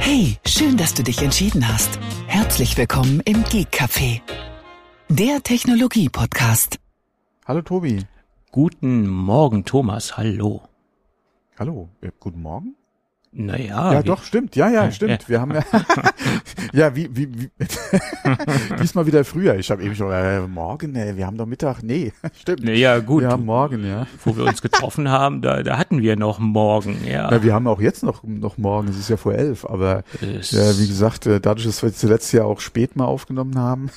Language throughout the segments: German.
Hey, schön, dass du dich entschieden hast. Herzlich willkommen im Geek Café, der Technologie-Podcast. Hallo Tobi. Guten Morgen, Thomas. Hallo. Hallo. Guten Morgen? Naja. Ja, doch, stimmt. Ja, stimmt. Wir haben ja, ja, wie, diesmal wieder früher. Ich habe eben schon, morgen, wir haben doch Mittag. Nee, stimmt. Ja, gut. Wir haben morgen, ja. Wo wir uns getroffen haben, da hatten wir noch morgen, ja. Ja, wir haben auch jetzt noch morgen. Es ist ja vor 11, aber, ja, wie gesagt, dadurch, dass wir zuletzt ja auch spät mal aufgenommen haben.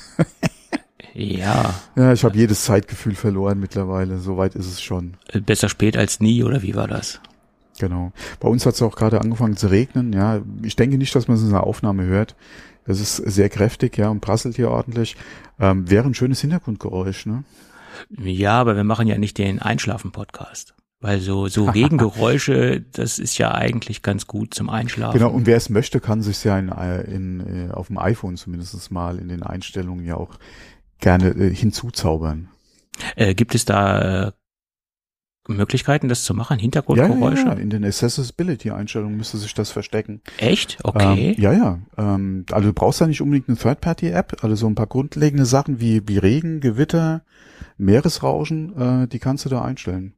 Ja. Ja, ich habe jedes Zeitgefühl verloren mittlerweile. Soweit ist es schon. Besser spät als nie, oder wie war das? Genau. Bei uns hat es auch gerade angefangen zu regnen. Ja, ich denke nicht, dass man es in der Aufnahme hört. Es ist sehr kräftig, ja, und prasselt hier ordentlich. Wäre ein schönes Hintergrundgeräusch, ne? Ja, aber wir machen ja nicht den Einschlafen-Podcast. Weil so Regengeräusche, das ist ja eigentlich ganz gut zum Einschlafen. Genau, und wer es möchte, kann sich ja auf dem iPhone zumindest mal in den Einstellungen ja auch gerne hinzuzaubern. Gibt es da Möglichkeiten, das zu machen? Hintergrundgeräusche? Ja, in den Accessibility-Einstellungen müsste sich das verstecken. Echt? Okay. Also du brauchst ja nicht unbedingt eine Third-Party-App, also so ein paar grundlegende Sachen wie Regen, Gewitter, Meeresrauschen, die kannst du da einstellen.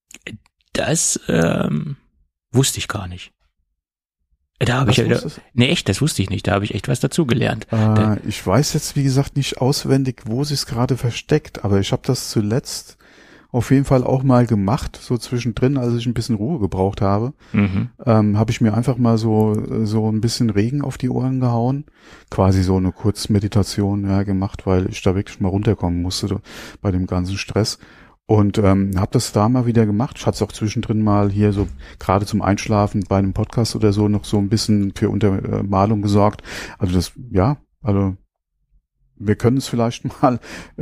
Das wusste ich gar nicht. Da habe ich das wusste ich nicht. Da habe ich echt was dazugelernt. Ich weiß jetzt, wie gesagt, nicht auswendig, wo sie es gerade versteckt, aber ich habe das zuletzt auf jeden Fall auch mal gemacht, so zwischendrin, als ich ein bisschen Ruhe gebraucht habe, habe ich mir einfach mal so ein bisschen Regen auf die Ohren gehauen, quasi so eine Kurzmeditation gemacht, weil ich da wirklich mal runterkommen musste bei dem ganzen Stress und habe das da mal wieder gemacht. Ich hatte es auch zwischendrin mal hier so gerade zum Einschlafen bei einem Podcast oder so noch so ein bisschen für Untermalung gesorgt. Also wir können es vielleicht mal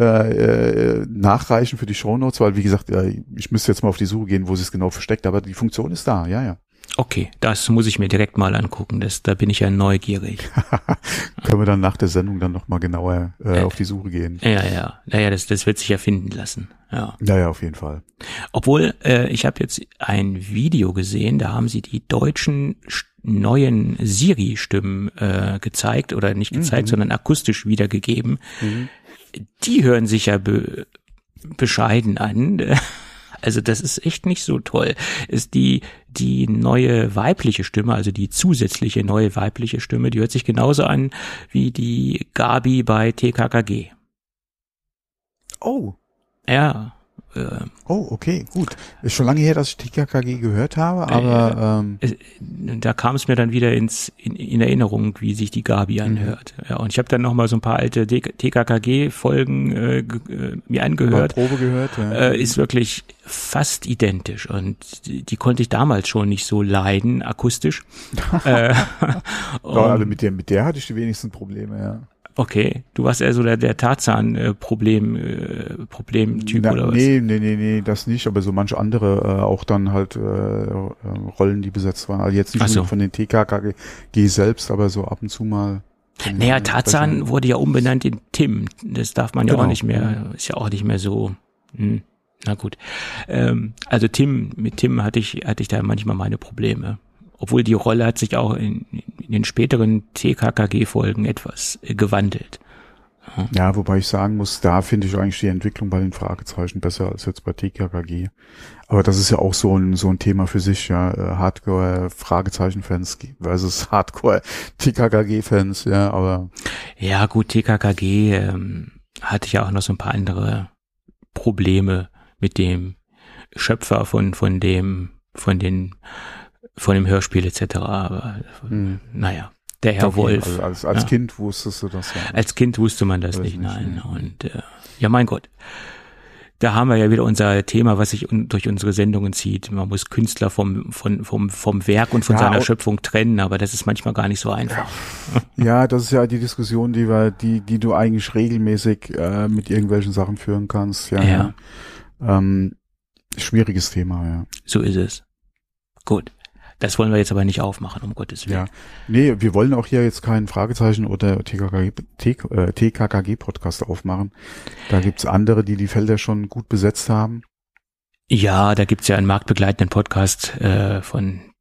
nachreichen für die Shownotes, weil wie gesagt, ich müsste jetzt mal auf die Suche gehen, wo sie es genau versteckt, aber die Funktion ist da, ja. Okay, das muss ich mir direkt mal angucken, da bin ich ja neugierig. Können wir dann nach der Sendung dann nochmal genauer auf die Suche gehen. Ja. Naja, das wird sich ja finden lassen. Ja, auf jeden Fall. Obwohl, ich habe jetzt ein Video gesehen, da haben sie die deutschen neuen Siri-Stimmen gezeigt, oder nicht gezeigt, sondern akustisch wiedergegeben. Die hören sich ja bescheiden an. Also das ist echt nicht so toll. Ist die neue weibliche Stimme, also die zusätzliche neue weibliche Stimme, die hört sich genauso an wie die Gabi bei TKKG. Oh. Ja. Okay, gut. Ist schon lange her, dass ich TKKG gehört habe, aber da kam es mir dann wieder in Erinnerung, wie sich die Gabi anhört. Ja, und ich habe dann noch mal so ein paar alte TKKG-Folgen mir angehört. Probe gehört. Ja. Ist wirklich fast identisch und die konnte ich damals schon nicht so leiden, akustisch. Also mit der hatte ich die wenigsten Probleme, ja. Okay, du warst eher so der Tarzan-Problem-Typ oder was? Nee, das nicht, aber so manche andere auch dann halt Rollen, die besetzt waren. Also jetzt nicht nur von den TKKG selbst, aber so ab und zu mal. Naja, Tarzan wurde ja umbenannt in Tim. Das darf man ja auch nicht mehr, ist ja auch nicht mehr so. Na gut. Also mit Tim hatte ich da manchmal meine Probleme. Obwohl die Rolle hat sich auch in den späteren TKKG-Folgen etwas gewandelt. Ja, wobei ich sagen muss, da finde ich eigentlich die Entwicklung bei den Fragezeichen besser als jetzt bei TKKG. Aber das ist ja auch so ein Thema für sich, ja. Hardcore-Fragezeichen-Fans versus Hardcore-TKKG-Fans, ja, aber. Ja, gut, TKKG hatte ja auch noch so ein paar andere Probleme mit dem Schöpfer von dem Hörspiel etc. Aber naja, der Herr Wolf. Also als Kind wusstest du das ja. Als Kind wusste man das nicht, nein. Und ja, mein Gott. Da haben wir ja wieder unser Thema, was sich durch unsere Sendungen zieht. Man muss Künstler vom Werk und von seiner Schöpfung trennen, aber das ist manchmal gar nicht so einfach. Ja, das ist ja die Diskussion, die du eigentlich regelmäßig mit irgendwelchen Sachen führen kannst. Ja. Schwieriges Thema, ja. So ist es. Gut. Das wollen wir jetzt aber nicht aufmachen, um Gottes Willen. Ja, nee, wir wollen auch hier jetzt keinen Fragezeichen oder TKKG-Podcast aufmachen. Da gibt's andere, die Felder schon gut besetzt haben. Ja, da gibt's ja einen marktbegleitenden Podcast von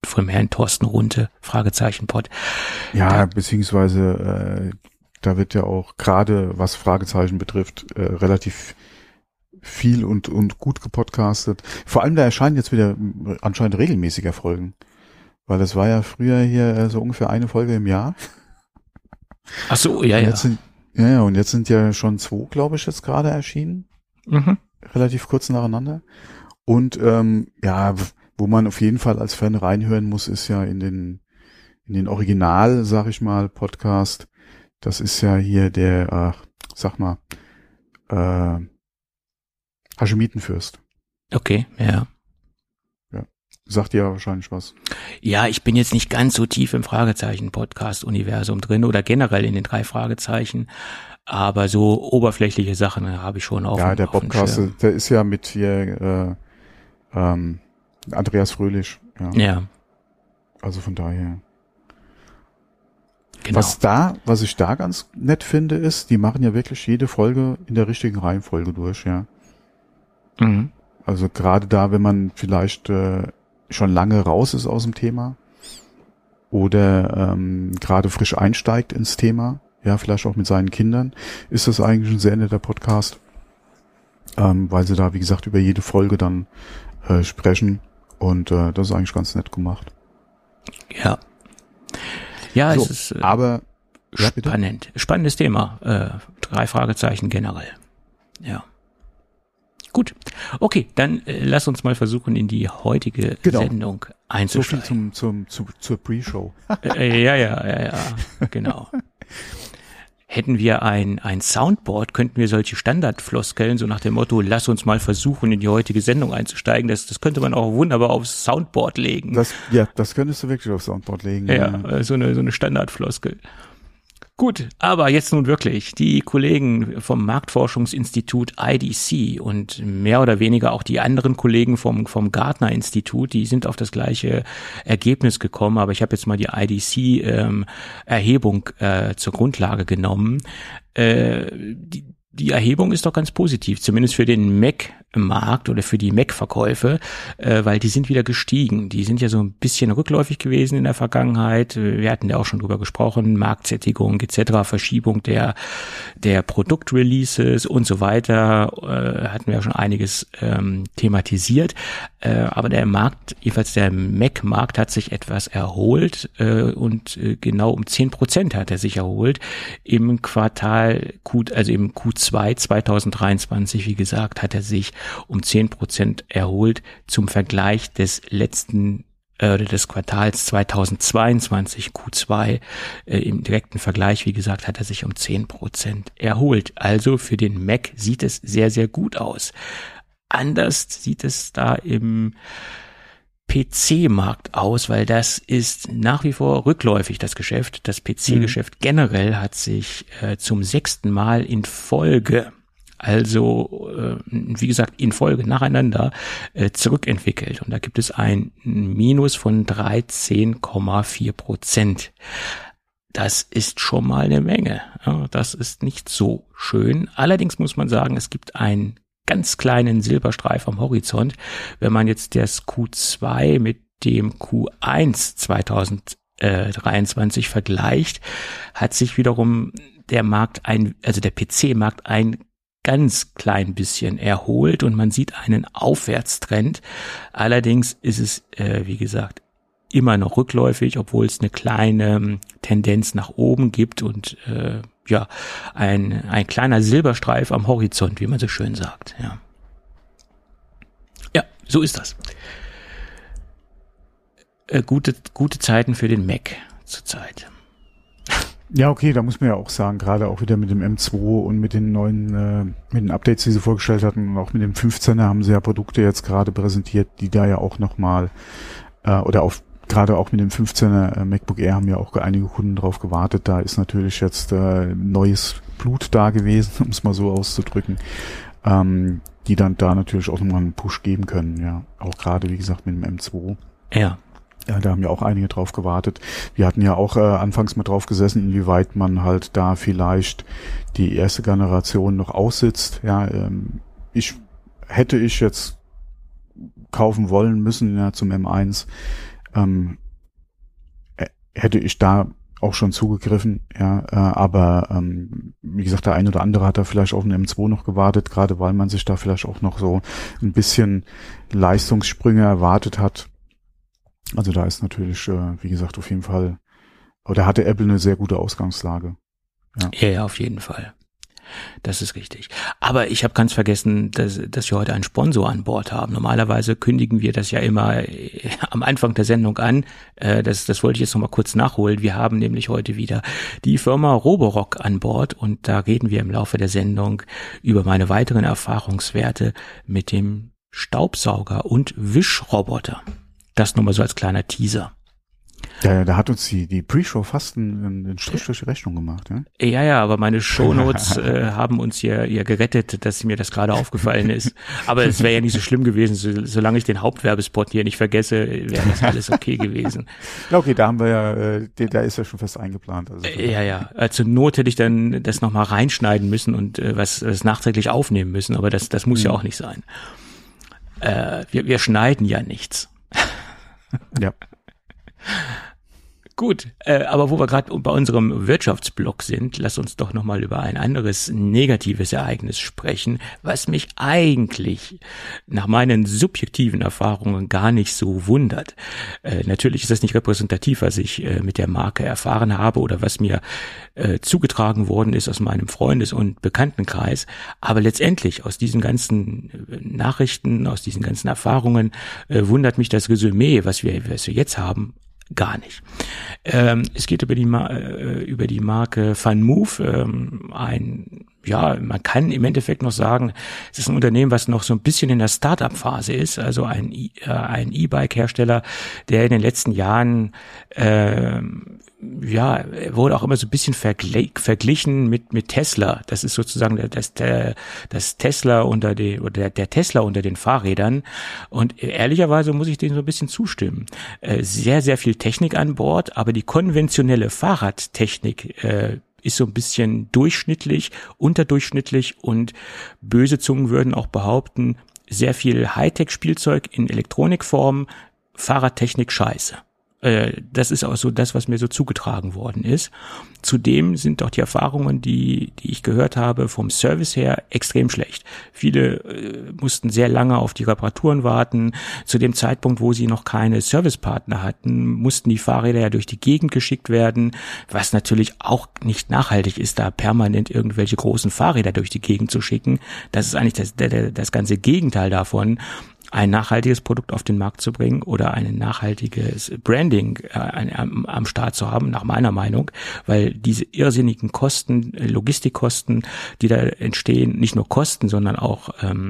vom Herrn Thorsten Runte, Fragezeichen-Pod. Ja, beziehungsweise da wird ja auch gerade, was Fragezeichen betrifft, relativ viel und gut gepodcastet. Vor allem, da erscheinen jetzt wieder anscheinend regelmäßiger Folgen. Weil das war ja früher hier so ungefähr eine Folge im Jahr. Ach so, ja. Und jetzt sind ja schon 2, glaube ich, jetzt gerade erschienen. Mhm. Relativ kurz nacheinander. Und wo man auf jeden Fall als Fan reinhören muss, ist ja in den Original, sag ich mal, Podcast. Das ist ja hier der, Haschemitenfürst. Okay, ja. Sagt dir ja wahrscheinlich was. Ja, ich bin jetzt nicht ganz so tief im Fragezeichen-Podcast-Universum drin oder generell in den 3 Fragezeichen, aber so oberflächliche Sachen habe ich schon auf. Ja, der Podcast, der ist ja mit hier Andreas Fröhlich. Ja. Also von daher. Genau. Was ich da ganz nett finde, ist, die machen ja wirklich jede Folge in der richtigen Reihenfolge durch, ja. Mhm. Also gerade da, wenn man vielleicht schon lange raus ist aus dem Thema oder gerade frisch einsteigt ins Thema, ja, vielleicht auch mit seinen Kindern, ist das eigentlich ein sehr netter Podcast, weil sie da, wie gesagt, über jede Folge dann sprechen und das ist eigentlich ganz nett gemacht. Ja. Ja, so, es ist aber spannend. Spannendes Thema. 3 Fragezeichen generell. Ja. Gut. Okay, dann lass uns mal versuchen, in die heutige Sendung einzusteigen. So viel zur Pre-Show. Ja, genau. Hätten wir ein Soundboard, könnten wir solche Standardfloskeln, so nach dem Motto, lass uns mal versuchen, in die heutige Sendung einzusteigen. Das könnte man auch wunderbar aufs Soundboard legen. Das könntest du wirklich aufs Soundboard legen. Ja, so eine Standardfloskel. Gut, aber jetzt nun wirklich, die Kollegen vom Marktforschungsinstitut IDC und mehr oder weniger auch die anderen Kollegen vom Gartner-Institut, die sind auf das gleiche Ergebnis gekommen, aber ich habe jetzt mal die IDC-Erhebung zur Grundlage genommen. Die Erhebung ist doch ganz positiv, zumindest für den Mac-Markt oder für die Mac-Verkäufe, weil die sind wieder gestiegen. Die sind ja so ein bisschen rückläufig gewesen in der Vergangenheit. Wir hatten ja auch schon drüber gesprochen, Marktsättigung etc., Verschiebung der Produktreleases und so weiter, hatten wir ja schon einiges thematisiert. Aber der Markt, jedenfalls der Mac-Markt, hat sich etwas erholt und genau um 10% hat er sich erholt im Quartal, also im Q2 2023, wie gesagt, hat er sich um 10% erholt zum Vergleich des des Quartals 2022 Q2 im direkten Vergleich, wie gesagt, hat er sich um 10% erholt. Also für den Mac sieht es sehr, sehr gut aus. Anders sieht es da im PC-Markt aus, weil das ist nach wie vor rückläufig, das Geschäft. Das PC-Geschäft generell hat sich zum 6. Mal in Folge, also wie gesagt in Folge nacheinander, zurückentwickelt. Und da gibt es ein Minus von 13,4%. Das ist schon mal eine Menge. Ja, das ist nicht so schön. Allerdings muss man sagen, es gibt einen ganz kleinen Silberstreif am Horizont. Wenn man jetzt das Q2 mit dem Q1 2023 vergleicht, hat sich wiederum der PC-Markt ein ganz klein bisschen erholt und man sieht einen Aufwärtstrend. Allerdings ist es, wie gesagt, immer noch rückläufig, obwohl es eine kleine Tendenz nach oben gibt und ein kleiner Silberstreif am Horizont, wie man so schön sagt. Ja, so ist das. Gute Zeiten für den Mac zurzeit. Ja, okay, da muss man ja auch sagen, gerade auch wieder mit dem M2 und mit den neuen, mit den Updates, die sie vorgestellt hatten und auch mit dem 15er haben sie ja Produkte jetzt gerade präsentiert, die da ja auch nochmal, gerade auch mit dem 15er MacBook Air haben ja auch einige Kunden drauf gewartet. Da ist natürlich jetzt neues Blut da gewesen, um es mal so auszudrücken, die dann da natürlich auch nochmal einen Push geben können. Ja, auch gerade, wie gesagt, mit dem M2. Ja. Ja, da haben ja auch einige drauf gewartet. Wir hatten ja auch anfangs mal drauf gesessen, inwieweit man halt da vielleicht die erste Generation noch aussitzt. Ja, hätte ich jetzt kaufen wollen müssen, ja, zum M1, hätte ich da auch schon zugegriffen, ja, aber wie gesagt, der ein oder andere hat da vielleicht auf einen M2 noch gewartet, gerade weil man sich da vielleicht auch noch so ein bisschen Leistungssprünge erwartet hat. Also da ist natürlich, wie gesagt, auf jeden Fall, oder hatte Apple eine sehr gute Ausgangslage. Ja, auf jeden Fall. Das ist richtig. Aber ich habe ganz vergessen, dass wir heute einen Sponsor an Bord haben. Normalerweise kündigen wir das ja immer am Anfang der Sendung an. Das wollte ich jetzt nochmal kurz nachholen. Wir haben nämlich heute wieder die Firma Roborock an Bord und da reden wir im Laufe der Sendung über meine weiteren Erfahrungswerte mit dem Staubsauger und Wischroboter. Das nur mal so als kleiner Teaser. Ja, da hat uns die Pre-Show fast einen Strich durch die Rechnung gemacht, ja? Ja, aber meine Shownotes haben uns hier gerettet, dass mir das gerade aufgefallen ist. Aber es wäre ja nicht so schlimm gewesen, solange ich den Hauptwerbespot hier nicht vergesse, wäre das alles okay gewesen. Ja, okay, da haben wir ja, da ist ja schon fest eingeplant. Also ja. Zur Not hätte ich dann das nochmal reinschneiden müssen und was nachträglich aufnehmen müssen, aber das muss ja auch nicht sein. Wir schneiden ja nichts. Ja. Gut, aber wo wir gerade bei unserem Wirtschaftsblock sind, lass uns doch nochmal über ein anderes negatives Ereignis sprechen, was mich eigentlich nach meinen subjektiven Erfahrungen gar nicht so wundert. Natürlich ist das nicht repräsentativ, was ich mit der Marke erfahren habe oder was mir zugetragen worden ist aus meinem Freundes- und Bekanntenkreis, aber letztendlich aus diesen ganzen Nachrichten, aus diesen ganzen Erfahrungen wundert mich das Resümee, was wir jetzt haben, gar nicht. Es geht über die Marke VanMoof, man kann im Endeffekt noch sagen, es ist ein Unternehmen, was noch so ein bisschen in der Start-up-Phase ist, also ein E-Bike-Hersteller, der in den letzten Jahren wurde auch immer so ein bisschen verglichen mit Tesla. Das ist sozusagen das Tesla der Tesla unter den Fahrrädern. Und ehrlicherweise muss ich denen so ein bisschen zustimmen. Sehr, sehr viel Technik an Bord, aber die konventionelle Fahrradtechnik ist so ein bisschen durchschnittlich, unterdurchschnittlich und böse Zungen würden auch behaupten, sehr viel Hightech-Spielzeug in Elektronikform, Fahrradtechnik scheiße. Das ist auch so das, was mir so zugetragen worden ist. Zudem sind doch die Erfahrungen, die ich gehört habe, vom Service her extrem schlecht. Viele mussten sehr lange auf die Reparaturen warten. Zu dem Zeitpunkt, wo sie noch keine Servicepartner hatten, mussten die Fahrräder ja durch die Gegend geschickt werden, was natürlich auch nicht nachhaltig ist, da permanent irgendwelche großen Fahrräder durch die Gegend zu schicken. Das ist eigentlich das ganze Gegenteil davon, ein nachhaltiges Produkt auf den Markt zu bringen oder ein nachhaltiges Branding am Start zu haben, nach meiner Meinung, weil diese irrsinnigen Kosten, Logistikkosten, die da entstehen, nicht nur Kosten, sondern auch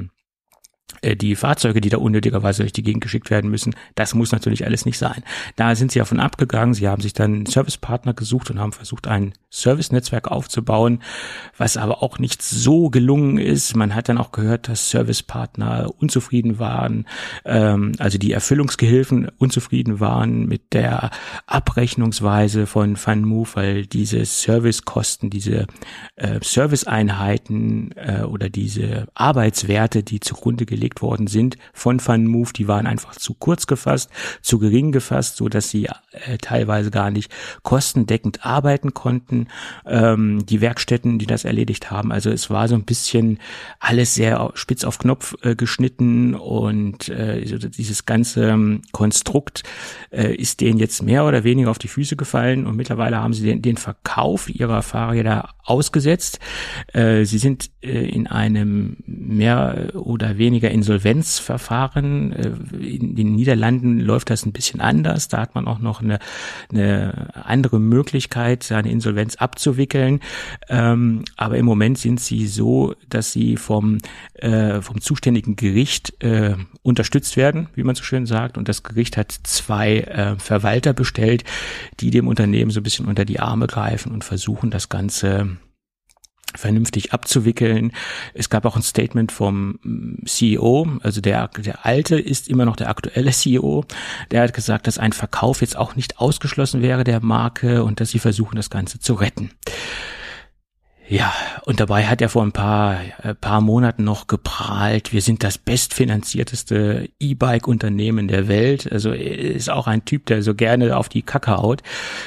die Fahrzeuge, die da unnötigerweise durch die Gegend geschickt werden müssen, das muss natürlich alles nicht sein. Da sind sie davon abgegangen, sie haben sich dann einen Servicepartner gesucht und haben versucht, ein Servicenetzwerk aufzubauen, was aber auch nicht so gelungen ist. Man hat dann auch gehört, dass Servicepartner unzufrieden waren, also die Erfüllungsgehilfen unzufrieden waren mit der Abrechnungsweise von VanMoof, weil diese Servicekosten, diese Serviceeinheiten oder diese Arbeitswerte, die zugrunde gelegt worden sind von VanMoof, die waren einfach zu kurz gefasst, zu gering gefasst, so dass sie teilweise gar nicht kostendeckend arbeiten konnten, die Werkstätten, die das erledigt haben. Also es war so ein bisschen alles sehr spitz auf Knopf geschnitten und dieses ganze Konstrukt ist denen jetzt mehr oder weniger auf die Füße gefallen und mittlerweile haben sie den Verkauf ihrer Fahrräder ausgesetzt. Sie sind in einem mehr oder weniger Insolvenzverfahren. In den Niederlanden läuft das ein bisschen anders. Da hat man auch noch eine andere Möglichkeit, seine Insolvenz abzuwickeln. Aber im Moment sind sie so, dass sie vom zuständigen Gericht unterstützt werden, wie man so schön sagt. Und das Gericht hat 2 Verwalter bestellt, die dem Unternehmen so ein bisschen unter die Arme greifen und versuchen, das Ganze vernünftig abzuwickeln. Es gab auch ein Statement vom CEO, also der alte ist immer noch der aktuelle CEO, der hat gesagt, dass ein Verkauf jetzt auch nicht ausgeschlossen wäre der Marke und dass sie versuchen, das Ganze zu retten. Ja, und dabei hat er vor ein paar Monaten noch geprahlt, wir sind das bestfinanzierteste E-Bike-Unternehmen der Welt. Also er ist auch ein Typ, der so gerne auf die Kacke haut.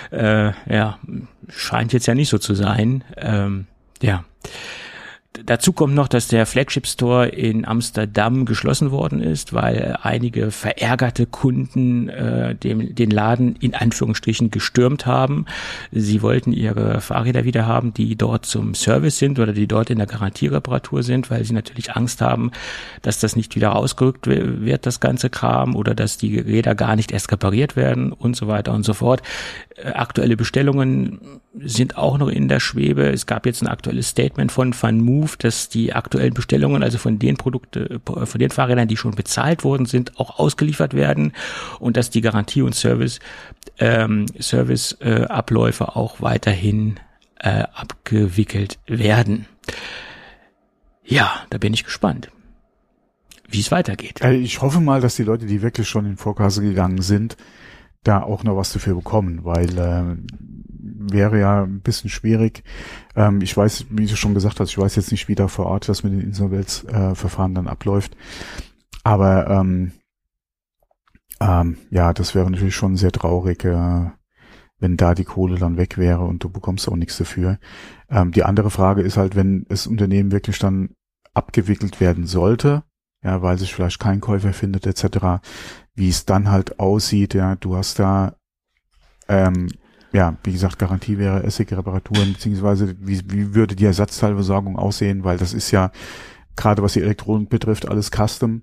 Scheint jetzt ja nicht so zu sein. Dazu kommt noch, dass der Flagship Store in Amsterdam geschlossen worden ist, weil einige verärgerte Kunden den Laden in Anführungsstrichen gestürmt haben. Sie wollten ihre Fahrräder wieder haben, die dort zum Service sind oder die dort in der Garantiereparatur sind, weil sie natürlich Angst haben, dass das nicht wieder rausgerückt wird, das ganze Kram, oder dass die Räder gar nicht erst repariert werden und so weiter und so fort. Aktuelle Bestellungen sind auch noch in der Schwebe. Es gab jetzt ein aktuelles Statement von VanMoof, dass die aktuellen Bestellungen, also von den Fahrrädern, die schon bezahlt worden sind, auch ausgeliefert werden und dass die Garantie- und Serviceabläufe auch weiterhin abgewickelt werden. Ja, da bin ich gespannt, wie es weitergeht. Ich hoffe mal, dass die Leute, die wirklich schon in Vorkasse gegangen sind, da auch noch was dafür bekommen, weil wäre ja ein bisschen schwierig. Ich weiß, wie du schon gesagt hast, ich weiß jetzt nicht, wie da vor Ort das mit den Insolvenzverfahren dann abläuft. Aber das wäre natürlich schon sehr traurig, wenn da die Kohle dann weg wäre und du bekommst auch nichts dafür. Die andere Frage ist halt, wenn das Unternehmen wirklich dann abgewickelt werden sollte, ja, weil sich vielleicht kein Käufer findet etc., wie es dann halt aussieht, ja, du hast da wie gesagt, Garantie wäre Essig-Reparaturen, beziehungsweise wie würde die Ersatzteilversorgung aussehen, weil das ist ja, gerade was die Elektronik betrifft, alles Custom.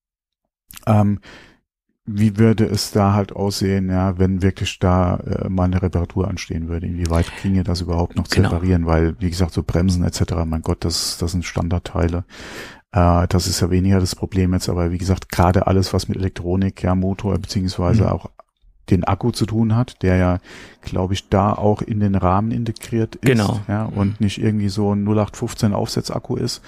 Wie würde es da halt aussehen, ja, wenn wirklich da mal eine Reparatur anstehen würde? Inwieweit ginge das überhaupt noch zu reparieren? Weil, wie gesagt, so Bremsen etc., mein Gott, das sind Standardteile. Das ist ja weniger das Problem jetzt, aber wie gesagt, gerade alles, was mit Elektronik, ja, Motor, beziehungsweise auch den Akku zu tun hat, der ja, glaube ich, da auch in den Rahmen integriert ist, ja, und nicht irgendwie so ein 0815 Aufsetzakku ist,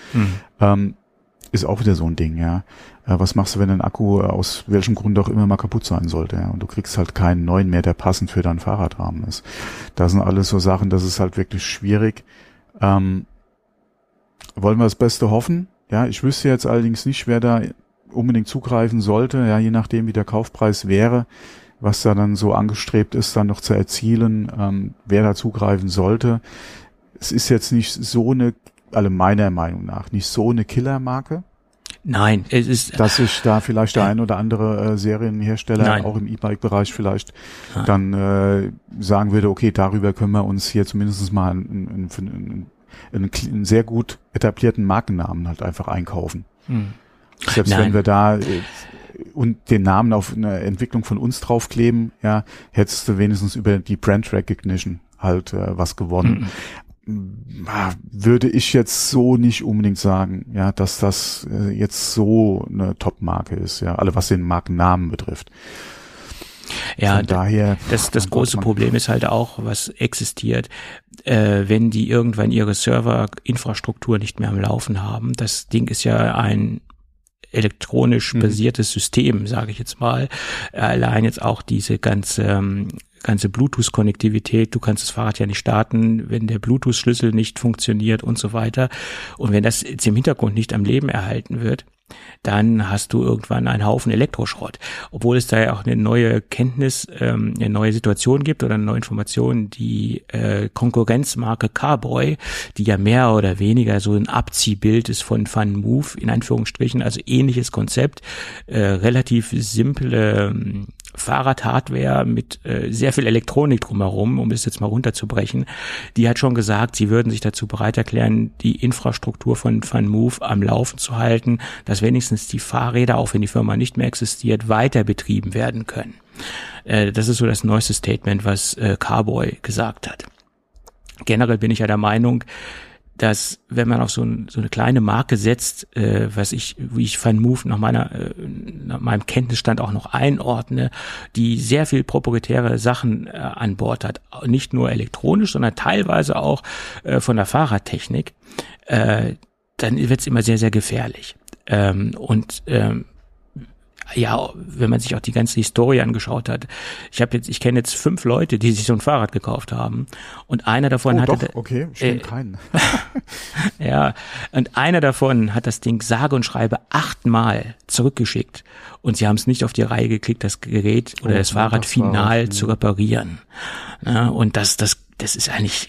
ist auch wieder so ein Ding, ja. Was machst du, wenn ein Akku aus welchem Grund auch immer mal kaputt sein sollte, ja, und du kriegst halt keinen neuen mehr, der passend für deinen Fahrradrahmen ist. Das sind alles so Sachen, das ist halt wirklich schwierig. Wollen wir das Beste hoffen? Ja, ich wüsste jetzt allerdings nicht, wer da unbedingt zugreifen sollte, ja, je nachdem, wie der Kaufpreis wäre, was da dann so angestrebt ist, dann noch zu erzielen, wer da zugreifen sollte. Es ist jetzt nicht so eine, also meiner Meinung nach, nicht so eine Killermarke. Nein, es ist... Dass sich da vielleicht der ein oder andere Serienhersteller, auch im E-Bike-Bereich vielleicht, dann sagen würde, okay, darüber können wir uns hier zumindest mal einen sehr gut etablierten Markennamen halt einfach einkaufen. Selbst wenn wir da... und den Namen auf eine Entwicklung von uns draufkleben, ja, hättest du wenigstens über die Brand Recognition halt was gewonnen. Würde ich jetzt so nicht unbedingt sagen, ja, dass das jetzt so eine Top-Marke ist, ja, alle was den Markennamen betrifft. Ja, daher das große Problem ist halt auch, was existiert, wenn die irgendwann ihre Serverinfrastruktur nicht mehr am Laufen haben. Das Ding ist ja ein elektronisch basiertes System, sage ich jetzt mal. Allein jetzt auch diese ganze Bluetooth-Konnektivität, du kannst das Fahrrad ja nicht starten, wenn der Bluetooth-Schlüssel nicht funktioniert und so weiter. Und wenn das jetzt im Hintergrund nicht am Leben erhalten wird, dann hast du irgendwann einen Haufen Elektroschrott. Obwohl es da ja auch eine neue Kenntnis, eine neue Situation gibt oder eine neue Information, die Konkurrenzmarke Carboy, die ja mehr oder weniger so ein Abziehbild ist von VanMoof, in Anführungsstrichen, also ähnliches Konzept, relativ simple Fahrradhardware mit sehr viel Elektronik drumherum, um es jetzt mal runterzubrechen. Die hat schon gesagt, sie würden sich dazu bereit erklären, die Infrastruktur von VanMoof am Laufen zu halten, dass wenigstens die Fahrräder, auch wenn die Firma nicht mehr existiert, weiter betrieben werden können. Das ist so das neueste Statement, was Carboy gesagt hat. Generell bin ich ja der Meinung, dass wenn man auf so eine kleine Marke setzt, wie ich VanMoof nach meinem Kenntnisstand auch noch einordne, die sehr viel proprietäre Sachen an Bord hat, nicht nur elektronisch, sondern teilweise auch von der Fahrradtechnik, dann wird es immer sehr, sehr gefährlich. ja, wenn man sich auch die ganze Historie angeschaut hat. Ich kenne jetzt 5 Leute, die sich so ein Fahrrad gekauft haben und einer davon okay, ich kenne keinen. Ja, und einer davon hat das Ding sage und schreibe 8-mal zurückgeschickt und sie haben es nicht auf die Reihe gekriegt, das Gerät oder das Fahrrad final zu reparieren. Ja, und das ist eigentlich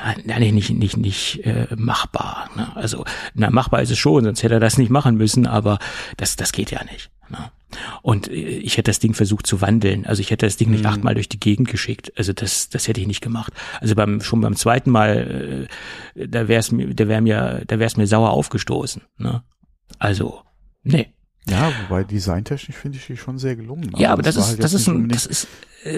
nicht machbar. Ne? Also machbar ist es schon, sonst hätte er das nicht machen müssen, aber das geht ja nicht. Ne? Und ich hätte das Ding versucht zu wandeln. Also ich hätte das Ding nicht 8-mal durch die Gegend geschickt. Also das hätte ich nicht gemacht. Also schon beim zweiten Mal, da wär's mir sauer aufgestoßen. Ne? Also, nee. Ja, wobei designtechnisch finde ich die schon sehr gelungen. Ja, aber das ist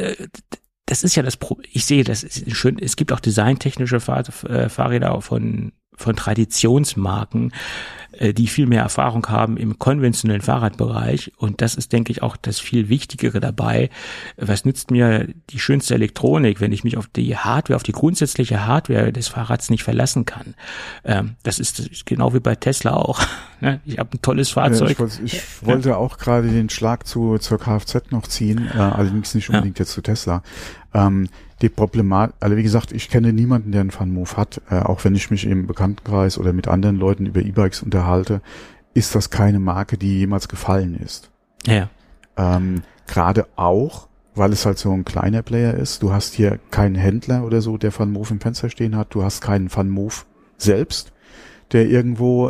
ja das Problem. Ich sehe, das ist schön. Es gibt auch designtechnische Fahrräder von Traditionsmarken, die viel mehr Erfahrung haben im konventionellen Fahrradbereich. Und das ist, denke ich, auch das viel Wichtigere dabei. Was nützt mir die schönste Elektronik, wenn ich mich auf die grundsätzliche Hardware des Fahrrads nicht verlassen kann? Das ist genau wie bei Tesla auch. Ich habe ein tolles Fahrzeug. Ja, ich wollte auch gerade den Schlag zur Kfz noch ziehen, allerdings nicht unbedingt jetzt zu Tesla. Die Problematik, also wie gesagt, ich kenne niemanden, der einen FunMove hat, auch wenn ich mich im Bekanntenkreis oder mit anderen Leuten über E-Bikes unterhalte, ist das keine Marke, die jemals gefallen ist. Ja. Gerade auch, weil es halt so ein kleiner Player ist. Du hast hier keinen Händler oder so, der FunMove im Fenster stehen hat. Du hast keinen FunMove selbst, der irgendwo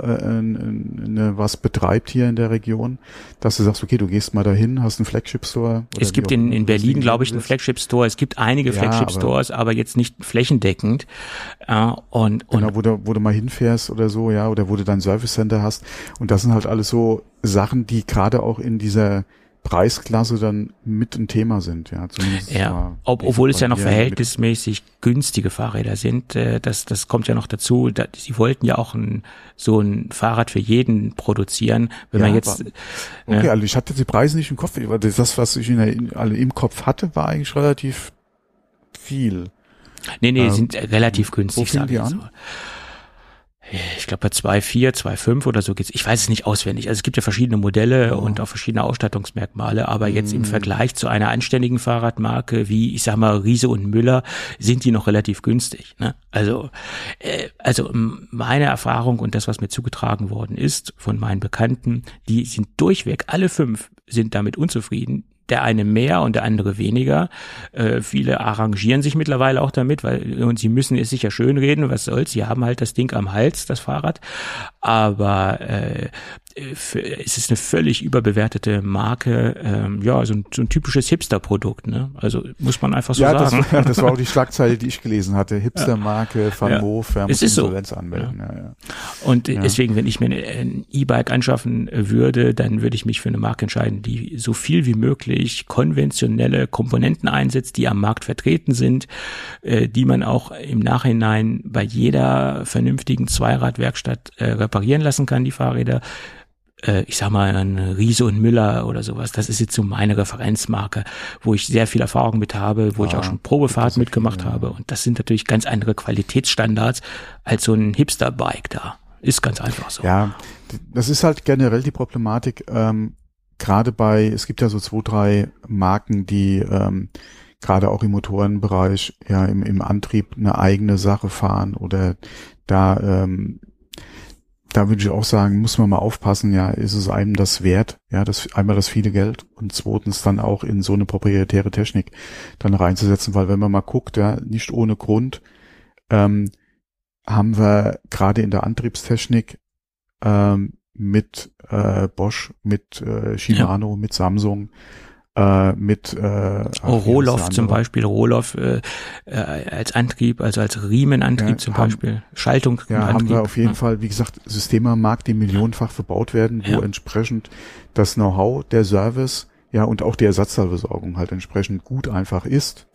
was betreibt hier in der Region, dass du sagst, okay, du gehst mal dahin, hast einen Flagship-Store. Es gibt in Berlin, glaube ich, einen Flagship-Store. Es gibt einige Flagship-Stores, aber jetzt nicht flächendeckend. Genau, wo du mal hinfährst oder so, ja, oder wo du dein Service-Center hast. Und das sind halt alles so Sachen, die gerade auch in dieser Preisklasse dann mit ein Thema sind, ja. Zumindest obwohl es ja noch verhältnismäßig günstige Fahrräder sind, das kommt ja noch dazu. Sie wollten ja auch so ein Fahrrad für jeden produzieren. Wenn man jetzt okay, also ich hatte die Preise nicht im Kopf, aber das, was ich im Kopf hatte, war eigentlich relativ viel. Nee, sind relativ günstig, wo fingen die an? Ich glaube bei 2,4, 2,5 oder so geht's. Ich weiß es nicht auswendig. Also es gibt ja verschiedene Modelle und auch verschiedene Ausstattungsmerkmale, aber jetzt im Vergleich zu einer anständigen Fahrradmarke wie, ich sag mal, Riese und Müller, sind die noch relativ günstig. Ne? Also meine Erfahrung und das, was mir zugetragen worden ist von meinen Bekannten, die sind durchweg, alle 5 sind damit unzufrieden. Der eine mehr und der andere weniger. Viele arrangieren sich mittlerweile auch damit, und sie müssen es sich ja schön reden, was soll's, sie haben halt das Ding am Hals, das Fahrrad. Aber es ist eine völlig überbewertete Marke, so ein typisches Hipster-Produkt, ne? Also muss man einfach so sagen. Das war auch die Schlagzeile, die ich gelesen hatte. Hipster-Marke, FunMove, muss Insolvenz anmelden. Ja. Und deswegen, wenn ich mir ein E-Bike anschaffen würde, dann würde ich mich für eine Marke entscheiden, die so viel wie möglich konventionelle Komponenten einsetzt, die am Markt vertreten sind, die man auch im Nachhinein bei jeder vernünftigen Zweiradwerkstatt reparieren lassen kann, die Fahrräder. Ich sag mal, ein Riese und Müller oder sowas, das ist jetzt so meine Referenzmarke, wo ich sehr viel Erfahrung mit habe, wo ich auch schon Probefahrten mitgemacht habe. Und das sind natürlich ganz andere Qualitätsstandards als so ein Hipster-Bike da. Ist ganz einfach so. Ja, das ist halt generell die Problematik, gerade es gibt ja so 2, 3 Marken, die gerade auch im Motorenbereich ja im Antrieb eine eigene Sache fahren oder da würde ich auch sagen, muss man mal aufpassen, ja, ist es einem das wert, ja, einmal das viele Geld und zweitens dann auch in so eine proprietäre Technik dann reinzusetzen, weil wenn man mal guckt, ja, nicht ohne Grund haben wir gerade in der Antriebstechnik mit Bosch, mit Shimano, mit Samsung, mit Rohloff zum Beispiel, als Antrieb, also als Riemenantrieb zum Beispiel, Schaltung. Ja, haben wir auf jeden Fall, wie gesagt, Systeme am Markt, die millionenfach verbaut werden, wo entsprechend das Know-how, der Service, ja, und auch die Ersatzteilbesorgung halt entsprechend gut einfach ist,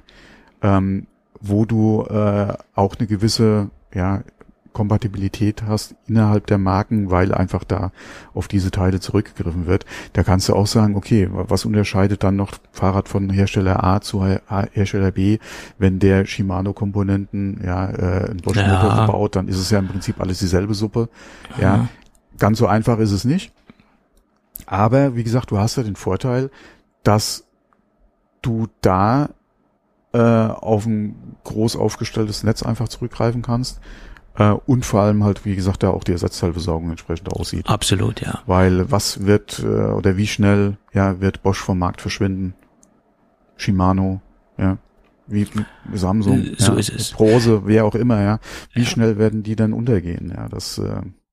wo du auch eine gewisse, Kompatibilität hast innerhalb der Marken, weil einfach da auf diese Teile zurückgegriffen wird. Da kannst du auch sagen, okay, was unterscheidet dann noch Fahrrad von Hersteller A zu Hersteller B? Wenn der Shimano-Komponenten einen Bosch-Motor verbaut, dann ist es ja im Prinzip alles dieselbe Suppe. Ja, ganz so einfach ist es nicht. Aber wie gesagt, du hast ja den Vorteil, dass du da auf ein groß aufgestelltes Netz einfach zurückgreifen kannst und vor allem halt, wie gesagt, da auch die Ersatzteilversorgung entsprechend aussieht. Absolut, ja. Weil was wird oder wie schnell wird Bosch vom Markt verschwinden? Shimano, ja, wie Samsung, so ist es. Prose, wer auch immer, ja. Wie schnell werden die dann untergehen? Ja, das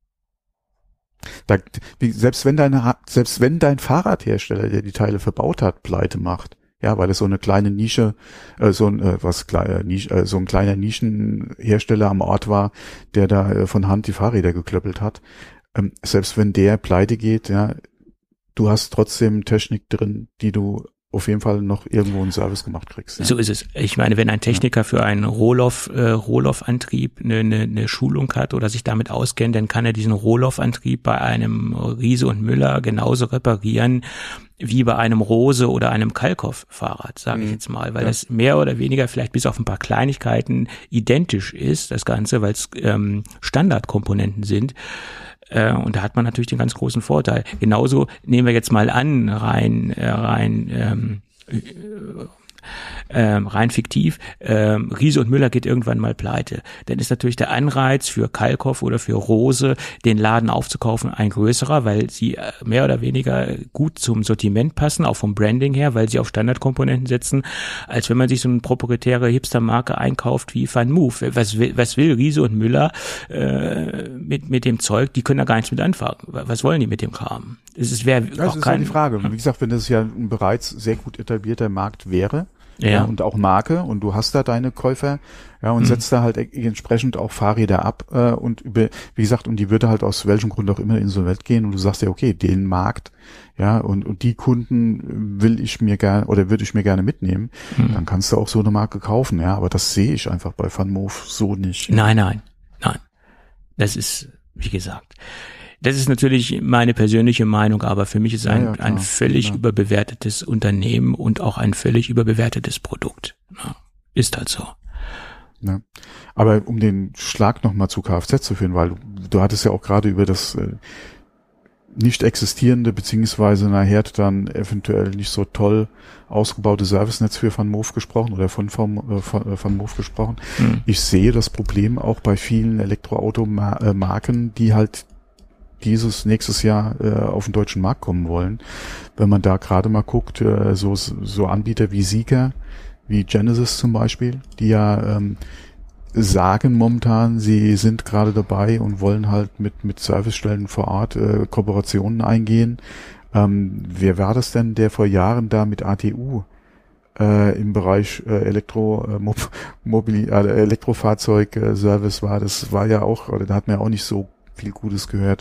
selbst wenn dein Fahrradhersteller, der die Teile verbaut hat, pleite macht, ja, weil es so eine kleine Nische, so ein kleiner Nischenhersteller am Ort war, der da von Hand die Fahrräder geklöppelt hat. Selbst wenn der pleite geht, ja, du hast trotzdem Technik drin, die du auf jeden Fall noch irgendwo einen Service gemacht kriegst. Ja. So ist es. Ich meine, wenn ein Techniker für einen Rohloff-Antrieb eine Schulung hat oder sich damit auskennt, dann kann er diesen Rohloff-Antrieb bei einem Riese und Müller genauso reparieren wie bei einem Rose oder einem Kalkoff-Fahrrad, sage ich jetzt mal, weil das mehr oder weniger vielleicht bis auf ein paar Kleinigkeiten identisch ist, das Ganze, weil es Standardkomponenten sind. Und da hat man natürlich den ganz großen Vorteil. Genauso nehmen wir jetzt mal an, rein fiktiv, Riese und Müller geht irgendwann mal pleite. Dann ist natürlich der Anreiz für Kalkoff oder für Rose, den Laden aufzukaufen, ein größerer, weil sie mehr oder weniger gut zum Sortiment passen, auch vom Branding her, weil sie auf Standardkomponenten setzen, als wenn man sich so eine proprietäre Hipster-Marke einkauft wie Van Moof. Was will Riese und Müller mit dem Zeug? Die können da gar nichts mit anfangen. Was wollen die mit dem Kram? Das ist ja die Frage. Wie gesagt, wenn das ja ein bereits sehr gut etablierter Markt wäre, ja, und auch Marke, und du hast da deine Käufer, ja, und setzt da halt entsprechend auch Fahrräder ab, und wie gesagt, und die würde halt aus welchem Grund auch immer insolvent gehen, und du sagst ja, okay, den Markt, ja, und die Kunden würde ich mir gerne mitnehmen, dann kannst du auch so eine Marke kaufen, ja, aber das sehe ich einfach bei Van Moof so nicht. Nein. Das ist, wie gesagt, das ist natürlich meine persönliche Meinung, aber für mich ist ein völlig überbewertetes Unternehmen und auch ein völlig überbewertetes Produkt. Ja, ist halt so. Ja. Aber um den Schlag nochmal zu Kfz zu führen, weil du hattest ja auch gerade über das nicht existierende beziehungsweise nachher dann eventuell nicht so toll ausgebaute Servicenetz für Van Moof gesprochen oder von Van Moof gesprochen. Ich sehe das Problem auch bei vielen Elektroautomarken, die halt nächstes Jahr auf den deutschen Markt kommen wollen. Wenn man da gerade mal guckt, so Anbieter wie Sieger, wie Genesis zum Beispiel, die ja sagen momentan, sie sind gerade dabei und wollen halt mit Servicestellen vor Ort Kooperationen eingehen. Wer war das denn, der vor Jahren da mit ATU im Bereich Elektrofahrzeug-Service war? Das war ja auch, oder da hat man ja auch nicht so viel Gutes gehört.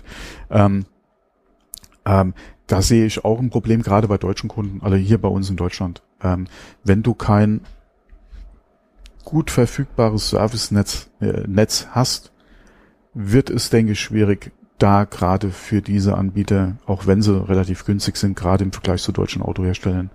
Da sehe ich auch ein Problem, gerade bei deutschen Kunden, also hier bei uns in Deutschland. Wenn du kein gut verfügbares Servicenetz hast, wird es, denke ich, schwierig, da gerade für diese Anbieter, auch wenn sie relativ günstig sind, gerade im Vergleich zu deutschen Autoherstellern,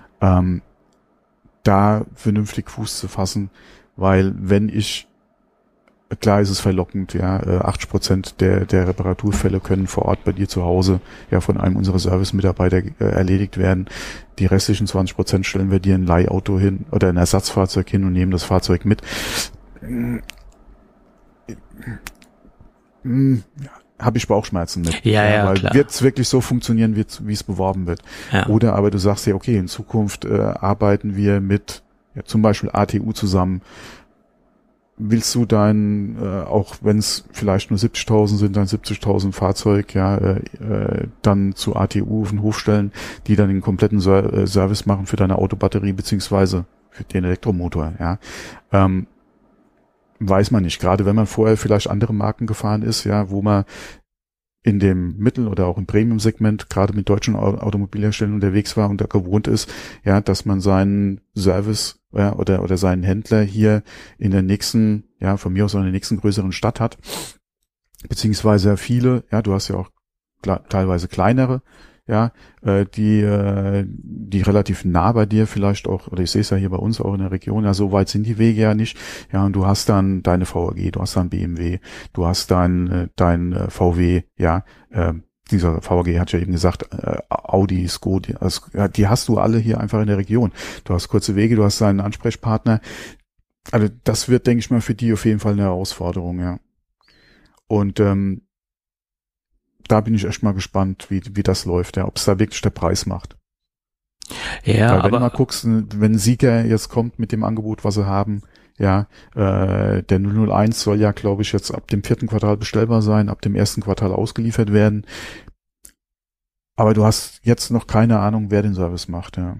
da vernünftig Fuß zu fassen, weil klar ist es verlockend, ja, 80% der Reparaturfälle können vor Ort bei dir zu Hause ja von einem unserer Service-Mitarbeiter erledigt werden. Die restlichen 20% stellen wir dir ein Leihauto hin oder ein Ersatzfahrzeug hin und nehmen das Fahrzeug mit. Habe ich Bauchschmerzen mit. Ja, weil klar. Wird es wirklich so funktionieren, wie es beworben wird? Ja. Oder aber du sagst ja, okay, in Zukunft arbeiten wir mit zum Beispiel ATU zusammen. Willst du auch wenn es vielleicht nur 70.000 sind, dann 70.000 Fahrzeug, dann zu ATU auf den Hof stellen, die dann den kompletten Service machen für deine Autobatterie beziehungsweise für den Elektromotor, ja. Weiß man nicht. Gerade wenn man vorher vielleicht andere Marken gefahren ist, ja, wo man in dem Mittel- oder auch im Premium-Segment gerade mit deutschen Automobilherstellern unterwegs war und da gewohnt ist, ja, dass man seinen Service oder seinen Händler hier in der nächsten, von mir aus auch in der nächsten größeren Stadt hat, beziehungsweise viele, du hast ja auch teilweise kleinere, die relativ nah bei dir vielleicht auch, oder ich sehe es ja hier bei uns auch in der Region, ja, so weit sind die Wege ja nicht, und du hast dann deine VAG, du hast dann BMW, du hast dein VW, dieser VAG hat ja eben gesagt, Audi, Skoda, also, die hast du alle hier einfach in der Region. Du hast kurze Wege, du hast deinen Ansprechpartner. Also das wird, denke ich mal, für die auf jeden Fall eine Herausforderung, ja. Und da bin ich echt mal gespannt, wie das läuft, ja, ob es da wirklich der Preis macht. Ja, weil wenn du mal guckst, wenn Sieger jetzt kommt mit dem Angebot, was sie haben, ja, der 001 soll ja, glaube ich, jetzt ab dem 4. Quartal bestellbar sein, ab dem 1. Quartal ausgeliefert werden. Aber du hast jetzt noch keine Ahnung, wer den Service macht, ja.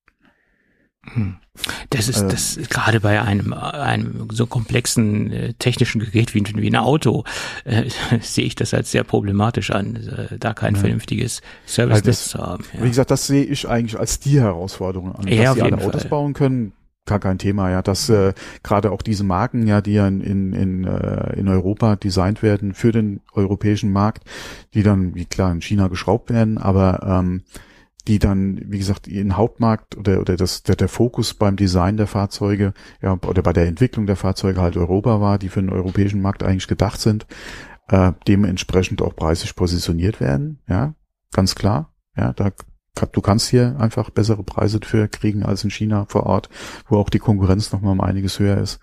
Das ist gerade bei einem so komplexen technischen Gerät wie ein Auto, sehe ich das als sehr problematisch an, da kein vernünftiges Servicenetz zu haben. Ja. Wie gesagt, das sehe ich eigentlich als die Herausforderung an, ja, dass sie alle Autos bauen können. Gar kein Thema, ja, dass gerade auch diese Marken, ja, die ja in Europa designt werden für den europäischen Markt, die dann, wie klar, in China geschraubt werden, aber die dann, wie gesagt, ihren Hauptmarkt oder der Fokus beim Design der Fahrzeuge, ja, oder bei der Entwicklung der Fahrzeuge halt Europa war, die für den europäischen Markt eigentlich gedacht sind, dementsprechend auch preislich positioniert werden, ja, ganz klar, ja, du kannst hier einfach bessere Preise dafür kriegen als in China vor Ort, wo auch die Konkurrenz nochmal um einiges höher ist.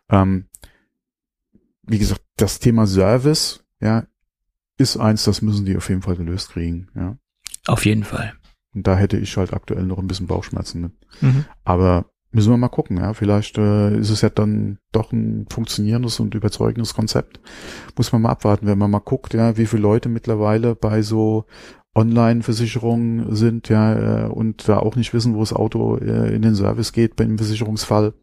Wie gesagt, das Thema Service, ja, ist eins, das müssen die auf jeden Fall gelöst kriegen, ja. Auf jeden Fall. Und da hätte ich halt aktuell noch ein bisschen Bauchschmerzen mit. Aber müssen wir mal gucken, ja. Vielleicht ist es ja dann doch ein funktionierendes und überzeugendes Konzept. Muss man mal abwarten, wenn man mal guckt, ja, wie viele Leute mittlerweile bei so Online-Versicherungen sind, ja, und da auch nicht wissen, wo das Auto in den Service geht beim Versicherungsfall.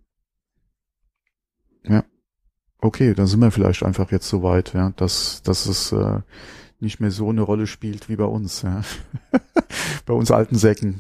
Ja. Okay, dann sind wir vielleicht einfach jetzt so weit, ja, dass es nicht mehr so eine Rolle spielt wie bei uns, ja. Bei uns alten Säcken.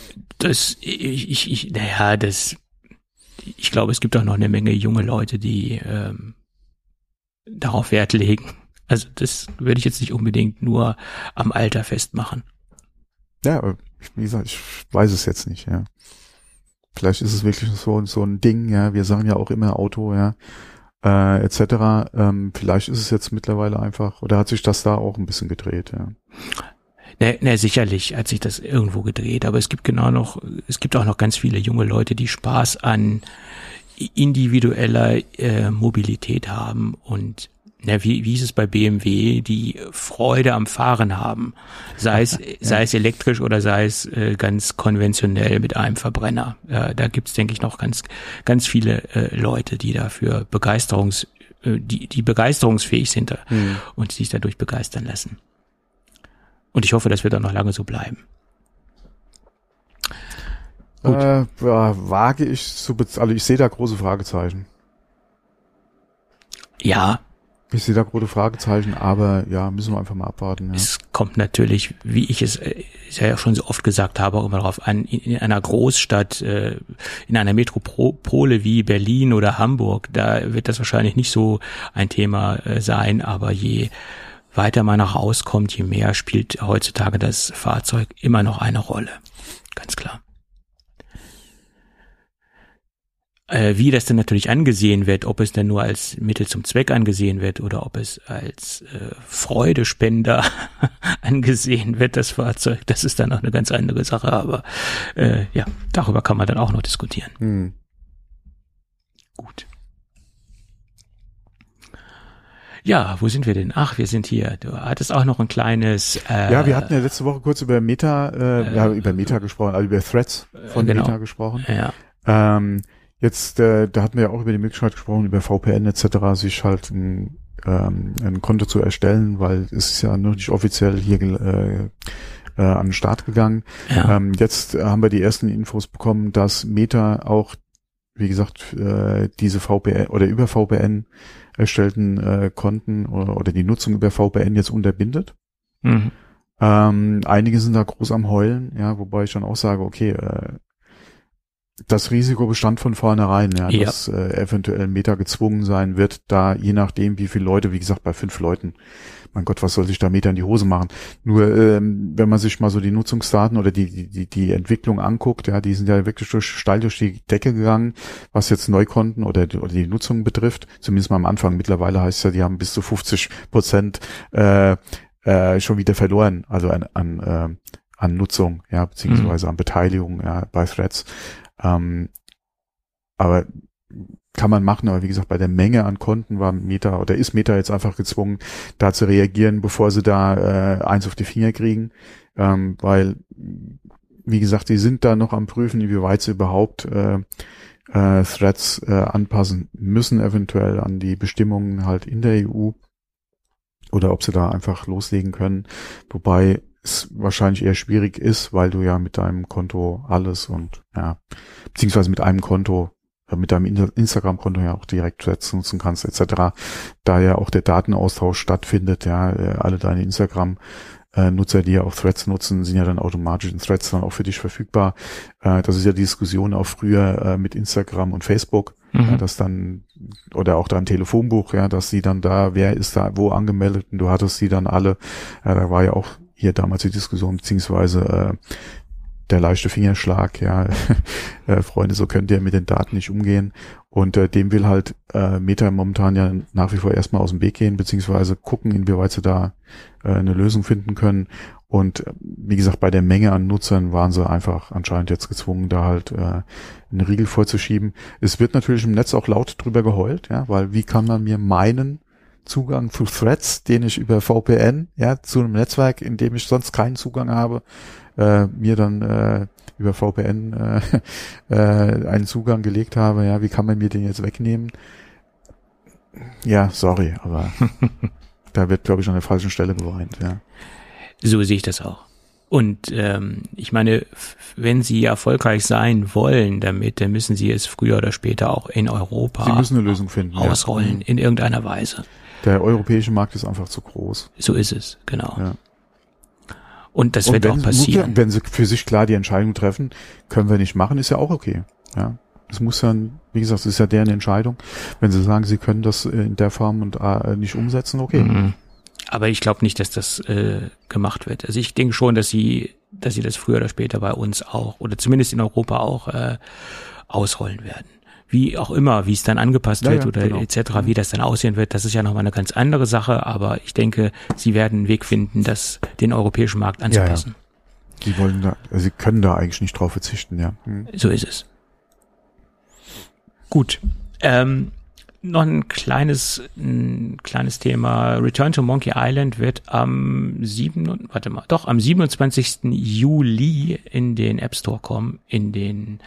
Ich glaube, es gibt auch noch eine Menge junge Leute, die darauf Wert legen. Also das würde ich jetzt nicht unbedingt nur am Alter festmachen. Ja, wie gesagt, ich weiß es jetzt nicht, ja. Vielleicht ist es wirklich so ein Ding, ja. Wir sagen ja auch immer Auto, ja. Etc. Vielleicht ist es jetzt mittlerweile einfach, oder hat sich das da auch ein bisschen gedreht, ja? Ne, sicherlich hat sich das irgendwo gedreht, aber es gibt auch noch ganz viele junge Leute, die Spaß an individueller Mobilität haben und wie ist es bei BMW, die Freude am Fahren haben, sei es elektrisch oder sei es ganz konventionell mit einem Verbrenner. Da gibt's, denke ich, noch ganz, ganz viele Leute, die dafür die begeisterungsfähig sind und sich dadurch begeistern lassen. Und ich hoffe, das wird auch noch lange so bleiben. Wage ich also ich sehe da große Fragezeichen. Ja. Ich sehe da große Fragezeichen, aber ja, müssen wir einfach mal abwarten. Ja. Es kommt natürlich, wie ich es ja schon so oft gesagt habe, auch immer darauf an, in einer Großstadt, in einer Metropole wie Berlin oder Hamburg, da wird das wahrscheinlich nicht so ein Thema sein, aber je weiter man nach rauskommt, je mehr spielt heutzutage das Fahrzeug immer noch eine Rolle. Ganz klar. Wie das dann natürlich angesehen wird, ob es dann nur als Mittel zum Zweck angesehen wird oder ob es als Freudespender angesehen wird, das Fahrzeug, das ist dann auch eine ganz andere Sache, aber ja, darüber kann man dann auch noch diskutieren. Gut. Ja, wo sind wir denn? Ach, wir sind hier. Du hattest auch noch ein kleines... ja, wir hatten ja letzte Woche kurz über Meta gesprochen, also über Threads von Meta gesprochen. Ja. Jetzt, da hatten wir ja auch über die Möglichkeit gesprochen, über VPN etc., sich halt ein Konto zu erstellen, weil es ist ja noch nicht offiziell hier an den Start gegangen. Ja. Jetzt haben wir die ersten Infos bekommen, dass Meta auch, wie gesagt, diese VPN oder über VPN erstellten Konten oder die Nutzung über VPN jetzt unterbindet. Einige sind da groß am Heulen, ja, wobei ich dann auch sage, okay, das Risiko bestand von vornherein, ja, dass eventuell Meta gezwungen sein wird, da je nachdem, wie viele Leute, wie gesagt, bei 5 Leuten, mein Gott, was soll sich da Meta in die Hose machen? Nur, wenn man sich mal so die Nutzungsdaten oder die Entwicklung anguckt, ja, die sind ja wirklich steil durch die Decke gegangen, was jetzt Neukonten oder die Nutzung betrifft, zumindest mal am Anfang. Mittlerweile heißt es ja, die haben bis zu 50% schon wieder verloren, also an Nutzung, ja, beziehungsweise an Beteiligung, ja, bei Threads. Aber kann man machen, aber wie gesagt, bei der Menge an Konten ist Meta jetzt einfach gezwungen, da zu reagieren, bevor sie da eins auf die Finger kriegen, weil, wie gesagt, die sind da noch am Prüfen, inwieweit sie überhaupt Threads anpassen müssen, eventuell an die Bestimmungen halt in der EU, oder ob sie da einfach loslegen können, wobei es wahrscheinlich eher schwierig ist, weil du ja mit deinem Konto alles und ja, beziehungsweise mit einem Konto, mit deinem Instagram-Konto ja auch direkt Threads nutzen kannst, etc. Da ja auch der Datenaustausch stattfindet, ja, alle deine Instagram-Nutzer, die ja auch Threads nutzen, sind ja dann automatisch in Threads dann auch für dich verfügbar. Das ist ja die Diskussion auch früher mit Instagram und Facebook, ja, dass dann, oder auch da im Telefonbuch, ja, dass sie dann da, wer ist da wo angemeldet, und du hattest die dann alle, da war ja auch hier damals die Diskussion, beziehungsweise der leichte Fingerschlag, ja, Freunde, so könnt ihr mit den Daten nicht umgehen, und dem will halt Meta momentan ja nach wie vor erstmal aus dem Weg gehen, beziehungsweise gucken, inwieweit sie da eine Lösung finden können, und wie gesagt, bei der Menge an Nutzern waren sie einfach anscheinend jetzt gezwungen, da halt einen Riegel vorzuschieben. Es wird natürlich im Netz auch laut drüber geheult, ja, weil wie kann man mir meinen Zugang zu Threads, den ich über VPN, ja, zu einem Netzwerk, in dem ich sonst keinen Zugang habe, mir dann über VPN einen Zugang gelegt habe, ja, wie kann man mir den jetzt wegnehmen? Ja, sorry, aber da wird, glaube ich, an der falschen Stelle geweint, ja. So sehe ich das auch. Und ich meine, wenn sie erfolgreich sein wollen damit, dann müssen sie es früher oder später auch in Europa Sie müssen eine Lösung finden, ausrollen, in irgendeiner Weise. Der europäische Markt ist einfach zu groß. So ist es, genau. Ja. Und das wird auch passieren. Wenn sie für sich klar die Entscheidung treffen, können wir nicht machen, ist ja auch okay. Ja, es muss dann, wie gesagt, es ist ja deren Entscheidung. Wenn sie sagen, sie können das in der Form und nicht umsetzen, okay. Mhm. Aber ich glaube nicht, dass das gemacht wird. Also ich denke schon, dass sie das früher oder später bei uns auch, oder zumindest in Europa auch ausrollen werden. Wie auch immer, wie es dann angepasst wird oder genau. etc., wie das dann aussehen wird, das ist ja nochmal eine ganz andere Sache, aber ich denke, sie werden einen Weg finden, das den europäischen Markt anzupassen. Ja. Die wollen da, also sie können da eigentlich nicht drauf verzichten, ja. So ist es. Gut. Noch ein kleines Thema. Return to Monkey Island wird am 27. Juli in den App Store kommen, in den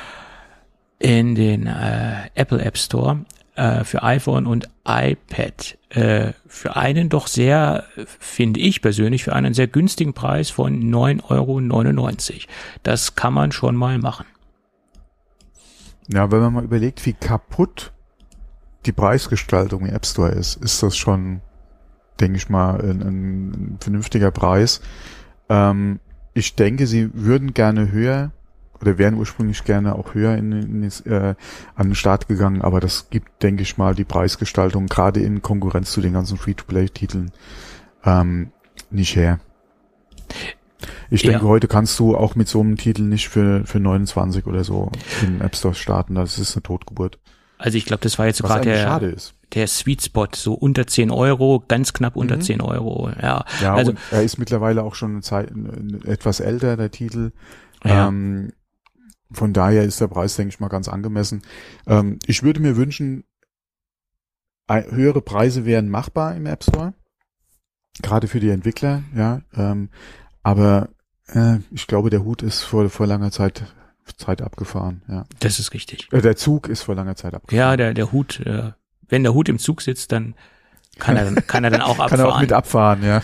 Apple App Store für iPhone und iPad für einen doch sehr, finde ich persönlich, für einen sehr günstigen Preis von 9,99 €. Das kann man schon mal machen. Ja, wenn man mal überlegt, wie kaputt die Preisgestaltung im App Store ist das schon, denke ich mal, ein vernünftiger Preis. Ich denke, sie würden gerne höher oder wären ursprünglich gerne auch höher an den Start gegangen, aber das gibt, denke ich mal, die Preisgestaltung gerade in Konkurrenz zu den ganzen Free-to-Play-Titeln nicht her. Ich denke, heute kannst du auch mit so einem Titel nicht für 29 oder so in den App Store starten, das ist eine Totgeburt. Also ich glaube, das war jetzt sogar der Sweet Spot, so unter 10 €, ganz knapp unter 10 €. Ja, also und er ist mittlerweile auch schon etwas älter, der Titel. Ja. Von daher ist der Preis, denke ich mal, ganz angemessen. Ich würde mir wünschen, höhere Preise wären machbar im App Store, gerade für die Entwickler, ja. Aber ich glaube, der Hut ist vor langer Zeit abgefahren, ja. Das ist richtig. Der Zug ist vor langer Zeit abgefahren. Ja, der Hut, wenn der Hut im Zug sitzt, dann kann er dann auch abfahren. Kann er auch mit abfahren, ja.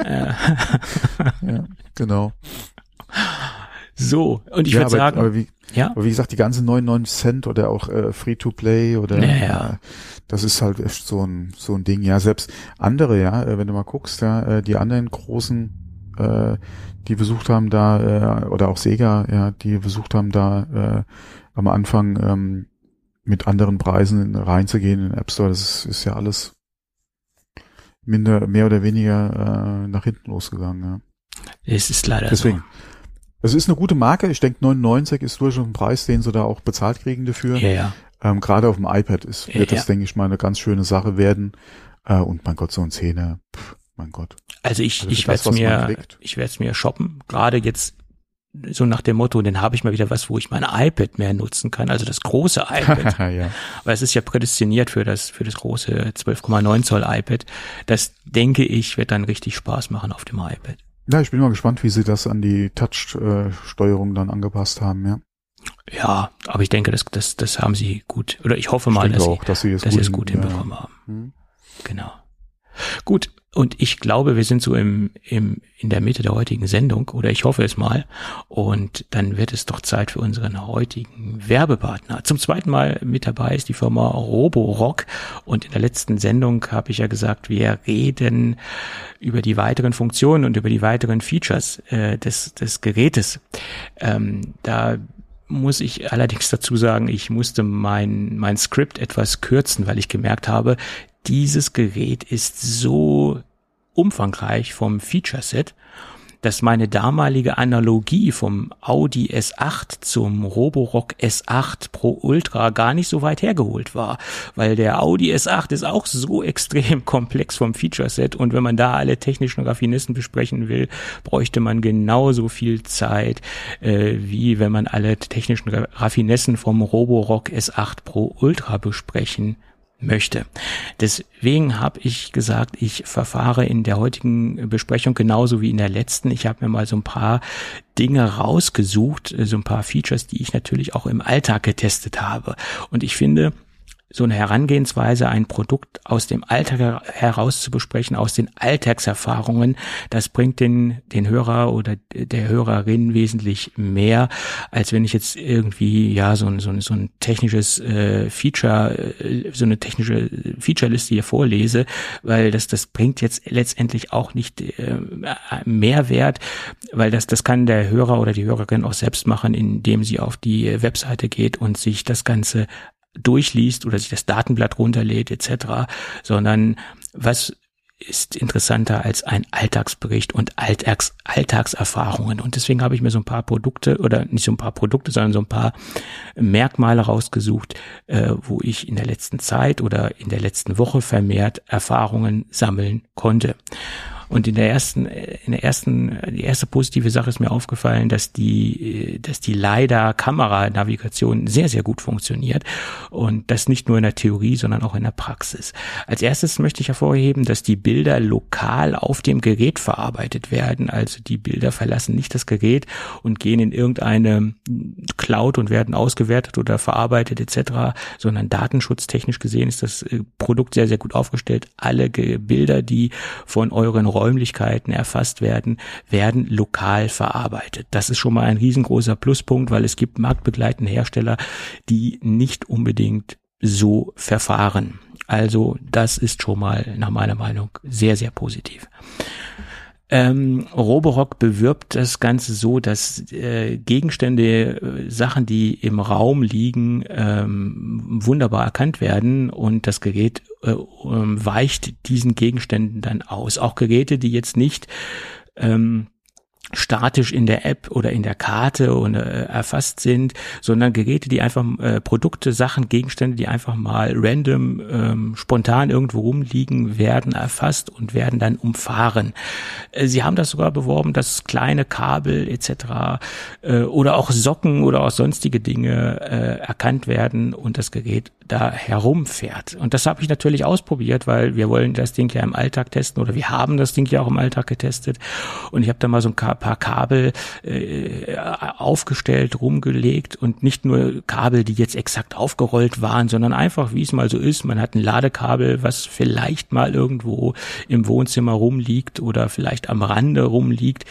Ja, genau. So, und ich würde sagen, aber wie gesagt, die ganzen 99 Cent oder auch Free-to-Play oder das ist halt echt so ein Ding, ja. Selbst andere, ja, wenn du mal guckst, ja, die anderen großen die versucht haben da, oder auch Sega, ja, die versucht haben da am Anfang mit anderen Preisen reinzugehen in den App Store, das ist ja alles mehr oder weniger nach hinten losgegangen, ja. Es ist leider deswegen. So. Es ist eine gute Marke, ich denke 99 ist durchaus ein Preis, den sie da auch bezahlt kriegen dafür. Ja. Gerade auf dem iPad wird das, denke ich mal, eine ganz schöne Sache werden. Und mein Gott, so ein 10er, mein Gott. Also ich werde es mir shoppen, gerade jetzt so nach dem Motto, dann habe ich mal wieder was, wo ich mein iPad mehr nutzen kann, also das große iPad. Ja. Weil es ist ja prädestiniert für das große 12,9 Zoll iPad. Das, denke ich, wird dann richtig Spaß machen auf dem iPad. Ja, ich bin mal gespannt, wie sie das an die Touch-Steuerung dann angepasst haben, ja. Ja, aber ich denke, das haben sie gut, oder ich hoffe mal, dass sie es gut hinbekommen haben. Genau. Gut. Und ich glaube, wir sind so in der Mitte der heutigen Sendung, oder ich hoffe es mal. Und dann wird es doch Zeit für unseren heutigen Werbepartner. Zum zweiten Mal mit dabei ist die Firma Roborock. Und in der letzten Sendung habe ich ja gesagt, wir reden über die weiteren Funktionen und über die weiteren Features des Gerätes. Da muss ich allerdings dazu sagen, ich musste mein Skript etwas kürzen, weil ich gemerkt habe, dieses Gerät ist so umfangreich vom Feature-Set, dass meine damalige Analogie vom Audi S8 zum Roborock S8 Pro Ultra gar nicht so weit hergeholt war, weil der Audi S8 ist auch so extrem komplex vom Feature-Set und wenn man da alle technischen Raffinessen besprechen will, bräuchte man genauso viel Zeit, wie wenn man alle technischen Raffinessen vom Roborock S8 Pro Ultra besprechen möchte. Deswegen habe ich gesagt, ich verfahre in der heutigen Besprechung genauso wie in der letzten. Ich habe mir mal so ein paar Dinge rausgesucht, so ein paar Features, die ich natürlich auch im Alltag getestet habe. Und ich finde, so eine Herangehensweise, ein Produkt aus dem Alltag heraus zu besprechen, aus den Alltagserfahrungen, das bringt den Hörer oder der Hörerin wesentlich mehr, als wenn ich jetzt irgendwie so ein technisches Feature, so eine technische Featureliste hier vorlese, weil das bringt jetzt letztendlich auch nicht Mehrwert, weil das kann der Hörer oder die Hörerin auch selbst machen, indem sie auf die Webseite geht und sich das Ganze durchliest oder sich das Datenblatt runterlädt etc., sondern was ist interessanter als ein Alltagsbericht und Alltagserfahrungen. Und deswegen habe ich mir so ein paar Produkte, oder nicht so ein paar Produkte, sondern so ein paar Merkmale rausgesucht, wo ich in der letzten Zeit oder in der letzten Woche vermehrt Erfahrungen sammeln konnte. Und die erste positive Sache ist mir aufgefallen, dass die LiDAR-Kameranavigation sehr, sehr gut funktioniert. Und das nicht nur in der Theorie, sondern auch in der Praxis. Als erstes möchte ich hervorheben, dass die Bilder lokal auf dem Gerät verarbeitet werden. Also die Bilder verlassen nicht das Gerät und gehen in irgendeine Cloud und werden ausgewertet oder verarbeitet etc., sondern datenschutztechnisch gesehen ist das Produkt sehr, sehr gut aufgestellt. Alle Bilder, die von euren Räumlichkeiten erfasst werden lokal verarbeitet. Das ist schon mal ein riesengroßer Pluspunkt, weil es gibt marktbegleitende Hersteller, die nicht unbedingt so verfahren. Also das ist schon mal nach meiner Meinung sehr, sehr positiv. Roborock bewirbt das Ganze so, dass Gegenstände, Sachen, die im Raum liegen, wunderbar erkannt werden und das Gerät weicht diesen Gegenständen dann aus. Auch Geräte, die jetzt nicht statisch in der App oder in der Karte und erfasst sind, sondern Geräte, die einfach Produkte, Sachen, Gegenstände, die einfach mal random, spontan irgendwo rumliegen, werden erfasst und werden dann umfahren. Sie haben das sogar beworben, dass kleine Kabel etc. Oder auch Socken oder auch sonstige Dinge erkannt werden und das Gerät da herumfährt. Und das habe ich natürlich ausprobiert, weil wir wollen das Ding ja im Alltag testen oder wir haben das Ding ja auch im Alltag getestet und ich habe da mal so ein paar Kabel aufgestellt, rumgelegt und nicht nur Kabel, die jetzt exakt aufgerollt waren, sondern einfach, wie es mal so ist, man hat ein Ladekabel, was vielleicht mal irgendwo im Wohnzimmer rumliegt oder vielleicht am Rande rumliegt.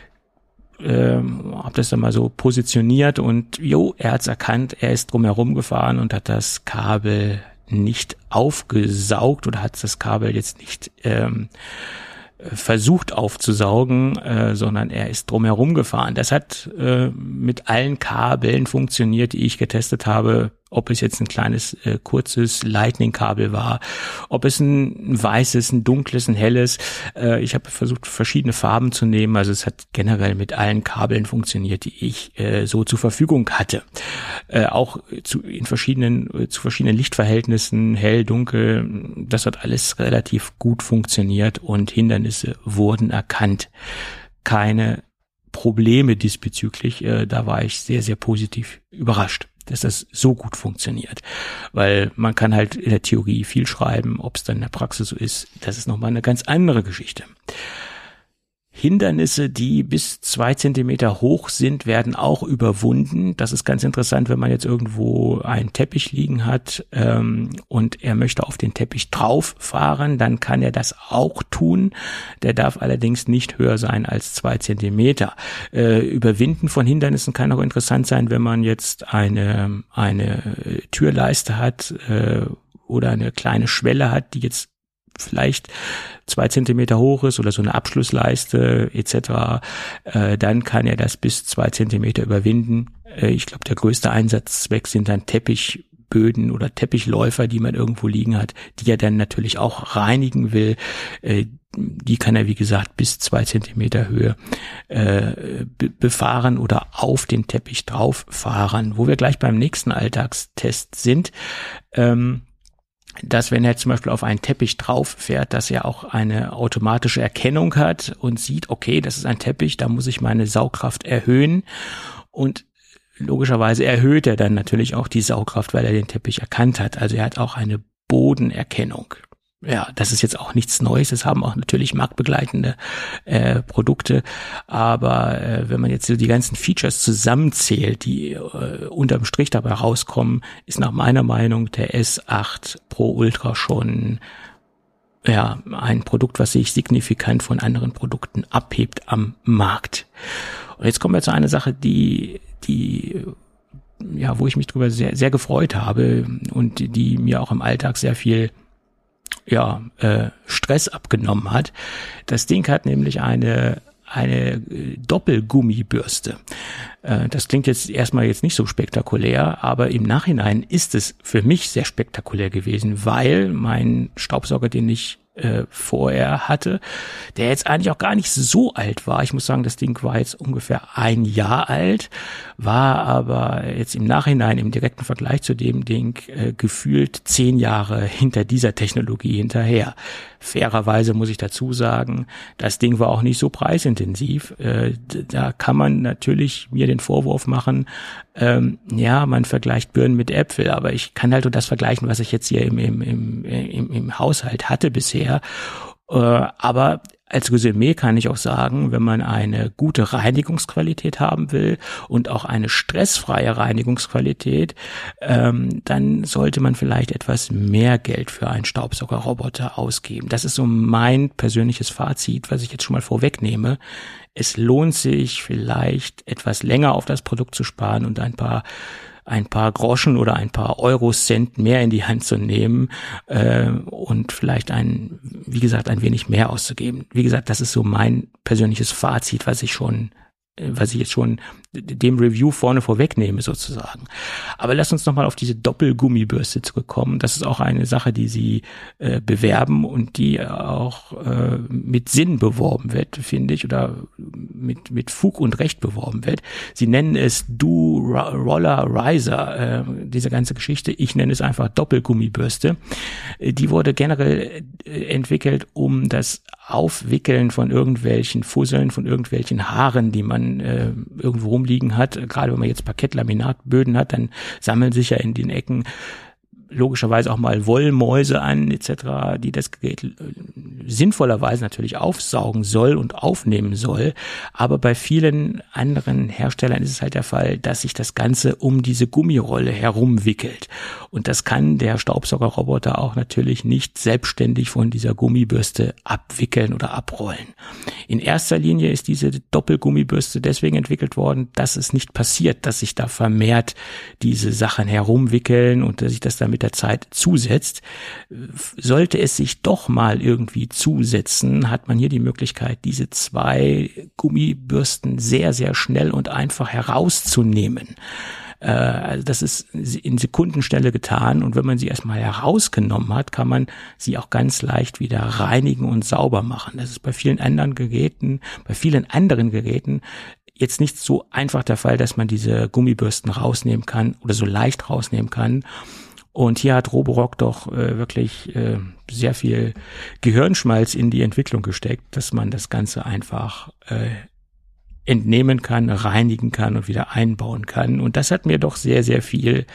Hab das dann mal so positioniert und er hat's erkannt, er ist drumherum gefahren und hat das Kabel nicht aufgesaugt oder hat das Kabel jetzt nicht versucht aufzusaugen, sondern er ist drumherum gefahren. Das hat mit allen Kabeln funktioniert, die ich getestet habe, ob es jetzt ein kleines, kurzes Lightning-Kabel war, ob es ein weißes, ein dunkles, ein helles. Ich habe versucht, verschiedene Farben zu nehmen. Also es hat generell mit allen Kabeln funktioniert, die ich so zur Verfügung hatte. Auch zu verschiedenen Lichtverhältnissen, hell, dunkel. Das hat alles relativ gut funktioniert und Hindernisse wurden erkannt. Keine Probleme diesbezüglich. Da war ich sehr, sehr positiv überrascht, dass das so gut funktioniert. Weil man kann halt in der Theorie viel schreiben, ob es dann in der Praxis so ist, das ist nochmal eine ganz andere Geschichte. Hindernisse, die bis 2 Zentimeter hoch sind, werden auch überwunden. Das ist ganz interessant, wenn man jetzt irgendwo einen Teppich liegen hat und er möchte auf den Teppich drauf fahren, dann kann er das auch tun. Der darf allerdings nicht höher sein als 2 Zentimeter. Überwinden von Hindernissen kann auch interessant sein, wenn man jetzt eine Türleiste hat oder eine kleine Schwelle hat, die jetzt vielleicht 2 Zentimeter hoch ist oder so eine Abschlussleiste etc., dann kann er das bis 2 Zentimeter überwinden. Ich glaube, der größte Einsatzzweck sind dann Teppichböden oder Teppichläufer, die man irgendwo liegen hat, die er dann natürlich auch reinigen will. Die kann er, wie gesagt, bis 2 Zentimeter Höhe befahren oder auf den Teppich drauf fahren. Wo wir gleich beim nächsten Alltagstest sind, dass wenn er zum Beispiel auf einen Teppich drauf fährt, dass er auch eine automatische Erkennung hat und sieht, okay, das ist ein Teppich, da muss ich meine Saugkraft erhöhen und logischerweise erhöht er dann natürlich auch die Saugkraft, weil er den Teppich erkannt hat. Also er hat auch eine Bodenerkennung. Ja, das ist jetzt auch nichts Neues, das haben auch natürlich marktbegleitende Produkte, aber wenn man jetzt so die ganzen Features zusammenzählt, die unterm Strich dabei rauskommen, ist nach meiner Meinung der S8 Pro Ultra schon ein Produkt, was sich signifikant von anderen Produkten abhebt am Markt. Und jetzt kommen wir zu einer Sache, wo ich mich drüber sehr, sehr gefreut habe und die mir auch im Alltag sehr viel Stress abgenommen hat. Das Ding hat nämlich eine Doppelgummibürste. Das klingt jetzt erstmal nicht so spektakulär, aber im Nachhinein ist es für mich sehr spektakulär gewesen, weil mein Staubsauger, den ich vorher hatte, der jetzt eigentlich auch gar nicht so alt war. Ich muss sagen, das Ding war jetzt ungefähr 1 Jahr alt, war aber jetzt im Nachhinein im direkten Vergleich zu dem Ding gefühlt 10 Jahre hinter dieser Technologie hinterher. Fairerweise muss ich dazu sagen, das Ding war auch nicht so preisintensiv. Da kann man natürlich mir den Vorwurf machen, man vergleicht Birnen mit Äpfel, aber ich kann halt nur das vergleichen, was ich jetzt hier im Haushalt hatte bisher. Aber als Resümee kann ich auch sagen, wenn man eine gute Reinigungsqualität haben will und auch eine stressfreie Reinigungsqualität, dann sollte man vielleicht etwas mehr Geld für einen Staubsaugerroboter ausgeben. Das ist so mein persönliches Fazit, was ich jetzt schon mal vorwegnehme. Es lohnt sich vielleicht etwas länger auf das Produkt zu sparen und ein paar Groschen oder ein paar Eurocent mehr in die Hand zu nehmen und vielleicht ein wenig mehr auszugeben. Wie gesagt, das ist so mein persönliches Fazit, was ich jetzt schon dem Review vorwegnehme sozusagen. Aber lasst uns nochmal auf diese Doppelgummibürste zurückkommen. Das ist auch eine Sache, die sie bewerben und die auch mit Sinn beworben wird, finde ich, oder mit Fug und Recht beworben wird. Sie nennen es Do-Roller Riser, diese ganze Geschichte. Ich nenne es einfach Doppelgummibürste. Die wurde generell entwickelt, um das Aufwickeln von irgendwelchen Fusseln, von irgendwelchen Haaren, die man irgendwo rumliegen hat. Gerade wenn man jetzt Parkettlaminatböden hat, dann sammeln sich ja in den Ecken logischerweise auch mal Wollmäuse an etc., die das Gerät sinnvollerweise natürlich aufsaugen soll und aufnehmen soll. Aber bei vielen anderen Herstellern ist es halt der Fall, dass sich das Ganze um diese Gummirolle herumwickelt. Und das kann der Staubsaugerroboter auch natürlich nicht selbstständig von dieser Gummibürste abwickeln oder abrollen. In erster Linie ist diese Doppelgummibürste deswegen entwickelt worden, dass es nicht passiert, dass sich da vermehrt diese Sachen herumwickeln und dass sich das dann mit der Zeit zusetzt. Sollte es sich doch mal irgendwie zusetzen, hat man hier die Möglichkeit, diese 2 Gummibürsten sehr, sehr schnell und einfach herauszunehmen. Also das ist in Sekundenschnelle getan und wenn man sie erstmal herausgenommen hat, kann man sie auch ganz leicht wieder reinigen und sauber machen. Das ist bei vielen anderen Geräten jetzt nicht so einfach der Fall, dass man diese Gummibürsten rausnehmen kann oder so leicht rausnehmen kann. Und hier hat Roborock doch wirklich sehr viel Gehirnschmalz in die Entwicklung gesteckt, dass man das Ganze einfach entnehmen kann, reinigen kann und wieder einbauen kann. Und das hat mir doch sehr, sehr viel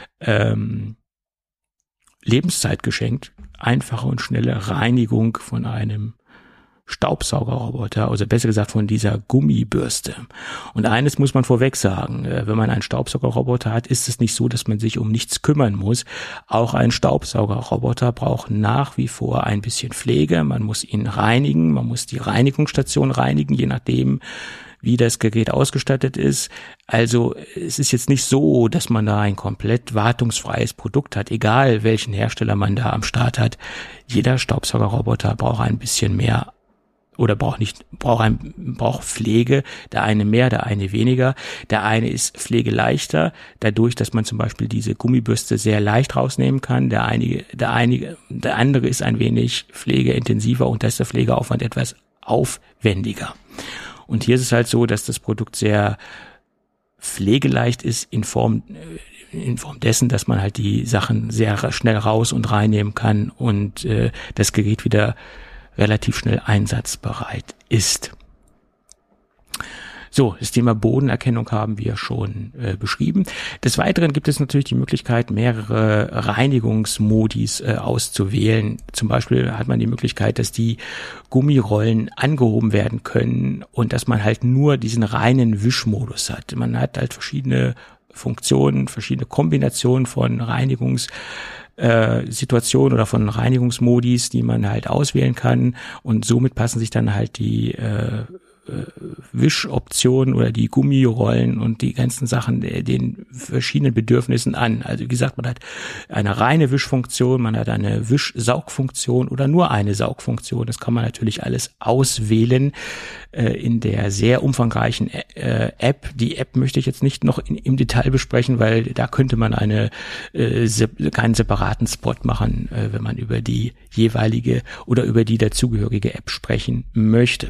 Lebenszeit geschenkt. Einfache und schnelle Reinigung von einem Staubsaugerroboter, also besser gesagt von dieser Gummibürste. Und eines muss man vorweg sagen, wenn man einen Staubsaugerroboter hat, ist es nicht so, dass man sich um nichts kümmern muss. Auch ein Staubsaugerroboter braucht nach wie vor ein bisschen Pflege. Man muss ihn reinigen, man muss die Reinigungsstation reinigen, je nachdem, wie das Gerät ausgestattet ist. Also es ist jetzt nicht so, dass man da ein komplett wartungsfreies Produkt hat, egal welchen Hersteller man da am Start hat. Jeder Staubsaugerroboter braucht ein bisschen mehr oder braucht Pflege, der eine mehr, der eine weniger. Der eine ist pflegeleichter, dadurch, dass man zum Beispiel diese Gummibürste sehr leicht rausnehmen kann. Der andere ist ein wenig pflegeintensiver und da ist der Pflegeaufwand etwas aufwendiger. Und hier ist es halt so, dass das Produkt sehr pflegeleicht ist in Form dessen, dass man halt die Sachen sehr schnell raus und reinnehmen kann und das Gerät wieder relativ schnell einsatzbereit ist. So, das Thema Bodenerkennung haben wir schon beschrieben. Des Weiteren gibt es natürlich die Möglichkeit, mehrere Reinigungsmodis auszuwählen. Zum Beispiel hat man die Möglichkeit, dass die Gummirollen angehoben werden können und dass man halt nur diesen reinen Wischmodus hat. Man hat halt verschiedene Funktionen, verschiedene Kombinationen von Reinigungssituationen oder von Reinigungsmodis, die man halt auswählen kann und somit passen sich dann halt die Wischoptionen oder die Gummirollen und die ganzen Sachen den verschiedenen Bedürfnissen an. Also wie gesagt, man hat eine reine Wischfunktion, man hat eine Wischsaugfunktion oder nur eine Saugfunktion. Das kann man natürlich alles auswählen in der sehr umfangreichen App. Die App möchte ich jetzt nicht noch im Detail besprechen, weil da könnte man keinen separaten Spot machen, wenn man über die jeweilige oder über die dazugehörige App sprechen möchte.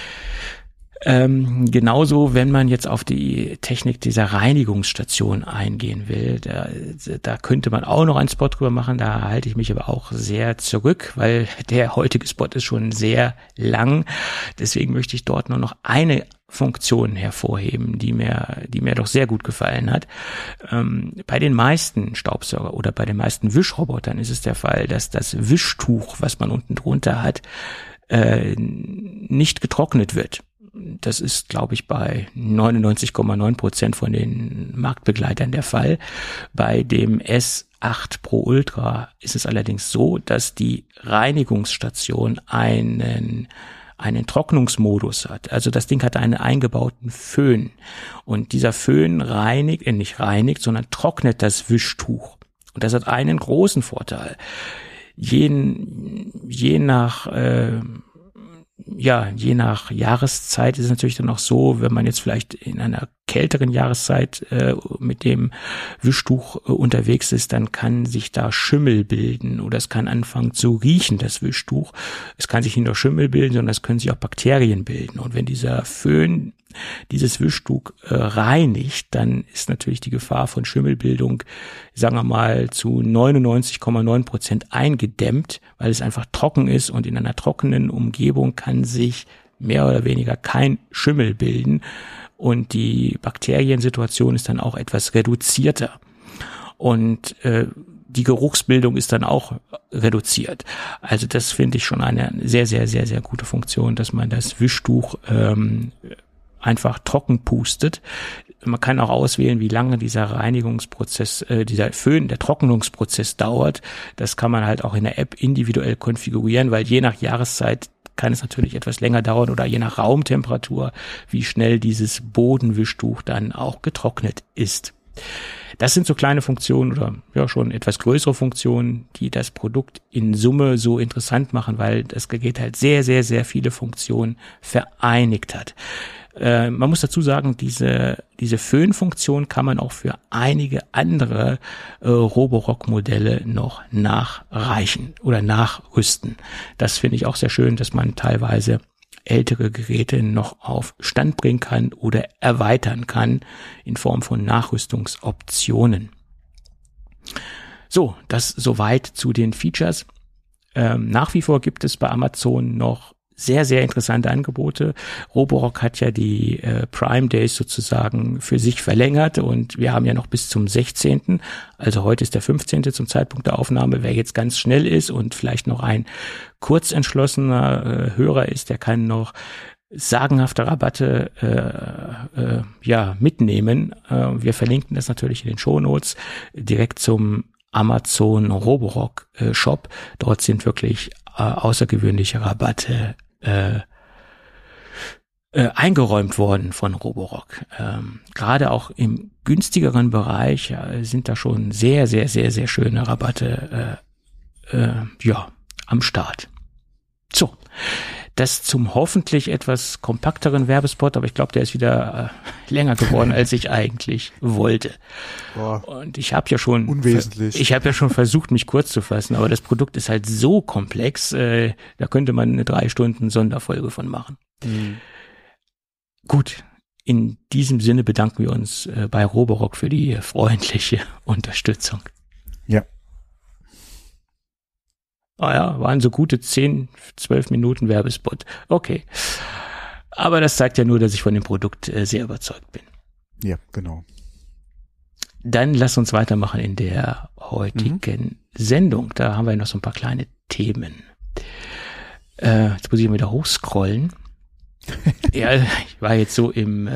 Genauso, wenn man jetzt auf die Technik dieser Reinigungsstation eingehen will, da könnte man auch noch einen Spot drüber machen, da halte ich mich aber auch sehr zurück, weil der heutige Spot ist schon sehr lang, deswegen möchte ich dort nur noch eine Funktion hervorheben, die mir doch sehr gut gefallen hat. Bei den meisten Staubsauger oder bei den meisten Wischrobotern ist es der Fall, dass das Wischtuch, was man unten drunter hat, nicht getrocknet wird. Das ist, glaube ich, bei 99,9% von den Marktbegleitern der Fall. Bei dem S8 Pro Ultra ist es allerdings so, dass die Reinigungsstation einen Trocknungsmodus hat. Also das Ding hat einen eingebauten Föhn. Und dieser Föhn nicht reinigt, sondern trocknet das Wischtuch. Und das hat einen großen Vorteil. Je nach Jahreszeit ist es natürlich dann auch so, wenn man jetzt vielleicht in einer kälteren Jahreszeit mit dem Wischtuch unterwegs ist, dann kann sich da Schimmel bilden oder es kann anfangen zu riechen, das Wischtuch. Es kann sich nicht nur Schimmel bilden, sondern es können sich auch Bakterien bilden. Und wenn dieser Föhn dieses Wischtuch reinigt, dann ist natürlich die Gefahr von Schimmelbildung, sagen wir mal, zu 99,9% eingedämmt, weil es einfach trocken ist und in einer trockenen Umgebung kann sich mehr oder weniger kein Schimmel bilden und die Bakteriensituation ist dann auch etwas reduzierter. Und die Geruchsbildung ist dann auch reduziert. Also das finde ich schon eine sehr, sehr, sehr, sehr gute Funktion, dass man das Wischtuch einfach trocken pustet. Man kann auch auswählen, wie lange dieser Reinigungsprozess, dieser der Trocknungsprozess dauert. Das kann man halt auch in der App individuell konfigurieren, weil je nach Jahreszeit kann es natürlich etwas länger dauern oder je nach Raumtemperatur, wie schnell dieses Bodenwischtuch dann auch getrocknet ist. Das sind so kleine Funktionen oder ja schon etwas größere Funktionen, die das Produkt in Summe so interessant machen, weil das Gerät halt sehr, sehr, sehr viele Funktionen vereinigt hat. Man muss dazu sagen, diese Föhnfunktion kann man auch für einige andere Roborock-Modelle noch nachreichen oder nachrüsten. Das finde ich auch sehr schön, dass man teilweise ältere Geräte noch auf Stand bringen kann oder erweitern kann in Form von Nachrüstungsoptionen. So, das soweit zu den Features. Nach wie vor gibt es bei Amazon noch sehr, sehr interessante Angebote. Roborock hat ja die Prime Days sozusagen für sich verlängert und wir haben ja noch bis zum 16., also heute ist der 15. zum Zeitpunkt der Aufnahme. Wer jetzt ganz schnell ist und vielleicht noch ein kurzentschlossener Hörer ist, der kann noch sagenhafte Rabatte mitnehmen. Wir verlinken das natürlich in den Shownotes direkt zum Amazon Roborock Shop. Dort sind wirklich außergewöhnliche Rabatte eingeräumt worden von Roborock. Gerade auch im günstigeren Bereich sind da schon sehr, sehr, sehr, sehr schöne Rabatte am Start. So, das zum hoffentlich etwas kompakteren Werbespot, aber ich glaube, der ist wieder länger geworden, als ich eigentlich wollte. Boah, und ich habe ja schon versucht, mich kurz zu fassen, aber das Produkt ist halt so komplex, da könnte man eine 3 Stunden Sonderfolge von machen. Mhm. Gut, in diesem Sinne bedanken wir uns bei Roborock für die freundliche Unterstützung. Ja. Waren so gute 10, 12 Minuten Werbespot. Okay. Aber das zeigt ja nur, dass ich von dem Produkt sehr überzeugt bin. Ja, genau. Dann lass uns weitermachen in der heutigen Sendung. Da haben wir noch so ein paar kleine Themen. Jetzt muss ich mal wieder hochscrollen. Ja, ich war jetzt so im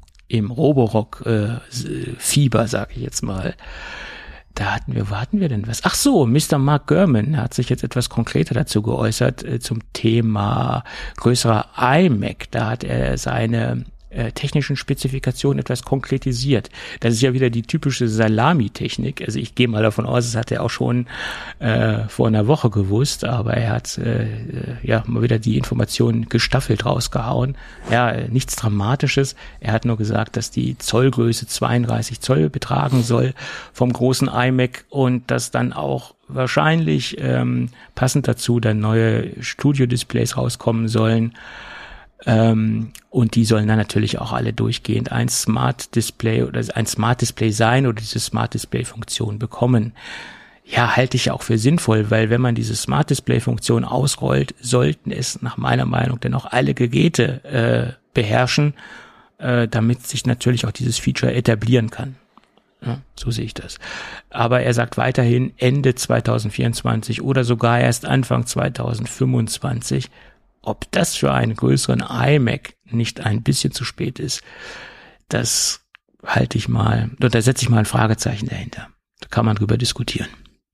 Roborock-Fieber, sag ich jetzt mal. Wo hatten wir denn was? Ach so, Mr. Mark Gurman hat sich jetzt etwas konkreter dazu geäußert zum Thema größerer iMac. Da hat er seine technischen Spezifikationen etwas konkretisiert. Das ist ja wieder die typische Salami-Technik. Also ich gehe mal davon aus, das hat er auch schon vor einer Woche gewusst, aber er hat mal wieder die Informationen gestaffelt rausgehauen. Ja, nichts Dramatisches. Er hat nur gesagt, dass die Zollgröße 32 Zoll betragen soll vom großen iMac und dass dann auch wahrscheinlich passend dazu dann neue Studio-Displays rauskommen sollen. Und die sollen dann natürlich auch alle durchgehend ein Smart Display sein oder diese Smart Display Funktion bekommen. Ja, halte ich auch für sinnvoll, weil wenn man diese Smart Display Funktion ausrollt, sollten es nach meiner Meinung dann auch alle Geräte beherrschen, damit sich natürlich auch dieses Feature etablieren kann. Ja, so sehe ich das. Aber er sagt weiterhin Ende 2024 oder sogar erst Anfang 2025. Ob das für einen größeren iMac nicht ein bisschen zu spät ist, das halte ich mal, da setze ich mal ein Fragezeichen dahinter. Da kann man drüber diskutieren.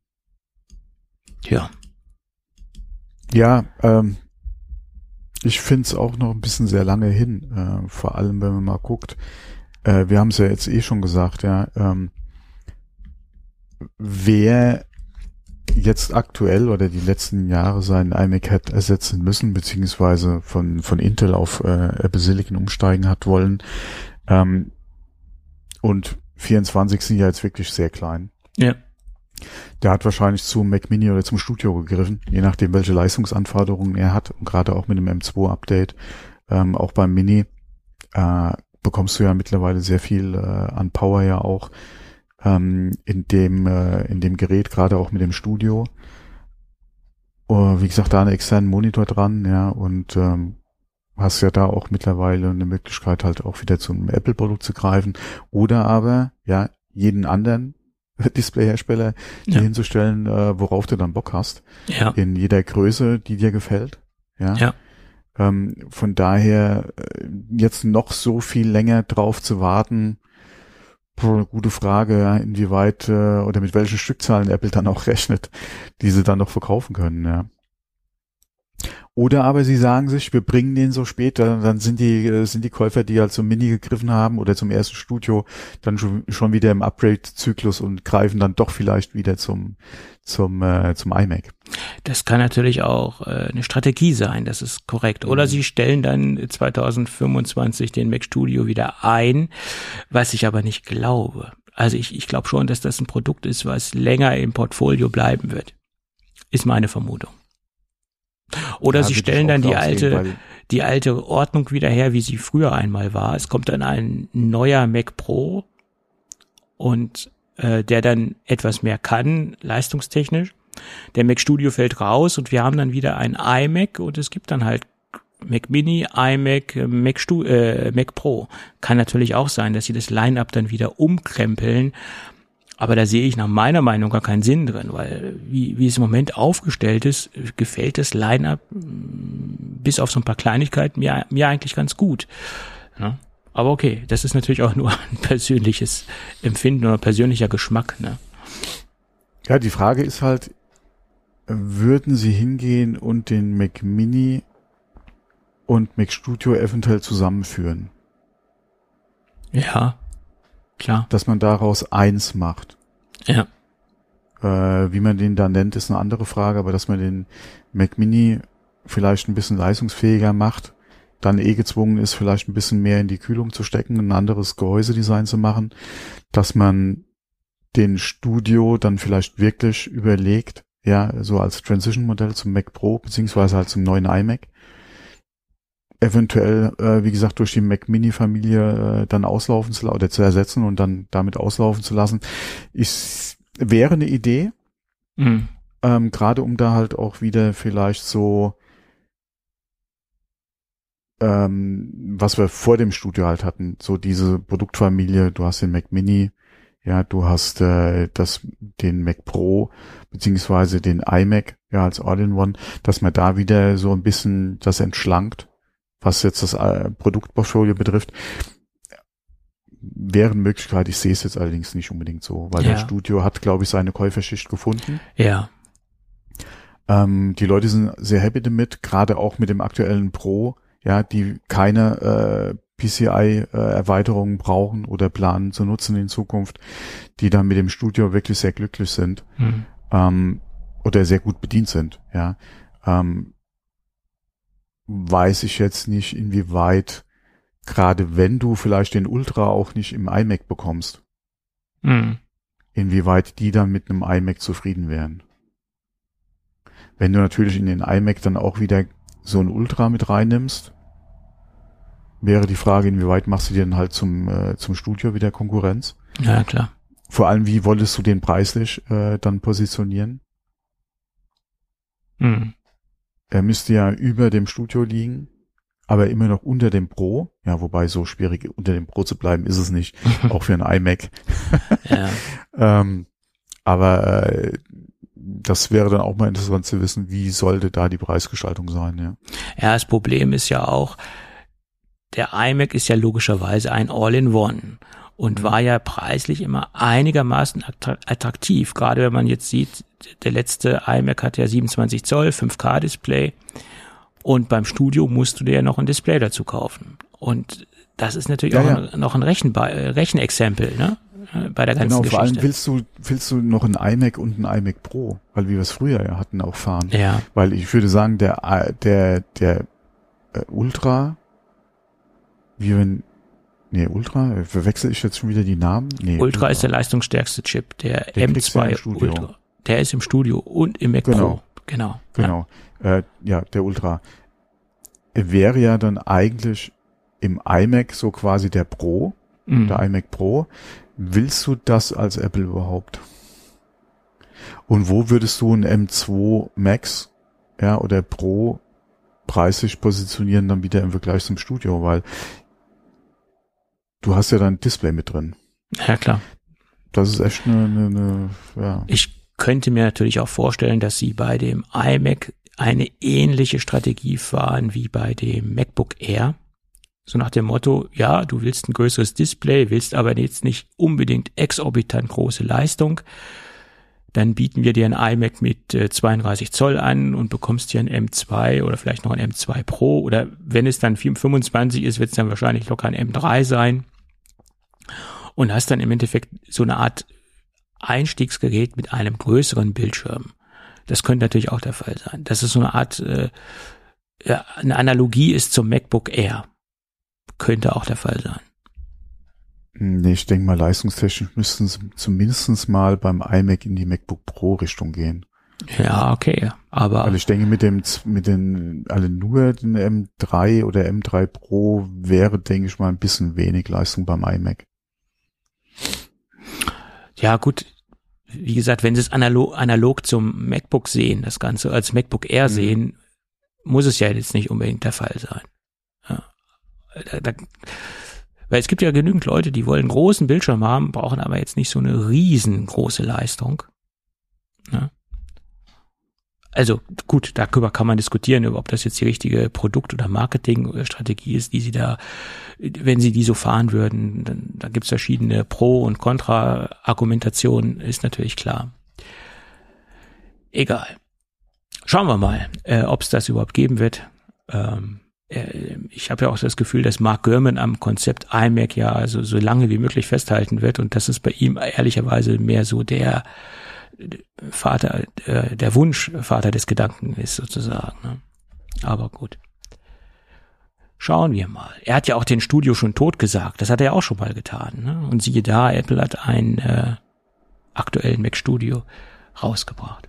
Ja. Ja, ich finde es auch noch ein bisschen sehr lange hin, vor allem wenn man mal guckt, wir haben es ja jetzt schon gesagt, ja, wer jetzt aktuell oder die letzten Jahre seinen iMac hat ersetzen müssen, beziehungsweise von Intel auf Apple Silicon umsteigen hat wollen. Und 24 sind ja jetzt wirklich sehr klein. Ja. Der hat wahrscheinlich zum Mac Mini oder zum Studio gegriffen, je nachdem, welche Leistungsanforderungen er hat. Und gerade auch mit dem M2-Update, auch beim Mini, bekommst du ja mittlerweile sehr viel an Power ja auch. In dem Gerät, gerade auch mit dem Studio. Wie gesagt, da einen externen Monitor dran, ja, und hast ja da auch mittlerweile eine Möglichkeit, halt auch wieder zum Apple-Produkt zu greifen. Oder aber, ja, jeden anderen Displayhersteller hinzustellen, worauf du dann Bock hast. Ja. In jeder Größe, die dir gefällt. Ja. Ja. Von daher, jetzt noch so viel länger drauf zu warten, gute Frage, inwieweit oder mit welchen Stückzahlen Apple dann auch rechnet, die sie dann noch verkaufen können, ja. Oder aber sie sagen sich, wir bringen den so später, dann sind die Käufer, die halt zum Mini gegriffen haben oder zum ersten Studio, dann schon wieder im Upgrade-Zyklus und greifen dann doch vielleicht wieder zum iMac. Das kann natürlich auch eine Strategie sein, das ist korrekt. Oder sie stellen dann 2025 den Mac Studio wieder ein, was ich aber nicht glaube. Also ich glaube schon, dass das ein Produkt ist, was länger im Portfolio bleiben wird. Ist meine Vermutung. Oder sie stellen dann die alte Ordnung wieder her, wie sie früher einmal war. Es kommt dann ein neuer Mac Pro und der dann etwas mehr kann, leistungstechnisch. Der Mac Studio fällt raus und wir haben dann wieder ein iMac und es gibt dann halt Mac Mini, iMac, Mac Pro. Kann natürlich auch sein, dass sie das Line-Up dann wieder umkrempeln, aber da sehe ich nach meiner Meinung gar keinen Sinn drin, weil wie es im Moment aufgestellt ist, gefällt das Line-Up bis auf so ein paar Kleinigkeiten mir eigentlich ganz gut. Ja? Aber okay, das ist natürlich auch nur ein persönliches Empfinden oder persönlicher Geschmack. Ne? Ja, die Frage ist halt, würden Sie hingehen und den Mac Mini und Mac Studio eventuell zusammenführen? Ja, klar. Dass man daraus eins macht. Ja. Wie man den da nennt, ist eine andere Frage, aber dass man den Mac Mini vielleicht ein bisschen leistungsfähiger macht, dann gezwungen ist, vielleicht ein bisschen mehr in die Kühlung zu stecken, ein anderes Gehäusedesign zu machen, dass man den Studio dann vielleicht wirklich überlegt, ja, so als Transition-Modell zum Mac Pro, beziehungsweise halt zum neuen iMac. Eventuell, wie gesagt, durch die Mac Mini-Familie dann auslaufen zu lassen oder zu ersetzen und dann damit auslaufen zu lassen, wäre eine Idee. Mhm. Gerade um da halt auch wieder vielleicht so was wir vor dem Studio halt hatten, so diese Produktfamilie, du hast den Mac Mini, ja, du hast den Mac Pro beziehungsweise den iMac, ja, als All-in-One, dass man da wieder so ein bisschen das entschlankt, was jetzt das Produktportfolio betrifft, wäre eine Möglichkeit. Ich sehe es jetzt allerdings nicht unbedingt so, weil der Studio hat, glaube ich, seine Käuferschicht gefunden. Ja. Die Leute sind sehr happy damit, gerade auch mit dem aktuellen Pro, ja, die keine PCI-Erweiterungen brauchen oder planen zu nutzen in Zukunft, die dann mit dem Studio wirklich sehr glücklich sind, oder sehr gut bedient sind, ja. Weiß ich jetzt nicht, inwieweit, gerade wenn du vielleicht den Ultra auch nicht im iMac bekommst, inwieweit die dann mit einem iMac zufrieden wären. Wenn du natürlich in den iMac dann auch wieder so ein Ultra mit reinnimmst, wäre die Frage, inwieweit machst du dir dann halt zum Studio wieder Konkurrenz? Ja, klar. Vor allem, wie wolltest du den preislich dann positionieren? Er müsste ja über dem Studio liegen, aber immer noch unter dem Pro. Ja, wobei so schwierig unter dem Pro zu bleiben ist es nicht, auch für ein iMac. Ja. Aber das wäre dann auch mal interessant zu wissen, wie sollte da die Preisgestaltung sein, ja. Ja, das Problem ist ja auch, der iMac ist ja logischerweise ein All-in-One und war ja preislich immer einigermaßen attraktiv. Gerade wenn man jetzt sieht, der letzte iMac hat ja 27 Zoll, 5K-Display und beim Studio musst du dir ja noch ein Display dazu kaufen. Und das ist natürlich auch noch ein Rechenexempel, ne? Bei der ganzen Geschichte. Vor allem willst du noch ein iMac und ein iMac Pro, weil wie wir es früher ja hatten, auch fahren. Ja. Weil ich würde sagen, der Ultra, Ultra, verwechsel ich jetzt schon wieder die Namen? Nee, Ultra ist der leistungsstärkste Chip, der M2 Ultra. Der ist im Studio und im Mac Pro. Genau. Der Ultra. Wäre ja dann eigentlich im iMac so quasi der Pro, der iMac Pro. Willst du das als Apple überhaupt? Und wo würdest du ein M2 Max, ja, oder Pro preislich positionieren dann wieder im Vergleich zum Studio? Weil du hast ja dann ein Display mit drin. Ja, klar. Das ist echt eine Ich könnte mir natürlich auch vorstellen, dass sie bei dem iMac eine ähnliche Strategie fahren wie bei dem MacBook Air. So nach dem Motto, ja, du willst ein größeres Display, willst aber jetzt nicht unbedingt exorbitant große Leistung. Dann bieten wir dir ein iMac mit 32 Zoll an und bekommst hier ein M2 oder vielleicht noch ein M2 Pro. Oder wenn es dann 25 ist, wird es dann wahrscheinlich locker ein M3 sein. Und hast dann im Endeffekt so eine Art Einstiegsgerät mit einem größeren Bildschirm. Das könnte natürlich auch der Fall sein. Das ist so eine Art, eine Analogie ist zum MacBook Air. Könnte auch der Fall sein. Nee, ich denke mal, leistungstechnisch müssten sie zumindest mal beim iMac in die MacBook Pro Richtung gehen. Ja, okay, aber. Also ich denke, nur den M3 oder M3 Pro wäre, denke ich mal, ein bisschen wenig Leistung beim iMac. Ja, gut. Wie gesagt, wenn sie es analog zum MacBook sehen, das Ganze als MacBook Air sehen, muss es ja jetzt nicht unbedingt der Fall sein. Ja. Weil es gibt ja genügend Leute, die wollen einen großen Bildschirm haben, brauchen aber jetzt nicht so eine riesengroße Leistung. Ja. Also gut, darüber kann man diskutieren, ob das jetzt die richtige Produkt- oder Marketingstrategie ist, die sie da, wenn sie die so fahren würden, dann da gibt es verschiedene Pro- und Kontra-Argumentationen, ist natürlich klar. Egal. Schauen wir mal, ob es das überhaupt geben wird. Ich habe ja auch das Gefühl, dass Mark Gurman am Konzept iMac ja also so lange wie möglich festhalten wird und das ist bei ihm ehrlicherweise mehr so der Vater, der Wunschvater des Gedanken ist sozusagen. Ne? Aber gut. Schauen wir mal. Er hat ja auch den Studio schon tot gesagt. Das hat er auch schon mal getan. Ne? Und siehe da, Apple hat einen aktuellen Mac Studio rausgebracht.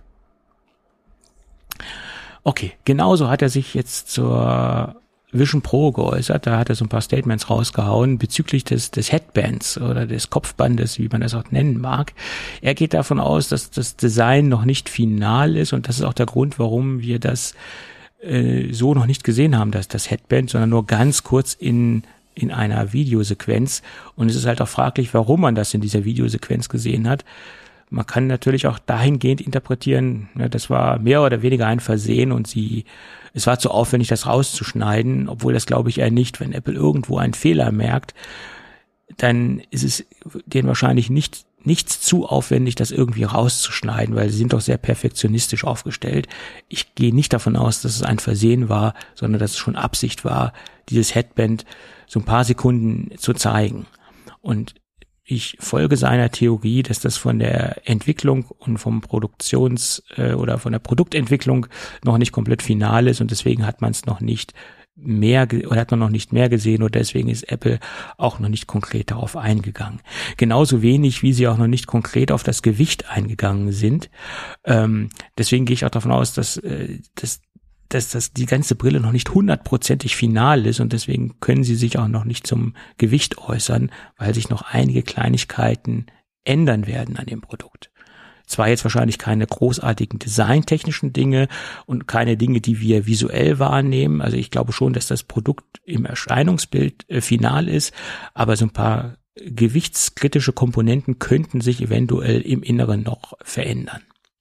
Okay, genauso hat er sich jetzt zur Vision Pro geäußert, da hat er so ein paar Statements rausgehauen bezüglich des Headbands oder des Kopfbandes, wie man das auch nennen mag. Er geht davon aus, dass das Design noch nicht final ist und das ist auch der Grund, warum wir das so noch nicht gesehen haben, dass das Headband, sondern nur ganz kurz in einer Videosequenz und es ist halt auch fraglich, warum man das in dieser Videosequenz gesehen hat. Man kann natürlich auch dahingehend interpretieren, das war mehr oder weniger ein Versehen und es war zu aufwendig, das rauszuschneiden, obwohl das glaube ich eher nicht. Wenn Apple irgendwo einen Fehler merkt, dann ist es denen wahrscheinlich nichts zu aufwendig, das irgendwie rauszuschneiden, weil sie sind doch sehr perfektionistisch aufgestellt. Ich gehe nicht davon aus, dass es ein Versehen war, sondern dass es schon Absicht war, dieses Headband so ein paar Sekunden zu zeigen. Und ich folge seiner Theorie, dass das von der Entwicklung und vom oder von der Produktentwicklung noch nicht komplett final ist und deswegen hat man es noch nicht mehr gesehen und deswegen ist Apple auch noch nicht konkret darauf eingegangen. Genauso wenig, wie sie auch noch nicht konkret auf das Gewicht eingegangen sind. Deswegen gehe ich auch davon aus, dass die ganze Brille noch nicht 100%ig final ist und deswegen können sie sich auch noch nicht zum Gewicht äußern, weil sich noch einige Kleinigkeiten ändern werden an dem Produkt. Zwar jetzt wahrscheinlich keine großartigen designtechnischen Dinge und keine Dinge, die wir visuell wahrnehmen. Also ich glaube schon, dass das Produkt im Erscheinungsbild final ist, aber so ein paar gewichtskritische Komponenten könnten sich eventuell im Inneren noch verändern.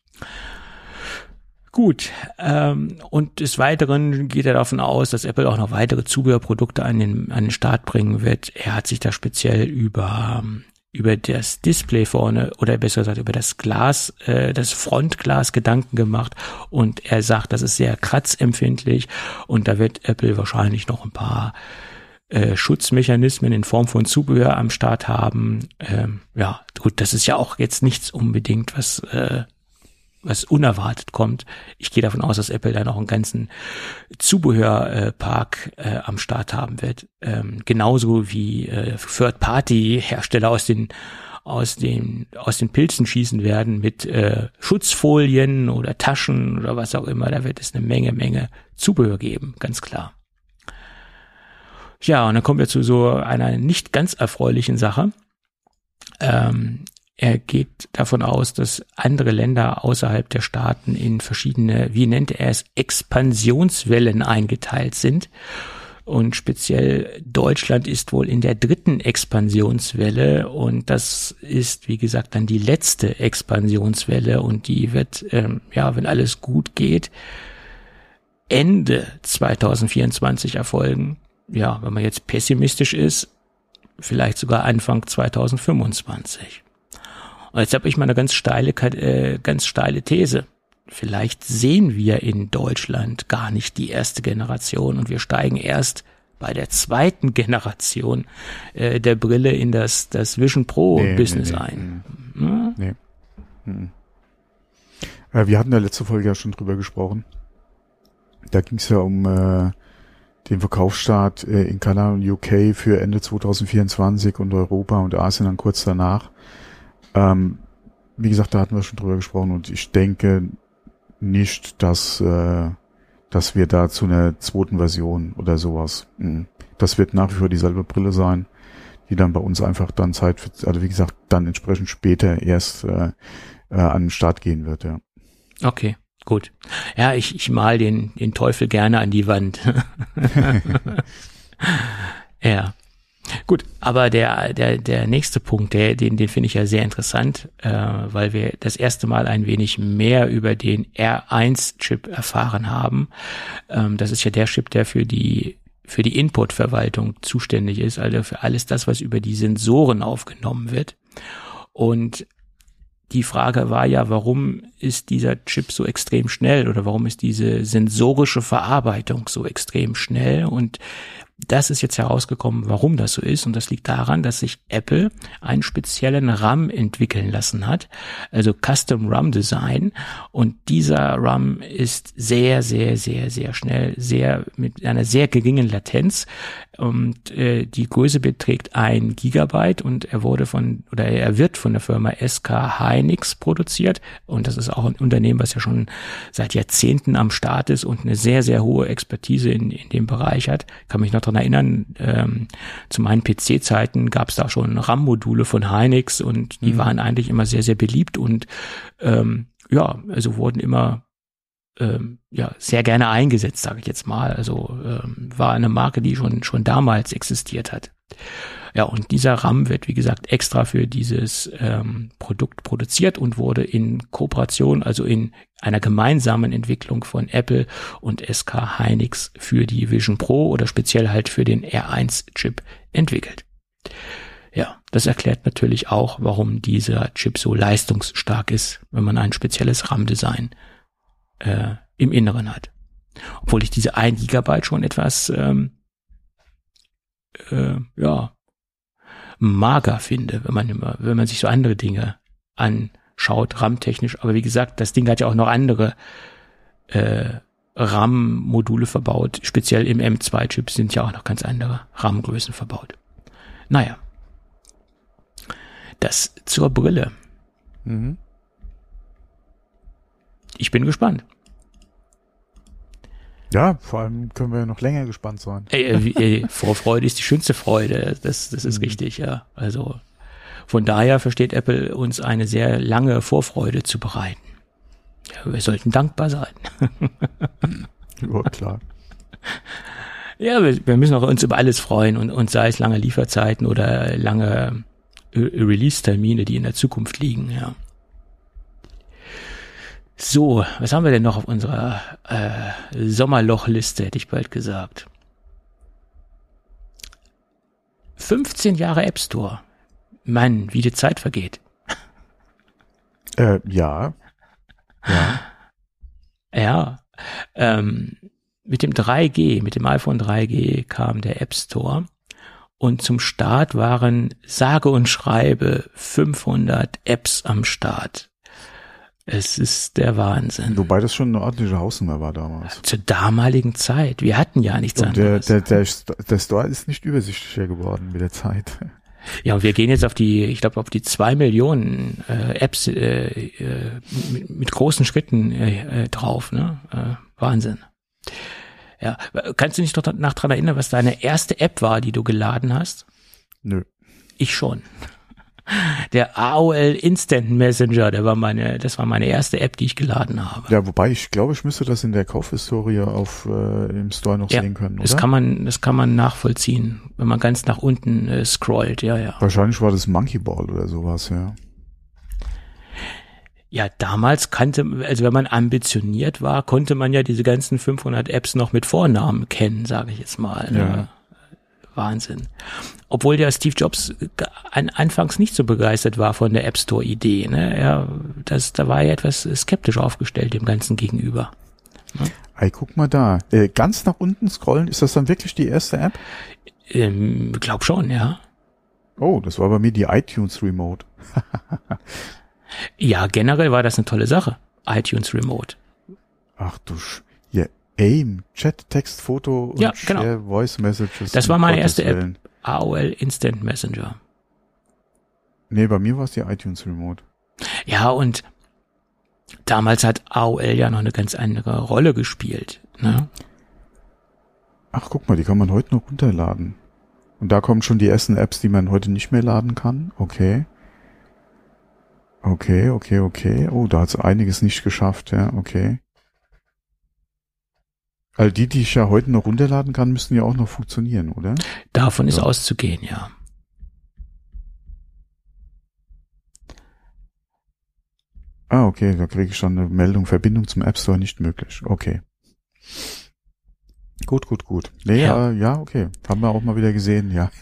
Gut, und des Weiteren geht er davon aus, dass Apple auch noch weitere Zubehörprodukte an den Start bringen wird. Er hat sich da speziell über das Display vorne oder besser gesagt über das Glas, das Frontglas Gedanken gemacht und er sagt, das ist sehr kratzempfindlich und da wird Apple wahrscheinlich noch ein paar Schutzmechanismen in Form von Zubehör am Start haben. Ja, gut, das ist ja auch jetzt nichts unbedingt, was unerwartet kommt. Ich gehe davon aus, dass Apple da noch einen ganzen Zubehörpark am Start haben wird. Genauso wie Third-Party-Hersteller aus den Pilzen schießen werden mit Schutzfolien oder Taschen oder was auch immer. Da wird es eine Menge Zubehör geben, ganz klar. Ja, und dann kommen wir zu so einer nicht ganz erfreulichen Sache. Er geht davon aus, dass andere Länder außerhalb der Staaten in verschiedene, wie nennt er es, Expansionswellen eingeteilt sind. Und speziell Deutschland ist wohl in der 3. Expansionswelle und das ist, wie gesagt, dann die letzte Expansionswelle und die wird, wenn alles gut geht, Ende 2024 erfolgen. Ja, wenn man jetzt pessimistisch ist, vielleicht sogar Anfang 2025. Und jetzt habe ich mal eine ganz steile These. Vielleicht sehen wir in Deutschland gar nicht die erste Generation und wir steigen erst bei der 2. Generation der Brille in das Vision Pro Business ein. Nee. Ja, wir hatten ja letzte Folge ja schon drüber gesprochen. Da ging es ja um den Verkaufsstart in Kanada und UK für Ende 2024 und Europa und Asien dann kurz danach. Wie gesagt, da hatten wir schon drüber gesprochen und ich denke nicht, dass wir da zu einer zweiten Version oder sowas. Das wird nach wie vor dieselbe Brille sein, die dann bei uns einfach dann also wie gesagt, dann entsprechend später erst an den Start gehen wird, ja. Okay, gut. Ja, ich mal den Teufel gerne an die Wand. Ja. Gut, aber der nächste Punkt, den finde ich ja sehr interessant, weil wir das erste Mal ein wenig mehr über den R1-Chip erfahren haben. Das ist ja der Chip, der für die Input-Verwaltung zuständig ist, also für alles das, was über die Sensoren aufgenommen wird. Und die Frage war ja, warum ist dieser Chip so extrem schnell oder warum ist diese sensorische Verarbeitung so extrem schnell? Und das ist jetzt herausgekommen, warum das so ist. Und das liegt daran, dass sich Apple einen speziellen RAM entwickeln lassen hat, also Custom RAM Design. Und dieser RAM ist sehr, sehr, sehr, sehr schnell, mit einer sehr geringen Latenz. Und die Größe beträgt 1 Gigabyte und er wird von der Firma SK Hynix produziert. Und das ist auch ein Unternehmen, was ja schon seit Jahrzehnten am Start ist und eine sehr, sehr hohe Expertise in dem Bereich hat. Ich kann mich noch daran erinnern, zu meinen PC-Zeiten gab es da schon RAM-Module von Hynix und die waren eigentlich immer sehr, sehr beliebt und also wurden immer sehr gerne eingesetzt, sage ich jetzt mal. Also war eine Marke, die schon damals existiert hat. Ja, und dieser RAM wird, wie gesagt, extra für dieses Produkt produziert und wurde in Kooperation, also in einer gemeinsamen Entwicklung von Apple und SK Hynix für die Vision Pro oder speziell halt für den R1-Chip entwickelt. Ja, das erklärt natürlich auch, warum dieser Chip so leistungsstark ist, wenn man ein spezielles RAM-Design im Inneren hat. Obwohl ich diese 1 Gigabyte schon etwas mager finde, wenn man sich so andere Dinge anschaut, RAM-technisch. Aber wie gesagt, das Ding hat ja auch noch andere RAM-Module verbaut. Speziell im M2-Chip sind ja auch noch ganz andere RAM-Größen verbaut. Naja. Das zur Brille. Mhm. Ich bin gespannt. Ja, vor allem können wir ja noch länger gespannt sein. Vorfreude ist die schönste Freude. Das ist richtig, ja. Also von daher versteht Apple uns eine sehr lange Vorfreude zu bereiten. Ja, wir sollten dankbar sein. Ja, klar. Ja, wir müssen auch uns über alles freuen und sei es lange Lieferzeiten oder lange Release-Termine, die in der Zukunft liegen, ja. So, was haben wir denn noch auf unserer Sommerlochliste, hätte ich bald gesagt. 15 Jahre App Store. Mann, wie die Zeit vergeht. Ja. Ja. Mit dem 3G, mit dem iPhone 3G kam der App Store und zum Start waren sage und schreibe 500 Apps am Start. Es ist der Wahnsinn. Wobei das schon eine ordentliche Hausnummer war damals. Zur damaligen Zeit. Wir hatten ja nichts anderes. Der Store ist nicht übersichtlicher geworden mit der Zeit. Ja, und wir gehen jetzt auf die 2 Millionen Apps mit großen Schritten drauf, ne? Wahnsinn. Ja, kannst du dich doch dran erinnern, was deine erste App war, die du geladen hast? Nö. Ich schon. Der AOL Instant Messenger, das war meine erste App, die ich geladen habe. Ja, wobei ich glaube, ich müsste das in der Kaufhistorie im Store noch sehen können, oder? Das kann man nachvollziehen, wenn man ganz nach unten scrollt, ja. Wahrscheinlich war das Monkey Ball oder sowas, ja. Ja, damals wenn man ambitioniert war, konnte man ja diese ganzen 500 Apps noch mit Vornamen kennen, sage ich jetzt mal. Ne? Ja. Wahnsinn. Obwohl der Steve Jobs anfangs nicht so begeistert war von der App Store Idee, ne? Da war er etwas skeptisch aufgestellt dem Ganzen gegenüber. Ne? Ey, guck mal da. Ganz nach unten scrollen, ist das dann wirklich die erste App? Glaub schon, ja. Oh, das war bei mir die iTunes Remote. Ja, generell war das eine tolle Sache. iTunes Remote. Ach du AIM, Chat, Text, Foto und Share Voice Messages. Das war meine erste App, AOL Instant Messenger. Nee, bei mir war es die iTunes Remote. Ja, und damals hat AOL ja noch eine ganz andere Rolle gespielt. Ne? Ach, guck mal, die kann man heute noch runterladen. Und da kommen schon die ersten Apps, die man heute nicht mehr laden kann. Okay. Oh, da hat es einiges nicht geschafft, ja, okay. All die ich ja heute noch runterladen kann, müssten ja auch noch funktionieren, oder? Davon ist auszugehen, ja. Ah, okay, da kriege ich schon eine Meldung, Verbindung zum App Store nicht möglich. Okay. Gut. Nee, ja, okay. Haben wir auch mal wieder gesehen, ja.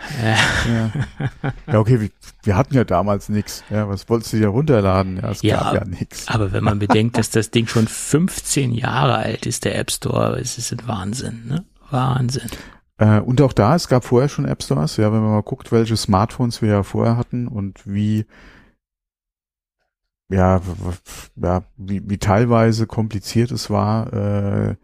Ja, okay, wir hatten ja damals nichts. Ja, was wolltest du ja runterladen? Ja, es gab ja nichts. Aber wenn man bedenkt, dass das Ding schon 15 Jahre alt ist, der App Store, es ist ein Wahnsinn, ne? Wahnsinn. Und auch da, es gab vorher schon App Stores, ja, wenn man mal guckt, welche Smartphones wir ja vorher hatten und wie teilweise kompliziert es war,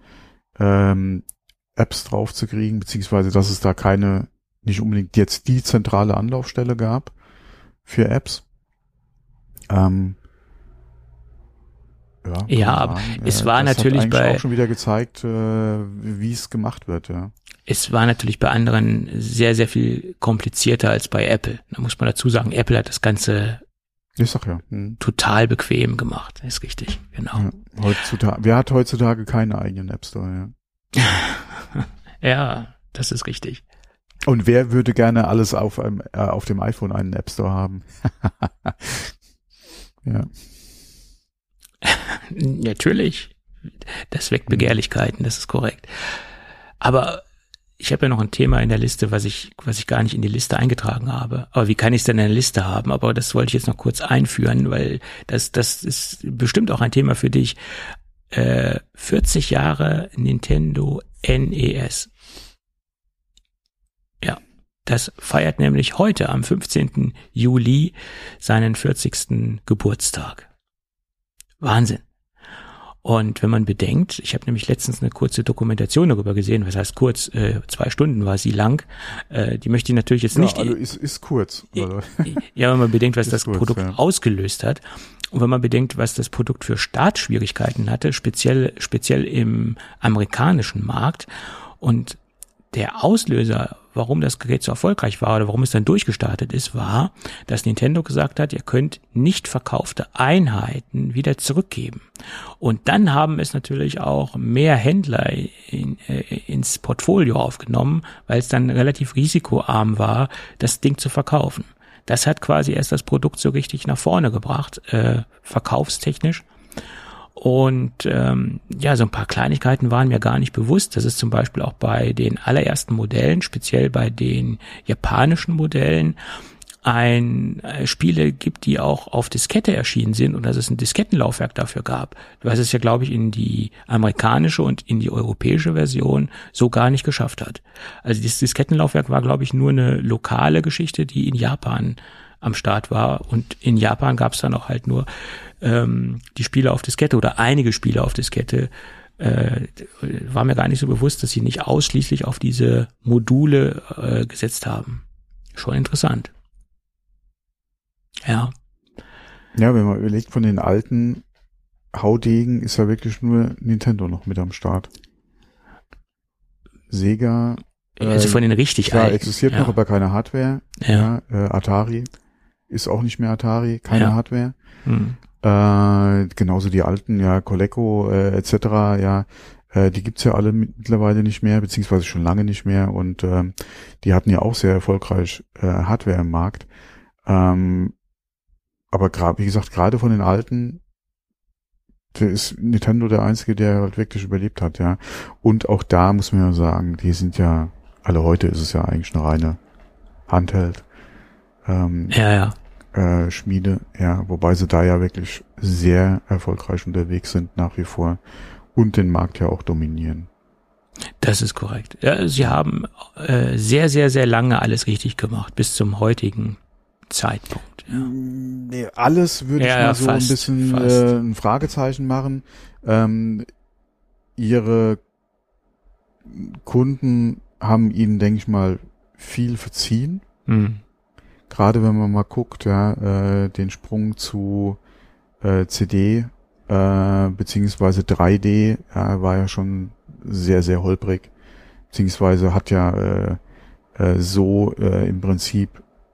Apps drauf zu kriegen, beziehungsweise dass es da nicht unbedingt jetzt die zentrale Anlaufstelle gab für Apps. Es war natürlich auch schon wieder gezeigt, wie es gemacht wird, ja. Es war natürlich bei anderen sehr, sehr viel komplizierter als bei Apple. Da muss man dazu sagen, Apple hat das Ganze total bequem gemacht. Ist richtig, genau. Ja, wer hat heutzutage keinen eigenen App Store, ja? Ja, das ist richtig. Und wer würde gerne alles auf dem iPhone einen App Store haben? Ja. Natürlich. Das weckt Begehrlichkeiten, das ist korrekt. Aber ich habe ja noch ein Thema in der Liste, was ich gar nicht in die Liste eingetragen habe. Aber wie kann ich es denn in der Liste haben? Aber das wollte ich jetzt noch kurz einführen, weil das ist bestimmt auch ein Thema für dich. 40 Jahre Nintendo NES. Ja, das feiert nämlich heute am 15. Juli seinen 40. Geburtstag. Wahnsinn. Und wenn man bedenkt, ich habe nämlich letztens eine kurze Dokumentation darüber gesehen, was heißt kurz, 2 Stunden war sie lang, die möchte ich natürlich jetzt nicht... Also ist kurz. Oder? Ja, wenn man bedenkt, was das Produkt ausgelöst hat und wenn man bedenkt, was das Produkt für Startschwierigkeiten hatte, speziell im amerikanischen Markt und der Auslöser, warum das Gerät so erfolgreich war oder warum es dann durchgestartet ist, war, dass Nintendo gesagt hat, ihr könnt nicht verkaufte Einheiten wieder zurückgeben. Und dann haben es natürlich auch mehr Händler ins Portfolio aufgenommen, weil es dann relativ risikoarm war, das Ding zu verkaufen. Das hat quasi erst das Produkt so richtig nach vorne gebracht, verkaufstechnisch. Und so ein paar Kleinigkeiten waren mir gar nicht bewusst, dass es zum Beispiel auch bei den allerersten Modellen, speziell bei den japanischen Modellen, Spiele gibt, die auch auf Diskette erschienen sind und dass es ein Diskettenlaufwerk dafür gab, was es ja, glaube ich, in die amerikanische und in die europäische Version so gar nicht geschafft hat. Also das Diskettenlaufwerk war, glaube ich, nur eine lokale Geschichte, die in Japan am Start war und in Japan gab es dann auch halt nur die Spiele auf Diskette oder einige Spiele auf Diskette. War mir gar nicht so bewusst, dass sie nicht ausschließlich auf diese Module gesetzt haben. Schon interessant. Ja. Ja, wenn man überlegt, von den alten Haudegen ist ja wirklich nur Nintendo noch mit am Start. Sega. Also von den richtig alten. Existiert noch, aber keine Hardware. Ja. Atari ist auch nicht mehr Atari, keine Hardware. Genauso die alten, Coleco etc., die gibt's ja alle mittlerweile nicht mehr, beziehungsweise schon lange nicht mehr und die hatten ja auch sehr erfolgreich Hardware im Markt. Aber wie gesagt, gerade von den alten, da ist Nintendo der Einzige, der halt wirklich überlebt hat, ja. Und auch da muss man ja sagen, die sind ja, heute ist es ja eigentlich eine reine Handheld. Schmiede, wobei sie da ja wirklich sehr erfolgreich unterwegs sind nach wie vor und den Markt ja auch dominieren. Das ist korrekt. Ja, sie haben sehr, sehr, sehr lange alles richtig gemacht, bis zum heutigen Zeitpunkt. Ja. Nee, alles würde ich mal so fast, ein bisschen ein Fragezeichen machen. Ihre Kunden haben ihnen, denke ich mal, viel verziehen. Gerade wenn man mal guckt, ja, den Sprung zu CD beziehungsweise 3D war ja schon sehr, sehr holprig. Beziehungsweise hat ja im Prinzip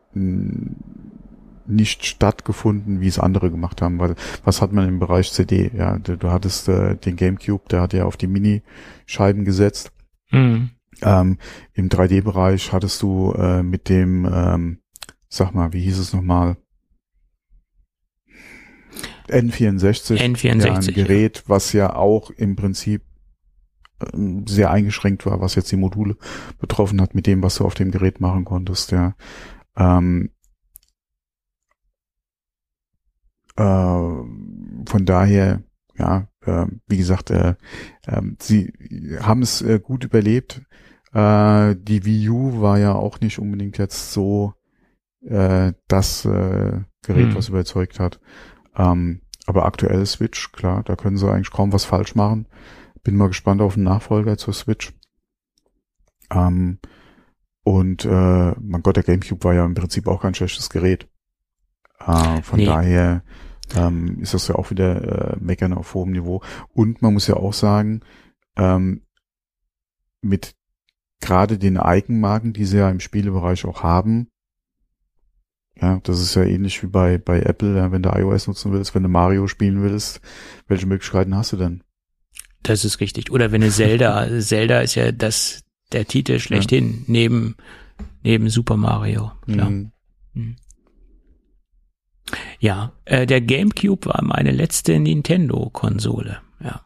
nicht stattgefunden, wie es andere gemacht haben, weil was hat man im Bereich CD? Ja, du hattest den GameCube, der hat ja auf die Mini-Scheiben gesetzt. Im 3D-Bereich hattest du mit dem, sag mal, wie hieß es nochmal? N64, ja, ein Gerät, was ja auch im Prinzip sehr eingeschränkt war, was jetzt die Module betroffen hat, mit dem, was du auf dem Gerät machen konntest, ja. Von daher, ja, wie gesagt, sie haben es gut überlebt. Die Wii U war ja auch nicht unbedingt jetzt so das Gerät, was überzeugt hat. Aber aktuell Switch, klar, da können sie eigentlich kaum was falsch machen. Bin mal gespannt auf den Nachfolger zur Switch. Mein Gott, der GameCube war ja im Prinzip auch kein schlechtes Gerät. Von daher ist das ja auch wieder Meckern auf hohem Niveau. Und man muss ja auch sagen, mit gerade den Eigenmarken, die sie ja im Spielebereich auch haben, ja, das ist ja ähnlich wie bei Apple, ja, wenn du iOS nutzen willst, wenn du Mario spielen willst, welche Möglichkeiten hast du denn? Das ist richtig. Oder wenn du Zelda, Zelda ist ja der Titel schlechthin, neben Super Mario, klar. Ja, der GameCube war meine letzte Nintendo-Konsole, ja.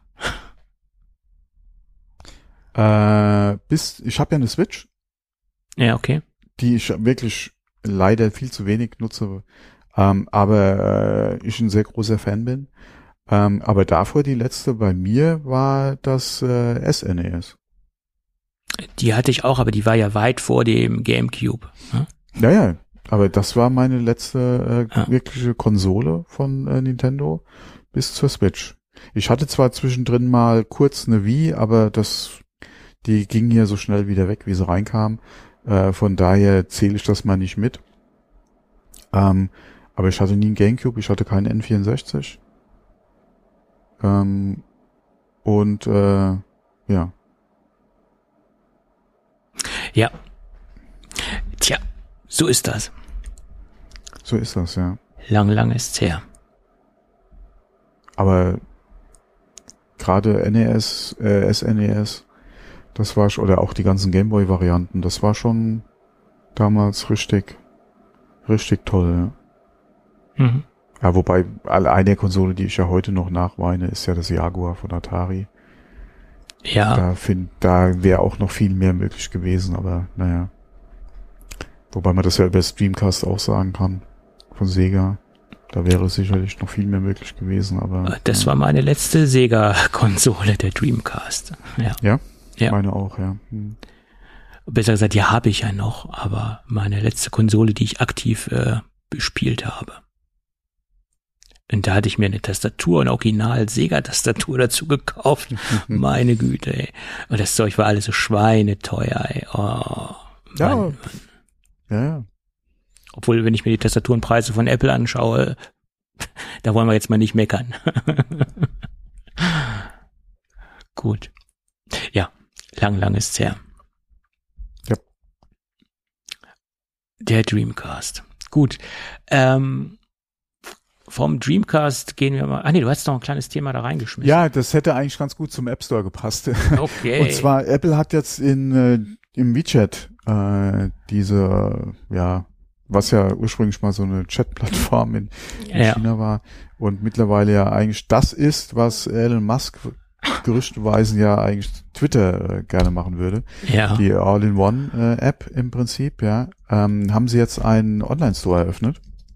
Ich habe ja eine Switch. Ja, okay. Die ich wirklich leider viel zu wenig nutze, aber ich ein sehr großer Fan bin. Aber davor die letzte bei mir war das SNES. Die hatte ich auch, aber die war ja weit vor dem GameCube. Hm? Ja, aber das war meine letzte wirkliche Konsole von Nintendo bis zur Switch. Ich hatte zwar zwischendrin mal kurz eine Wii, aber die ging hier so schnell wieder weg, wie sie reinkam. Von daher zähle ich das mal nicht mit. Aber ich hatte nie einen GameCube, ich hatte keinen N64. Ja. Ja. Tja, so ist das. So ist das, ja. Lang ist's her. Aber gerade NES, SNES, das war schon, oder auch die ganzen Gameboy-Varianten, das war schon damals richtig toll, ja. Ja, wobei eine Konsole, die ich ja heute noch nachweine, ist ja das Jaguar von Atari. Ja. Da wäre auch noch viel mehr möglich gewesen, aber naja. Wobei man das ja über das Dreamcast auch sagen kann, von Sega. Da wäre sicherlich noch viel mehr möglich gewesen, aber... Das war meine letzte Sega-Konsole, der Dreamcast. Ja? Ja, meine auch, ja. Besser gesagt, die habe ich ja noch, aber meine letzte Konsole, die ich aktiv bespielt habe. Und da hatte ich mir eine Tastatur, eine Original-Sega-Tastatur dazu gekauft. Meine Güte, ey. Und das Zeug war alles so schweineteuer, ey. Oh, Mann. Ja. Obwohl, wenn ich mir die Tastaturenpreise von Apple anschaue, da wollen wir jetzt mal nicht meckern. Gut. Ja, lang ist's her. Ja. Der Dreamcast. Gut. Vom Dreamcast gehen wir mal. Du hast noch ein kleines Thema da reingeschmissen. Ja, das hätte eigentlich ganz gut zum App Store gepasst. Okay. Und zwar, Apple hat jetzt im WeChat diese, ja, was ja ursprünglich mal so eine Chat-Plattform in China war und mittlerweile ja eigentlich das ist, was Elon Musk gerüchteweise ja eigentlich Twitter gerne machen würde. Ja. Die All-in-One-App im Prinzip, ja, haben sie jetzt einen Online-Store eröffnet.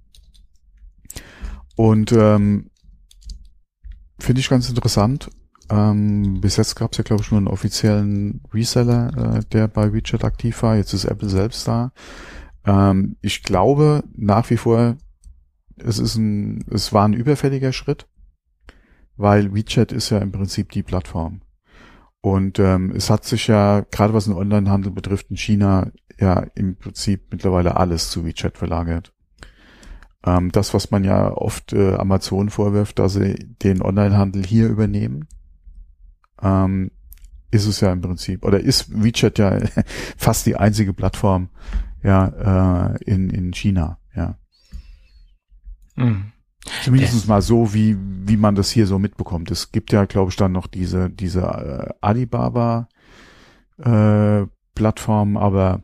Und finde ich ganz interessant. Bis jetzt gab es ja, glaube ich, nur einen offiziellen Reseller, der bei WeChat aktiv war. Jetzt ist Apple selbst da. Ich glaube nach wie vor, es war ein überfälliger Schritt, weil WeChat ist ja im Prinzip die Plattform. Und es hat sich ja, gerade was den Onlinehandel betrifft, in China ja im Prinzip mittlerweile alles zu WeChat verlagert. Das, was man ja oft Amazon vorwirft, dass sie den Onlinehandel hier übernehmen, ist es ja im Prinzip, oder ist WeChat ja fast die einzige Plattform in China, ja. Mhm. Zumindest mal so, wie man das hier so mitbekommt. Es gibt ja, glaube ich, dann noch diese Alibaba Plattform, aber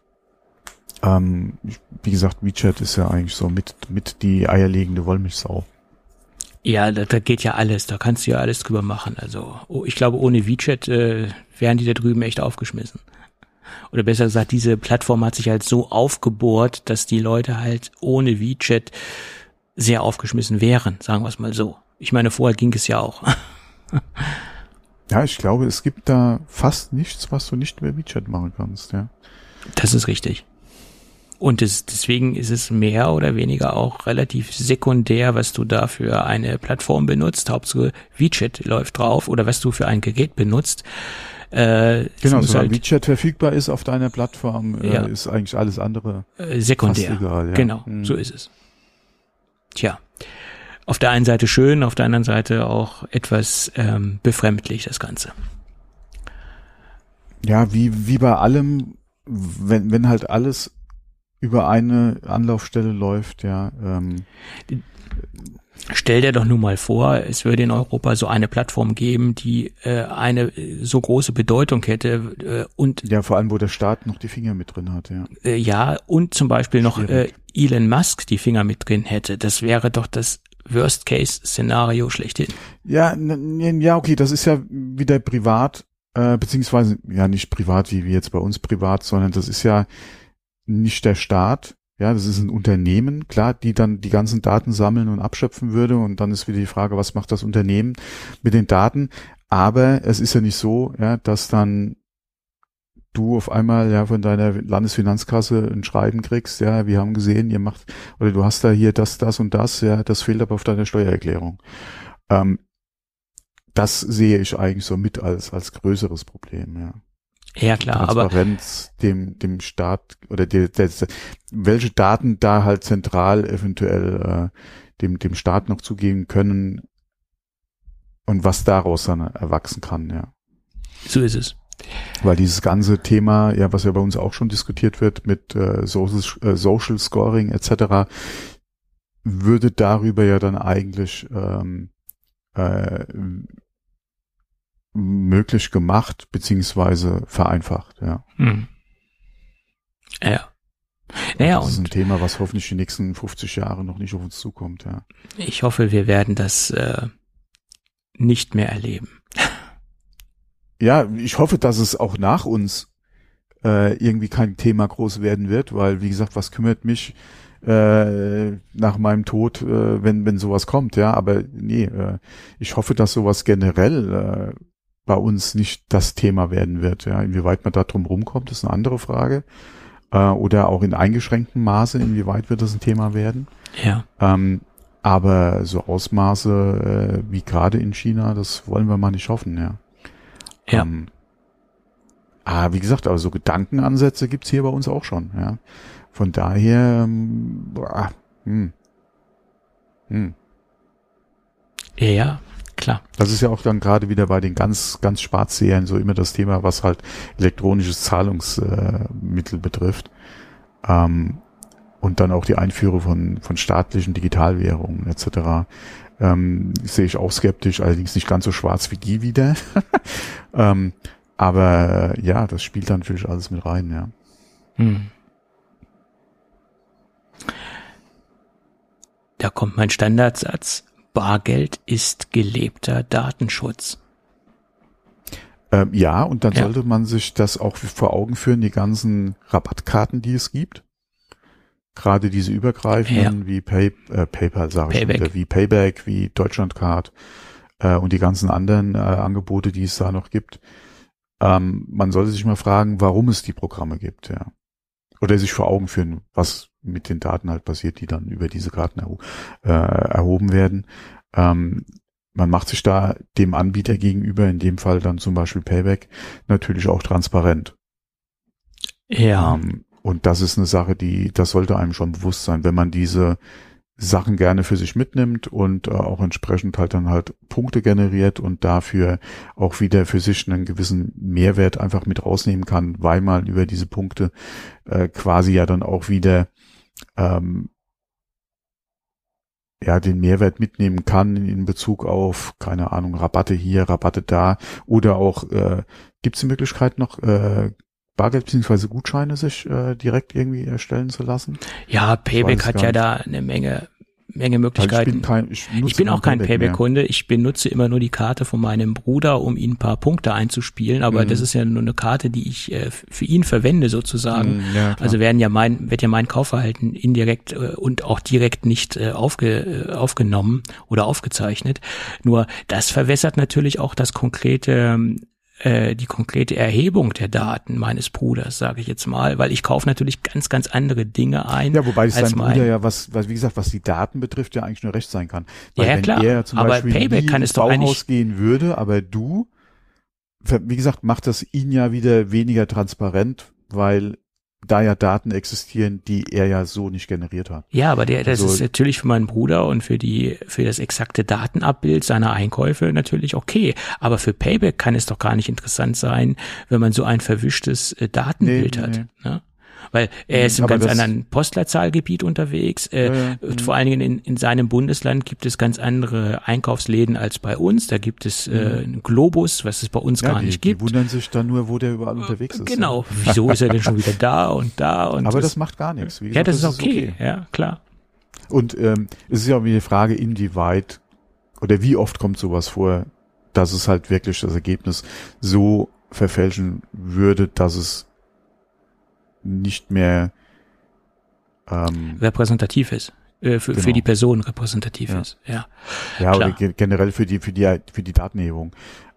wie gesagt, WeChat ist ja eigentlich so mit die eierlegende Wollmilchsau. Ja, da geht ja alles, da kannst du ja alles drüber machen. Also ich glaube, ohne WeChat wären die da drüben echt aufgeschmissen. Oder besser gesagt, diese Plattform hat sich halt so aufgebohrt, dass die Leute halt ohne WeChat sehr aufgeschmissen wären, sagen wir es mal so. Ich meine, vorher ging es ja auch. Ja, ich glaube, es gibt da fast nichts, was du nicht über WeChat machen kannst, ja. Das ist richtig. Und deswegen ist es mehr oder weniger auch relativ sekundär, was du da für eine Plattform benutzt. Hauptsache WeChat läuft drauf oder was du für ein Gerät benutzt. Genau, solange WeChat verfügbar ist auf deiner Plattform, ist eigentlich alles andere sekundär. Fast egal, ja. Genau, so ist es. Tja, auf der einen Seite schön, auf der anderen Seite auch etwas befremdlich, das Ganze. Ja, wie bei allem, wenn halt alles über eine Anlaufstelle läuft, ja. Stell dir doch nun mal vor, es würde in Europa so eine Plattform geben, die eine so große Bedeutung hätte und ja, vor allem, wo der Staat noch die Finger mit drin hat, ja. Ja, und zum Beispiel noch Elon Musk die Finger mit drin hätte. Das wäre doch das Worst-Case-Szenario schlechthin. Ja, okay, das ist ja wieder privat, beziehungsweise ja nicht privat wie jetzt bei uns privat, sondern das ist ja nicht der Staat. Ja, das ist ein Unternehmen, klar, die dann die ganzen Daten sammeln und abschöpfen würde und dann ist wieder die Frage, was macht das Unternehmen mit den Daten? Aber es ist ja nicht so, ja, dass dann du auf einmal ja von deiner Landesfinanzkasse ein Schreiben kriegst, ja, wir haben gesehen, ihr macht, oder du hast da hier das und das, ja, das fehlt aber auf deiner Steuererklärung. Das sehe ich eigentlich so mit als größeres Problem, ja. Ja, klar, Transparenz dem Staat oder welche Daten da halt zentral eventuell dem Staat noch zugeben können und was daraus dann erwachsen kann, ja. So ist es. Weil dieses ganze Thema, ja, was ja bei uns auch schon diskutiert wird mit Social Scoring etc., würde darüber ja dann eigentlich möglich gemacht, beziehungsweise vereinfacht, ja. Ja. Naja, das ist ein Thema, was hoffentlich die nächsten 50 Jahre noch nicht auf uns zukommt, ja. Ich hoffe, wir werden das nicht mehr erleben. Ja, ich hoffe, dass es auch nach uns irgendwie kein Thema groß werden wird, weil, wie gesagt, was kümmert mich nach meinem Tod, wenn sowas kommt, ja, aber nee, ich hoffe, dass sowas generell bei uns nicht das Thema werden wird, ja, inwieweit man da drum rumkommt, ist eine andere Frage, oder auch in eingeschränktem Maße, inwieweit wird das ein Thema werden, ja, aber so Ausmaße wie gerade in China, das wollen wir mal nicht hoffen, ja. Ja. Wie gesagt, aber so Gedankenansätze gibt's hier bei uns auch schon, ja. Von daher, Ja, klar. Das ist ja auch dann gerade wieder bei den ganz, ganz Schwarzsehern so immer das Thema, was halt elektronisches Zahlungsmittel betrifft. Und dann auch die Einführung von staatlichen Digitalwährungen etc. Sehe ich auch skeptisch, allerdings nicht ganz so schwarz wie die wieder. Aber ja, das spielt dann natürlich alles mit rein, ja. Da kommt mein Standardsatz. Bargeld ist gelebter Datenschutz. Ja, und dann sollte man sich das auch vor Augen führen, die ganzen Rabattkarten, die es gibt. Gerade diese übergreifenden wie PayPal, sage ich wieder, wie Payback, wie Deutschlandcard und die ganzen anderen Angebote, die es da noch gibt. Man sollte sich mal fragen, warum es die Programme gibt, ja. Oder sich vor Augen führen, mit den Daten halt passiert, die dann über diese Karten erhoben werden. Man macht sich da dem Anbieter gegenüber, in dem Fall dann zum Beispiel Payback, natürlich auch transparent. Ja. Und das ist eine Sache, das sollte einem schon bewusst sein, wenn man diese Sachen gerne für sich mitnimmt und auch entsprechend halt dann halt Punkte generiert und dafür auch wieder für sich einen gewissen Mehrwert einfach mit rausnehmen kann, weil man über diese Punkte quasi ja dann auch wieder den Mehrwert mitnehmen kann in Bezug auf, keine Ahnung, Rabatte hier, Rabatte da oder auch gibt es die Möglichkeit noch Bargeld bzw. Gutscheine sich direkt irgendwie erstellen zu lassen? Ja, Payback hat ja da eine Menge Möglichkeiten. Ich bin auch kein Payback-Kunde. Ich benutze immer nur die Karte von meinem Bruder, um ihm ein paar Punkte einzuspielen. Aber das ist ja nur eine Karte, die ich für ihn verwende sozusagen. Ja, also wird ja mein Kaufverhalten indirekt und auch direkt nicht aufgenommen oder aufgezeichnet. Nur das verwässert natürlich auch das die konkrete Erhebung der Daten meines Bruders, sage ich jetzt mal, weil ich kaufe natürlich ganz, ganz andere Dinge ein. Ja, wobei es dein Bruder ja, wie gesagt, was die Daten betrifft, ja eigentlich nur recht sein kann. Weil ja, klar, er zum aber Beispiel Payback kann es doch Bauhaus gehen würde, aber du, wie gesagt, macht das ihn ja wieder weniger transparent, weil da ja Daten existieren, die er ja so nicht generiert hat. Ja, aber das ist natürlich für meinen Bruder und für das exakte Datenabbild seiner Einkäufe natürlich okay. Aber für Payback kann es doch gar nicht interessant sein, wenn man so ein verwischtes Datenbild hat. Ne? Weil er ist im ganz anderen Postleitzahlgebiet unterwegs. Vor allen Dingen in seinem Bundesland gibt es ganz andere Einkaufsläden als bei uns. Da gibt es einen Globus, was es bei uns gar nicht gibt. Die wundern sich dann nur, wo der überall unterwegs ist. Genau. Wieso ist er denn schon wieder da und da? Und aber das macht gar nichts. Wie gesagt, das ist okay. Ja, klar. Und es ist ja auch die Frage, inwieweit oder wie oft kommt sowas vor, dass es halt wirklich das Ergebnis so verfälschen würde, dass es nicht mehr repräsentativ ist, für die Person repräsentativ ist. Ja, oder generell für die Datenerhebung.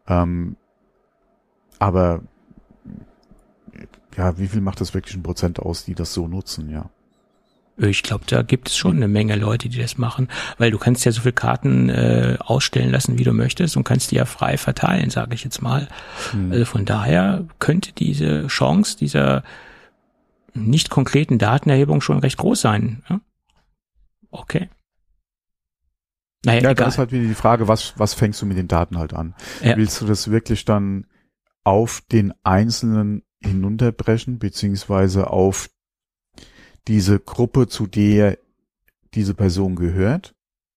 Aber ja, wie viel macht das wirklich 1% aus, die das so nutzen, ja? Ich glaube, da gibt es schon eine Menge Leute, die das machen, weil du kannst ja so viele Karten ausstellen lassen, wie du möchtest und kannst die ja frei verteilen, sage ich jetzt mal. Also von daher könnte diese Chance dieser nicht konkreten Datenerhebung schon recht groß sein. Ja? Okay. Naja, ja, egal. da ist halt wieder die Frage, was fängst du mit den Daten halt an? Ja. Willst du das wirklich dann auf den Einzelnen hinunterbrechen, beziehungsweise auf diese Gruppe, zu der diese Person gehört?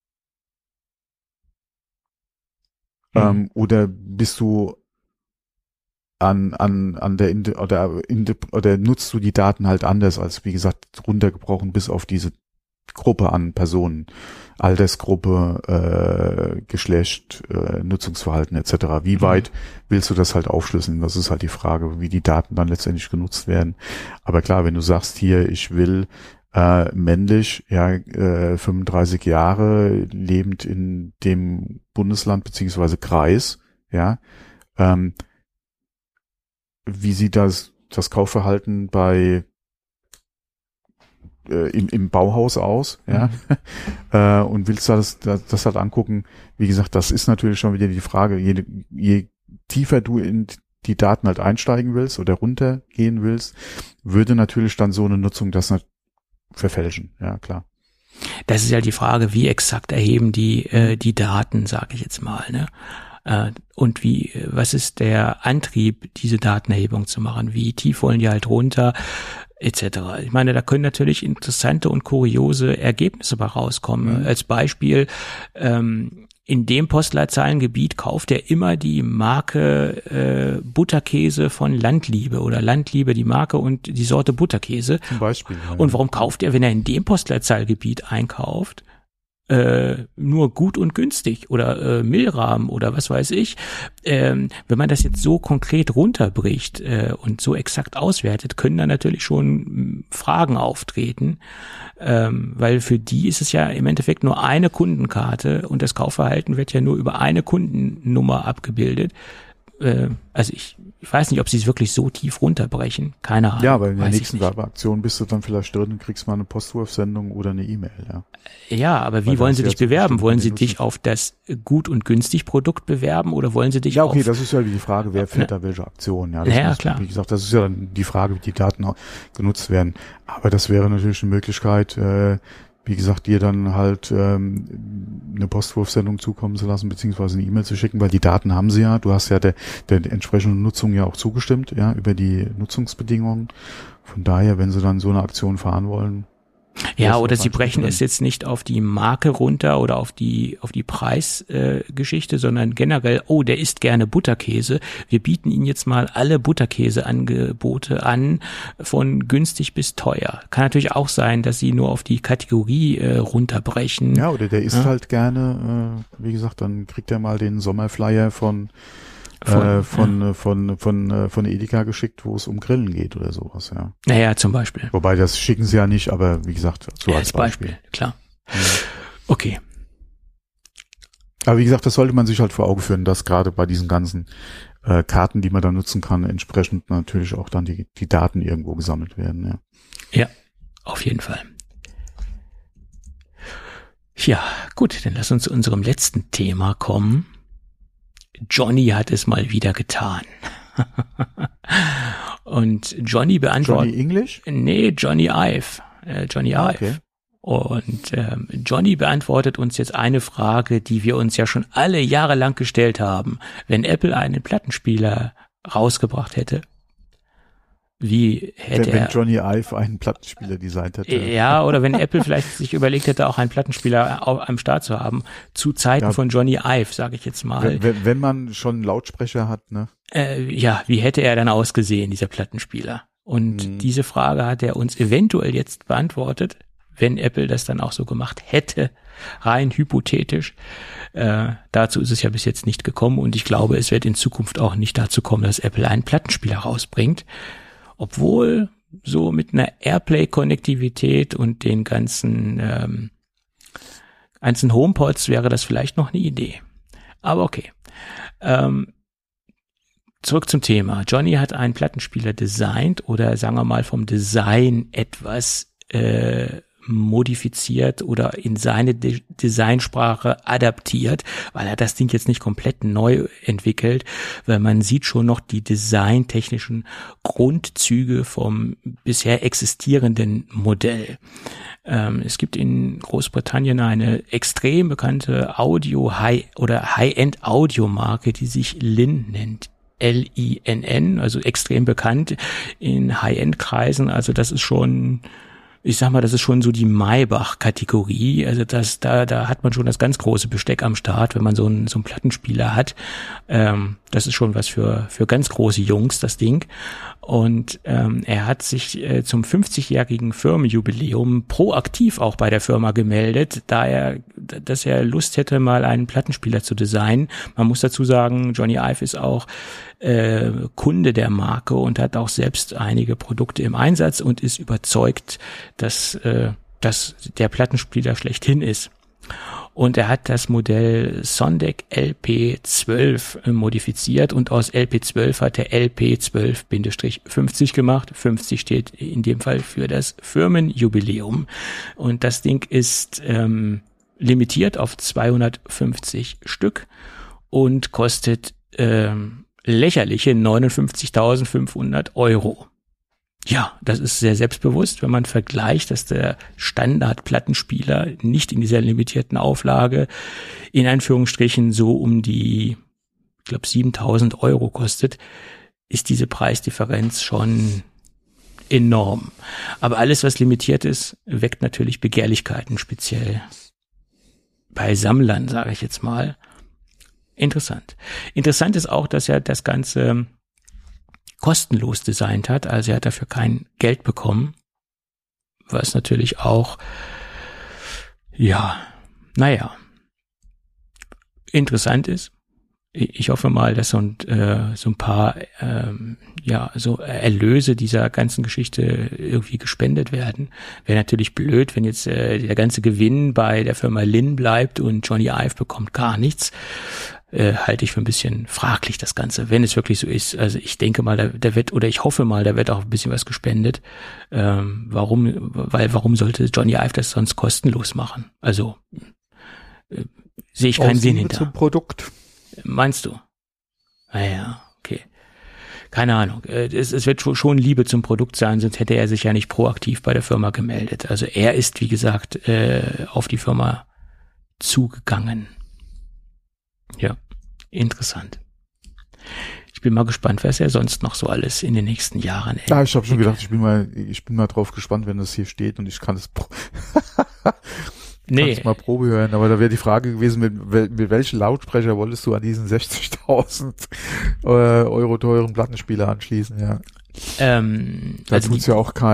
Oder bist du oder nutzt du die Daten halt anders als, wie gesagt, runtergebrochen bis auf diese Gruppe an Personen, Altersgruppe, Geschlecht, Nutzungsverhalten etc. Wie weit willst du das halt aufschlüsseln? Das ist halt die Frage, wie die Daten dann letztendlich genutzt werden. Aber klar, wenn du sagst hier, ich will männlich, 35 Jahre, lebend in dem Bundesland beziehungsweise Kreis, wie sieht das Kaufverhalten im Bauhaus aus, und willst du das halt angucken? Wie gesagt, das ist natürlich schon wieder die Frage, je tiefer du in die Daten halt einsteigen willst oder runtergehen willst, würde natürlich dann so eine Nutzung das verfälschen, ja klar. Das ist ja die Frage, wie exakt erheben die Daten, sage ich jetzt mal, ne? Und was ist der Antrieb, diese Datenerhebung zu machen? Wie tief wollen die halt runter, etc. Ich meine, da können natürlich interessante und kuriose Ergebnisse bei rauskommen. Als Beispiel, in dem Postleitzahlengebiet kauft er immer die Marke Butterkäse von Landliebe oder Landliebe die Marke und die Sorte Butterkäse. Zum Beispiel. Ja. Und warum kauft er, wenn er in dem Postleitzahlgebiet einkauft, nur gut und günstig oder Milram oder was weiß ich. Wenn man das jetzt so konkret runterbricht und so exakt auswertet, können da natürlich schon Fragen auftreten, weil für die ist es ja im Endeffekt nur eine Kundenkarte und das Kaufverhalten wird ja nur über eine Kundennummer abgebildet. also ich weiß nicht, ob sie es wirklich so tief runterbrechen. Keine Ahnung. Ja, aber in der nächsten Werbeaktion bist du dann vielleicht drin und kriegst mal eine Postwurfsendung oder eine E-Mail, ja. Ja, aber wie wollen sie dich bewerben? Wollen sie dich auf das Gut- und Günstig-Produkt bewerben oder wollen sie dich Ja, okay, auf... das ist ja die Frage, wer fährt da welche Aktion, ja. Ja, klar. Wie gesagt, das ist ja dann die Frage, wie die Daten auch genutzt werden. Aber das wäre natürlich eine Möglichkeit, wie gesagt, dir dann halt eine Postwurfsendung zukommen zu lassen, beziehungsweise eine E-Mail zu schicken, weil die Daten haben sie ja. Du hast ja der entsprechenden Nutzung ja auch zugestimmt, ja, über die Nutzungsbedingungen. Von daher, wenn sie dann so eine Aktion fahren wollen. Ja, oder sie brechen es jetzt nicht auf die Marke runter oder auf die Preisgeschichte, sondern generell, oh, der isst gerne Butterkäse. Wir bieten Ihnen jetzt mal alle Butterkäseangebote an, von günstig bis teuer. Kann natürlich auch sein, dass sie nur auf die Kategorie runterbrechen. Ja, oder der isst halt gerne, wie gesagt, dann kriegt er mal den Sommerflyer von Edeka geschickt, wo es um Grillen geht oder sowas, ja. Naja, zum Beispiel. Wobei, das schicken sie ja nicht, aber wie gesagt, so ja, als Beispiel. Klar. Ja. Okay. Aber wie gesagt, das sollte man sich halt vor Augen führen, dass gerade bei diesen ganzen Karten, die man da nutzen kann, entsprechend natürlich auch dann die Daten irgendwo gesammelt werden, ja. Ja, auf jeden Fall. Ja, gut, dann lass uns zu unserem letzten Thema kommen. Johnny hat es mal wieder getan. Und Johnny beantwortet... Johnny English? Nee, Johnny Ive. Johnny Ive. Okay. Und Johnny beantwortet uns jetzt eine Frage, die wir uns ja schon alle Jahre lang gestellt haben. Wenn Apple einen Plattenspieler rausgebracht hätte, wie hätte wenn Johnny Ive einen Plattenspieler designt hätte. Ja, oder wenn Apple vielleicht sich überlegt hätte, auch einen Plattenspieler am Start zu haben, zu Zeiten von Johnny Ive, sage ich jetzt mal. Wenn man schon einen Lautsprecher hat, ne? Ja, wie hätte er dann ausgesehen, dieser Plattenspieler? Und diese Frage hat er uns eventuell jetzt beantwortet, wenn Apple das dann auch so gemacht hätte, rein hypothetisch. Dazu ist es ja bis jetzt nicht gekommen und ich glaube, es wird in Zukunft auch nicht dazu kommen, dass Apple einen Plattenspieler rausbringt. Obwohl so mit einer Airplay-Konnektivität und den ganzen HomePods wäre das vielleicht noch eine Idee. Aber okay. Zurück zum Thema. Johnny hat einen Plattenspieler designt oder sagen wir mal vom Design etwas modifiziert oder in seine Designsprache adaptiert, weil er das Ding jetzt nicht komplett neu entwickelt, weil man sieht schon noch die designtechnischen Grundzüge vom bisher existierenden Modell. Es gibt in Großbritannien eine extrem bekannte High-End-Audio-Marke, die sich Linn nennt. Linn, also extrem bekannt in High-End-Kreisen, also das ist schon, ich sag mal, das ist schon so die Maybach-Kategorie, also da hat man schon das ganz große Besteck am Start, wenn man so einen Plattenspieler hat. Das ist schon was für ganz große Jungs, das Ding. Und er hat sich zum 50-jährigen Firmenjubiläum proaktiv auch bei der Firma gemeldet, dass er Lust hätte, mal einen Plattenspieler zu designen. Man muss dazu sagen, Johnny Ive ist auch Kunde der Marke und hat auch selbst einige Produkte im Einsatz und ist überzeugt, dass der Plattenspieler schlechthin ist. Und er hat das Modell Sondek LP12 modifiziert und aus LP12 hat er LP12-50 gemacht. 50 steht in dem Fall für das Firmenjubiläum. Und das Ding ist limitiert auf 250 Stück und kostet lächerliche 59.500 €. Ja, das ist sehr selbstbewusst, wenn man vergleicht, dass der Standard-Plattenspieler nicht in dieser limitierten Auflage in Anführungsstrichen so um die, ich glaube, 7.000 € kostet, ist diese Preisdifferenz schon enorm. Aber alles, was limitiert ist, weckt natürlich Begehrlichkeiten, speziell bei Sammlern, sage ich jetzt mal. Interessant. Interessant ist auch, dass er das Ganze kostenlos designt hat, also er hat dafür kein Geld bekommen, was natürlich auch, interessant ist. Ich hoffe mal, dass so ein paar so Erlöse dieser ganzen Geschichte irgendwie gespendet werden. Wäre natürlich blöd, wenn jetzt der ganze Gewinn bei der Firma Linn bleibt und Johnny Ive bekommt gar nichts. halte ich für ein bisschen fraglich, das Ganze, wenn es wirklich so ist. Also ich denke mal, da wird, oder ich hoffe mal, da wird auch ein bisschen was gespendet. Warum sollte Johnny Ive das sonst kostenlos machen? Also sehe ich keinen Sinn hinter. Zum Produkt. Meinst du? Naja, okay. Keine Ahnung. Es wird schon Liebe zum Produkt sein, sonst hätte er sich ja nicht proaktiv bei der Firma gemeldet. Also er ist, wie gesagt, auf die Firma zugegangen. Ja, interessant. Ich bin mal gespannt, was er sonst noch so alles in den nächsten Jahren hält. Ja, ich habe schon gedacht, ich bin mal drauf gespannt, wenn das hier steht und ich kann es mal Probe hören, aber da wäre die Frage gewesen, mit welchen Lautsprecher wolltest du an diesen 60.000 Euro teuren Plattenspieler anschließen, ja. Da also tut's ja auch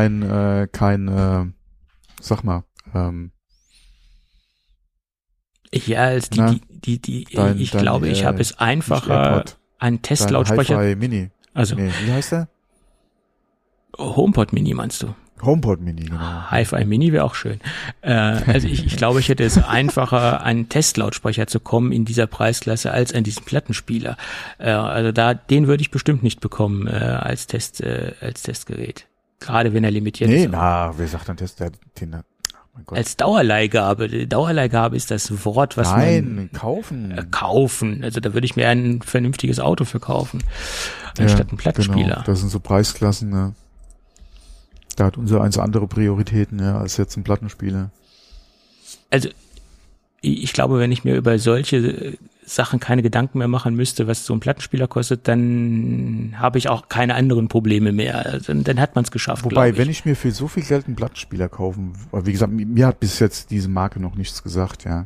ja, als ich glaube, ich habe es einfacher, einen Testlautsprecher. Hi-Fi Mini. Also. Nee, wie heißt der? HomePod Mini meinst du? HomePod Mini, genau. Hi-Fi Mini wäre auch schön. Also ich glaube, ich hätte es einfacher, einen Testlautsprecher zu kommen in dieser Preisklasse als an diesen Plattenspieler. Also den würde ich bestimmt nicht bekommen als Testgerät. Gerade wenn er limitiert ist. Wer sagt dann Test? Als Dauerleihgabe. Die Dauerleihgabe ist das Wort, was kaufen. Also da würde ich mir ein vernünftiges Auto für kaufen, anstatt einen Plattenspieler. Genau. Das sind so Preisklassen, ne? Da hat unser eins andere Prioritäten, ja, als jetzt ein Plattenspieler. Also ich glaube, wenn ich mir über solche Sachen keine Gedanken mehr machen müsste, was so ein Plattenspieler kostet, dann habe ich auch keine anderen Probleme mehr. Also, dann hat man es geschafft. Wobei, wenn ich mir für so viel Geld einen Plattenspieler kaufen, wie gesagt, mir hat bis jetzt diese Marke noch nichts gesagt, ja.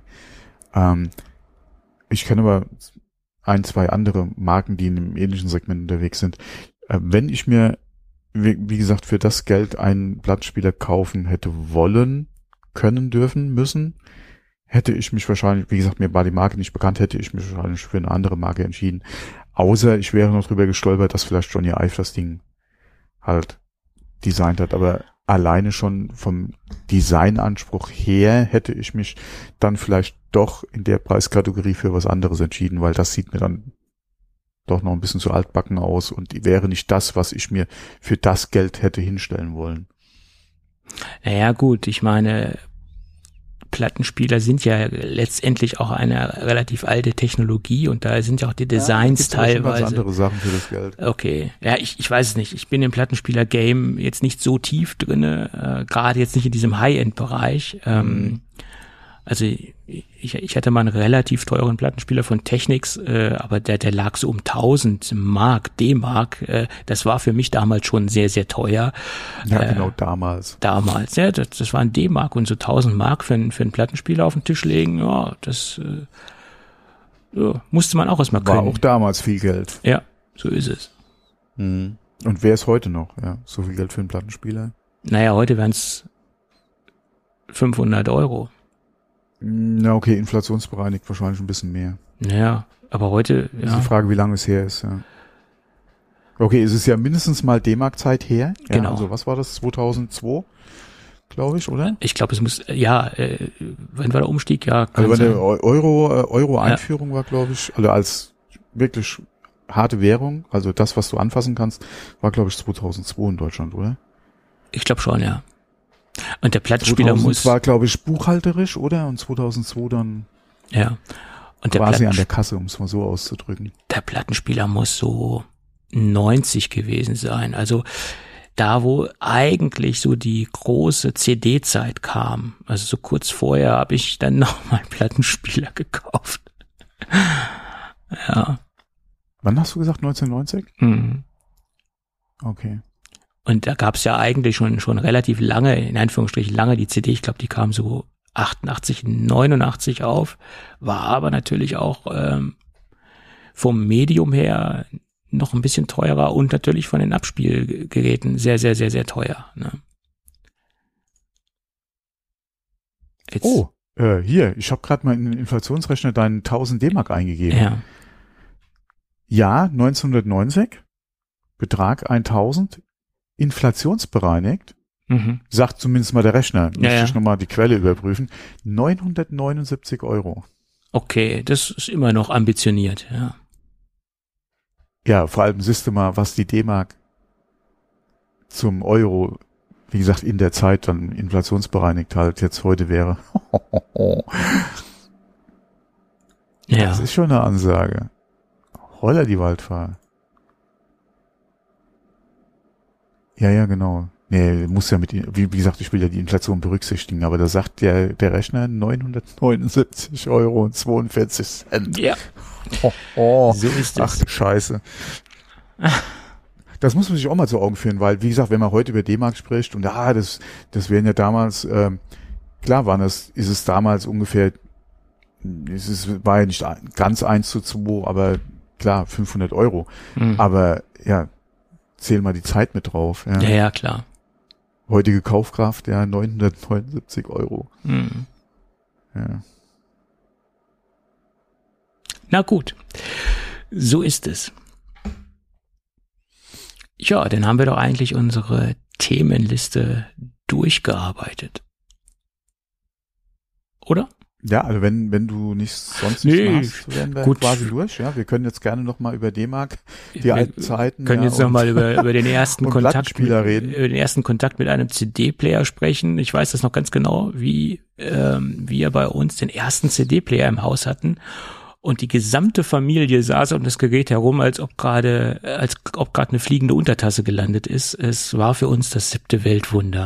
Ich kenne aber 1, 2 andere Marken, die in einem ähnlichen Segment unterwegs sind. Wenn ich mir, wie gesagt, für das Geld einen Plattenspieler kaufen hätte wollen, können, dürfen, müssen, hätte ich mich wahrscheinlich, wie gesagt, mir war die Marke nicht bekannt, hätte ich mich wahrscheinlich für eine andere Marke entschieden. Außer ich wäre noch drüber gestolpert, dass vielleicht Johnny Ive das Ding halt designt hat. Aber alleine schon vom Designanspruch her hätte ich mich dann vielleicht doch in der Preiskategorie für was anderes entschieden, weil das sieht mir dann doch noch ein bisschen zu altbacken aus und wäre nicht das, was ich mir für das Geld hätte hinstellen wollen. Naja gut, ich meine, Plattenspieler sind ja letztendlich auch eine relativ alte Technologie und da sind ja auch die Designs teilweise. Ganz andere Sachen für das Geld. Okay, ja, ich weiß es nicht. Ich bin im Plattenspieler-Game jetzt nicht so tief drinne, gerade jetzt nicht in diesem High-End-Bereich. Also ich hatte mal einen relativ teuren Plattenspieler von Technics, aber der lag so um 1000 Mark, D-Mark. Das war für mich damals schon sehr, sehr teuer. Ja, genau, damals. Damals, ja, das war ein D-Mark und so 1000 Mark für einen Plattenspieler auf den Tisch legen, ja, das musste man auch erstmal können. War auch damals viel Geld. Ja, so ist es. Und wer ist heute noch, ja, so viel Geld für einen Plattenspieler? Naja, heute wären es 500 Euro. Na okay, inflationsbereinigt wahrscheinlich ein bisschen mehr. Ja, aber heute, ja. Ist die Frage, wie lange es her ist, ja. Okay, es ist ja mindestens mal D-Mark-Zeit her. Ja, genau. Also was war das, 2002, glaube ich, oder? Ich glaube, es muss, wann war der Umstieg? Ja, also wenn der Euro-Einführung war, glaube ich, also als wirklich harte Währung, also das, was du anfassen kannst, war, glaube ich, 2002 in Deutschland, oder? Ich glaube schon, ja. Und der Plattenspieler 2000 war, glaube ich, buchhalterisch, oder? Und 2002 dann und der quasi an der Kasse, um es mal so auszudrücken. Der Plattenspieler muss so 90 gewesen sein. Also da, wo eigentlich so die große CD-Zeit kam. Also so kurz vorher habe ich dann nochmal einen Plattenspieler gekauft. Ja. Wann hast du gesagt? 1990? Mhm. Okay. Und da gab's ja eigentlich schon relativ lange, in Anführungsstrichen lange, die CD. Ich glaube, die kam so 88, 89 auf, war aber natürlich auch vom Medium her noch ein bisschen teurer und natürlich von den Abspielgeräten sehr, sehr, sehr, sehr teuer. Ne? Hier, ich habe gerade mal in den Inflationsrechner deinen 1000 D-Mark eingegeben. Ja. Ja, 1990, Betrag 1000, inflationsbereinigt, sagt zumindest mal der Rechner, müsste ich nochmal die Quelle überprüfen, 979 Euro. Okay, das ist immer noch ambitioniert, ja. Ja, vor allem siehst du mal, was die D-Mark zum Euro, wie gesagt, in der Zeit dann inflationsbereinigt halt jetzt heute wäre. Ja. Das ist schon eine Ansage. Holla die Waldfahrt. Ja, genau. Nee, muss ja wie gesagt, ich will ja die Inflation berücksichtigen, aber da sagt der Rechner 979,42 Euro. Ja. So ist es. Ach du Scheiße. Das muss man sich auch mal zu Augen führen, weil, wie gesagt, wenn man heute über D-Mark spricht und das wären ja damals, klar ist es damals ungefähr, war ja nicht ganz 1:2, aber klar, 500 Euro. Mhm. Aber ja, zähl mal die Zeit mit drauf. Ja, klar. Heutige Kaufkraft, 979 Euro. Mhm. Ja. Na gut, so ist es. Ja, dann haben wir doch eigentlich unsere Themenliste durchgearbeitet. Oder? Ja, also wenn du sonst nichts machst, wären wir gut. quasi durch. Ja, wir können jetzt gerne noch mal über D-Mark, die alten Zeiten. Können jetzt noch mal über den ersten Kontakt reden. Über den ersten Kontakt mit einem CD-Player sprechen. Ich weiß das noch ganz genau, wie wir bei uns den ersten CD-Player im Haus hatten und die gesamte Familie saß um das Gerät herum, als ob gerade eine fliegende Untertasse gelandet ist. Es war für uns das 7. Weltwunder.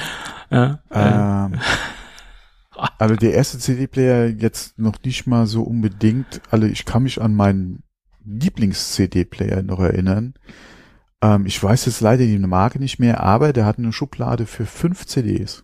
Also der erste CD-Player jetzt noch nicht mal so unbedingt. Also ich kann mich an meinen Lieblings-CD-Player noch erinnern. Ich weiß jetzt leider die Marke nicht mehr, aber der hat eine Schublade für 5 CDs.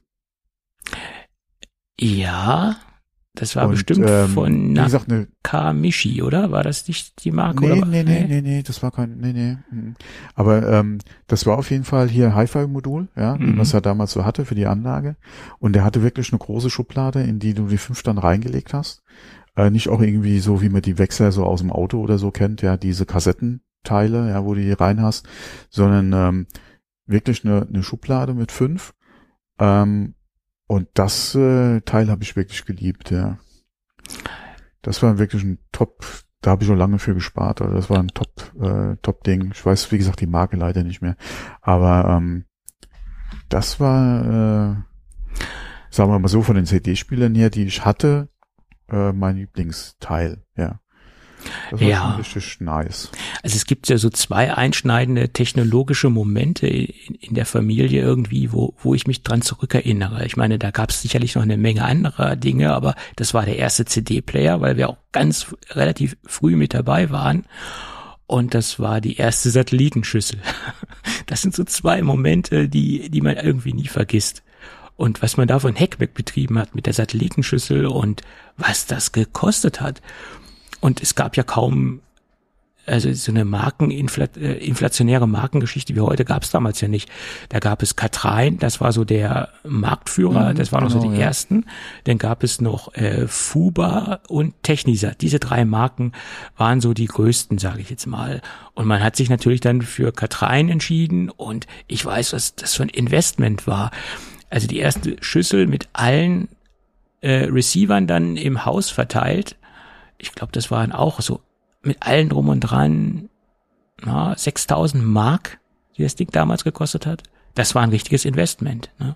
Ja, das war bestimmt von Nakamichi, oder? War das nicht die Marke? Nee, das war nee. Aber das war auf jeden Fall hier Hi-Fi-Modul, ja, wie man es ja damals so hatte für die Anlage. Und der hatte wirklich eine große Schublade, in die du die 5 dann reingelegt hast. Nicht auch irgendwie so, wie man die Wechsler so aus dem Auto oder so kennt, ja, diese Kassettenteile, ja, wo du die rein hast, sondern wirklich eine Schublade mit 5. Und das Teil habe ich wirklich geliebt, ja. Das war wirklich ein Top, da habe ich schon lange für gespart, also das war ein Top-Ding. Ich weiß, wie gesagt, die Marke leider nicht mehr. Aber das war, sagen wir mal so, von den CD-Spielern her, die ich hatte, mein Lieblingsteil, ja. Das war schon richtig nice. Also es gibt ja so 2 einschneidende technologische Momente in der Familie irgendwie, wo ich mich dran zurückerinnere. Ich meine, da gab es sicherlich noch eine Menge anderer Dinge, aber das war der erste CD-Player, weil wir auch relativ früh mit dabei waren. Und das war die erste Satellitenschüssel. Das sind so 2 Momente, die man irgendwie nie vergisst. Und was man da von Hackback betrieben hat mit der Satellitenschüssel und was das gekostet hat. Und es gab ja kaum, also so eine inflationäre Markengeschichte wie heute gab es damals ja nicht. Da gab es Katrein, das war so der Marktführer, das waren noch so die ersten. Dann gab es noch Fuba und Technisat. Diese 3 Marken waren so die größten, sage ich jetzt mal. Und man hat sich natürlich dann für Katrein entschieden und ich weiß, was das für ein Investment war. Also die erste Schüssel mit allen Receivern dann im Haus verteilt. Ich glaube, das waren auch so mit allen drum und dran 6.000 Mark, die das Ding damals gekostet hat. Das war ein richtiges Investment. Ne?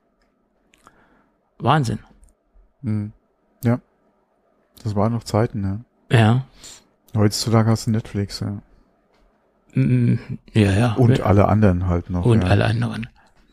Wahnsinn. Ja, das waren noch Zeiten, ne? Ja. Heutzutage hast du Netflix, ja. Ja. Und alle anderen halt noch. Und alle anderen.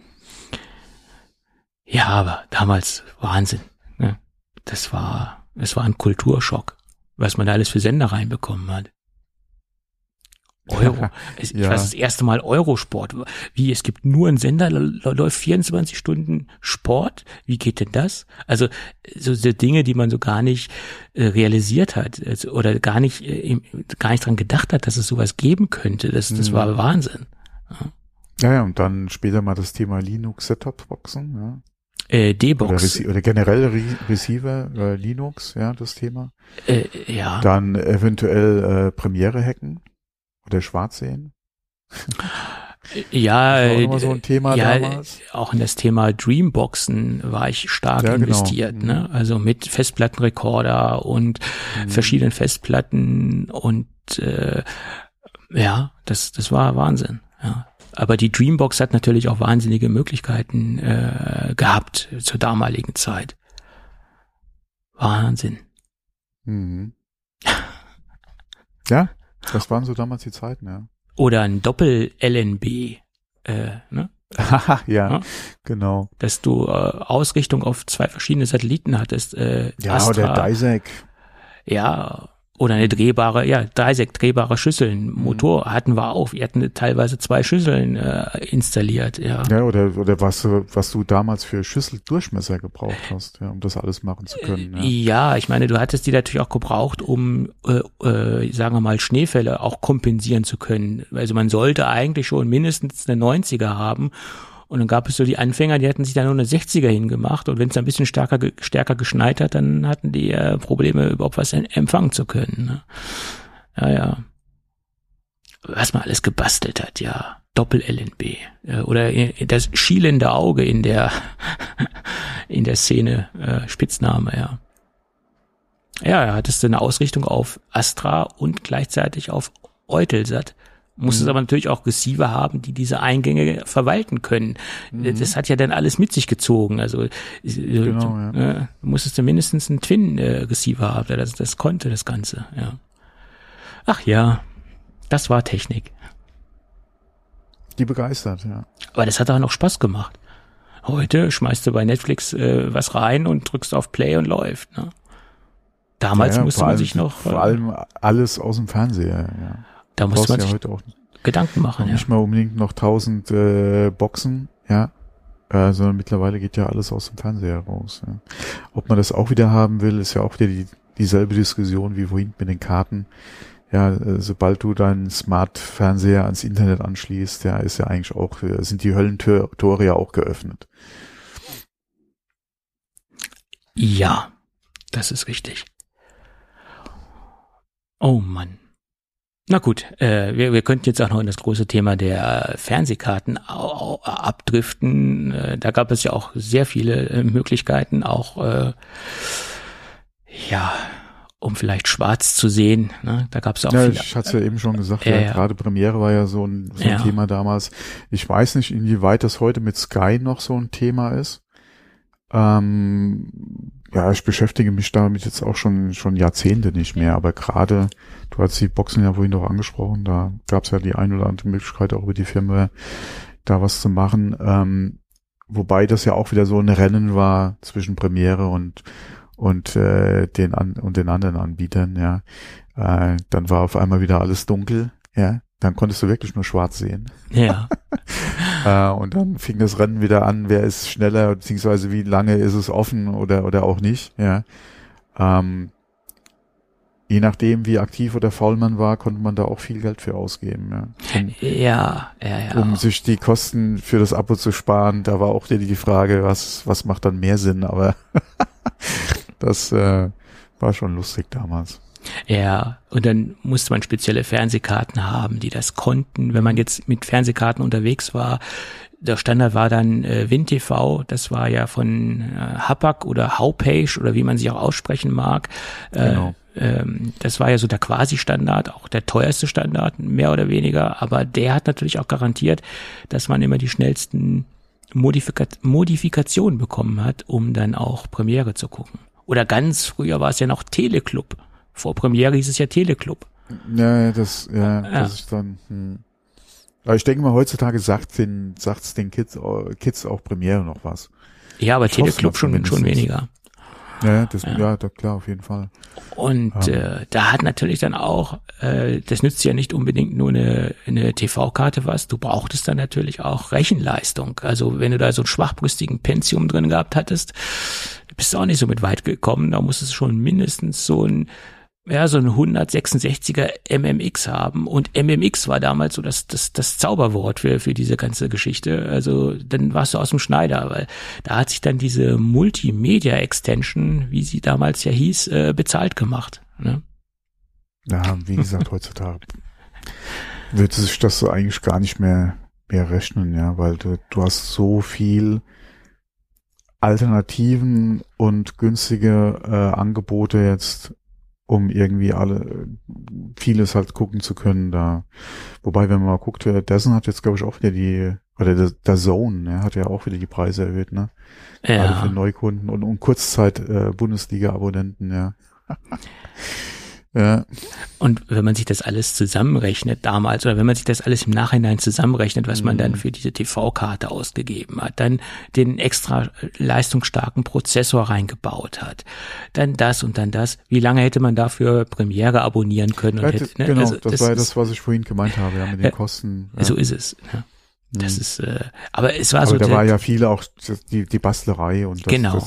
Ja, aber damals Wahnsinn. Ne? Es war ein Kulturschock, was man da alles für Sender reinbekommen hat. Euro. Ich weiß, das erste Mal Eurosport. Wie, es gibt nur einen Sender, da läuft 24 Stunden Sport? Wie geht denn das? Also, so Dinge, die man so gar nicht realisiert hat, oder gar nicht dran gedacht hat, dass es sowas geben könnte. Das war Wahnsinn. Ja, und dann später mal das Thema Linux Set-Top-Boxen, ja. D-Box. Oder generell Receiver, Linux, ja, das Thema. Ja. Dann eventuell Premiere hacken oder schwarz sehen. Ja, das war auch immer so ein Thema damals. Auch in das Thema Dreamboxen war ich stark investiert, ne? Also mit Festplattenrekorder und verschiedenen Festplatten und das war Wahnsinn, ja. Aber die Dreambox hat natürlich auch wahnsinnige Möglichkeiten gehabt zur damaligen Zeit. Wahnsinn. Mhm. Ja, das waren so damals die Zeiten, ja. Oder ein Doppel-LNB, ne? Ja, genau. Dass du Ausrichtung auf 2 verschiedene Satelliten hattest. Astra, oder DISAC. Ja, oder eine DISAC-drehbare Schüsseln. Motor hatten wir auch. Wir hatten teilweise 2 Schüsseln installiert. Ja, oder was du damals für Schüsseldurchmesser gebraucht hast, ja, um das alles machen zu können. Ja, ich meine, du hattest die natürlich auch gebraucht, um, sagen wir mal, Schneefälle auch kompensieren zu können. Also man sollte eigentlich schon mindestens eine 90er haben. Und dann gab es so die Anfänger, die hatten sich da nur eine 60er hingemacht. Und wenn es ein bisschen stärker geschneit hat, dann hatten die Probleme, überhaupt was empfangen zu können. Ne? Ja. Was man alles gebastelt hat, ja. Doppel-LNB. Oder das schielende Auge in der Szene, Spitzname, ja. Ja, hattest du eine Ausrichtung auf Astra und gleichzeitig auf Eutelsat. Musstest aber natürlich auch Receiver haben, die diese Eingänge verwalten können. Das hat ja dann alles mit sich gezogen. Also musstest du mindestens einen Twin-Receiver haben, das konnte das Ganze. Ja. Ach ja, das war Technik. Die begeistert, ja. Aber das hat auch noch Spaß gemacht. Heute schmeißt du bei Netflix was rein und drückst auf Play und läuft. Ne? Damals musste man sich noch... Vor allem alles aus dem Fernseher, ja. Da muss man sich heute auch Gedanken machen, nicht mal unbedingt noch 1000 Boxen, ja, sondern mittlerweile geht ja alles aus dem Fernseher raus. Ja. Ob man das auch wieder haben will, ist ja auch wieder dieselbe Diskussion wie vorhin mit den Karten. Ja, sobald du deinen Smart-Fernseher ans Internet anschließt, ja, ist ja eigentlich auch, sind die Höllentore ja auch geöffnet. Ja, das ist richtig. Oh Mann. Na gut, wir könnten jetzt auch noch in das große Thema der Fernsehkarten abdriften. Da gab es ja auch sehr viele Möglichkeiten, auch um vielleicht schwarz zu sehen. Ne? Da gab es auch viele. Ich hatte es ja eben schon gesagt, gerade Premiere war ja so ein Thema damals. Ich weiß nicht, inwieweit das heute mit Sky noch so ein Thema ist. Ich beschäftige mich damit jetzt auch schon Jahrzehnte nicht mehr, aber gerade, du hast die Boxen ja vorhin noch angesprochen, da gab es ja die ein oder andere Möglichkeit auch über die Firma da was zu machen, wobei das ja auch wieder so ein Rennen war zwischen Premiere und den anderen Anbietern, ja. Dann war auf einmal wieder alles dunkel, ja. Dann konntest du wirklich nur schwarz sehen. Ja. Und dann fing das Rennen wieder an, wer ist schneller, beziehungsweise wie lange ist es offen oder auch nicht, ja. Je nachdem, wie aktiv oder faul man war, konnte man da auch viel Geld für ausgeben, ja. Um sich die Kosten für das Abo zu sparen, da war auch die Frage, was macht dann mehr Sinn, aber das war schon lustig damals. Ja, und dann musste man spezielle Fernsehkarten haben, die das konnten. Wenn man jetzt mit Fernsehkarten unterwegs war, der Standard war dann WinTV, das war ja von Hapag oder Haupage oder wie man sich auch aussprechen mag. Genau. Das war ja so der Quasi-Standard, auch der teuerste Standard, mehr oder weniger. Aber der hat natürlich auch garantiert, dass man immer die schnellsten Modifikationen bekommen hat, um dann auch Premiere zu gucken. Oder ganz früher war es ja noch Teleclub. Vor Premiere hieß es ja Teleclub. Ja, das ist dann. Aber ich denke mal, heutzutage sagt's den Kids auch Premiere noch was. Ja, aber Teleclub schon weniger. Ja, klar, auf jeden Fall. Und da hat natürlich dann auch, das nützt ja nicht unbedingt nur eine TV-Karte was, du brauchtest dann natürlich auch Rechenleistung. Also wenn du da so einen schwachbrüstigen Pentium drin gehabt hattest, bist du auch nicht so mit weit gekommen, da musstest du schon mindestens so ein 166er MMX haben, und MMX war damals so das Zauberwort für diese ganze Geschichte. Also dann warst du aus dem Schneider, weil da hat sich dann diese Multimedia Extension, wie sie damals ja hieß, bezahlt gemacht. Ne? Ja, wie gesagt, heutzutage wird sich das so eigentlich gar nicht mehr mehr rechnen, ja, weil du hast so viel Alternativen und günstige Angebote jetzt, um irgendwie vieles halt gucken zu können da. Wobei, wenn man mal guckt, Dessen hat jetzt, glaube ich, auch wieder der Zone, ja, hat ja auch wieder die Preise erhöht, ne? Ja. Gerade für Neukunden und Kurzzeit Bundesliga-Abonnenten, ja. Ja. Und wenn man sich das alles zusammenrechnet damals, oder wenn man sich das alles im Nachhinein zusammenrechnet, was man dann für diese TV-Karte ausgegeben hat, dann den extra leistungsstarken Prozessor reingebaut hat, dann das und dann das, wie lange hätte man dafür Premiere abonnieren können? Und hätte, ne? Genau, also, das war ja das, was ich vorhin gemeint habe, ja, mit den Kosten. Ja. So ist es. Ja. Das ist, aber es war aber so. Da war ja viele auch die Bastlerei und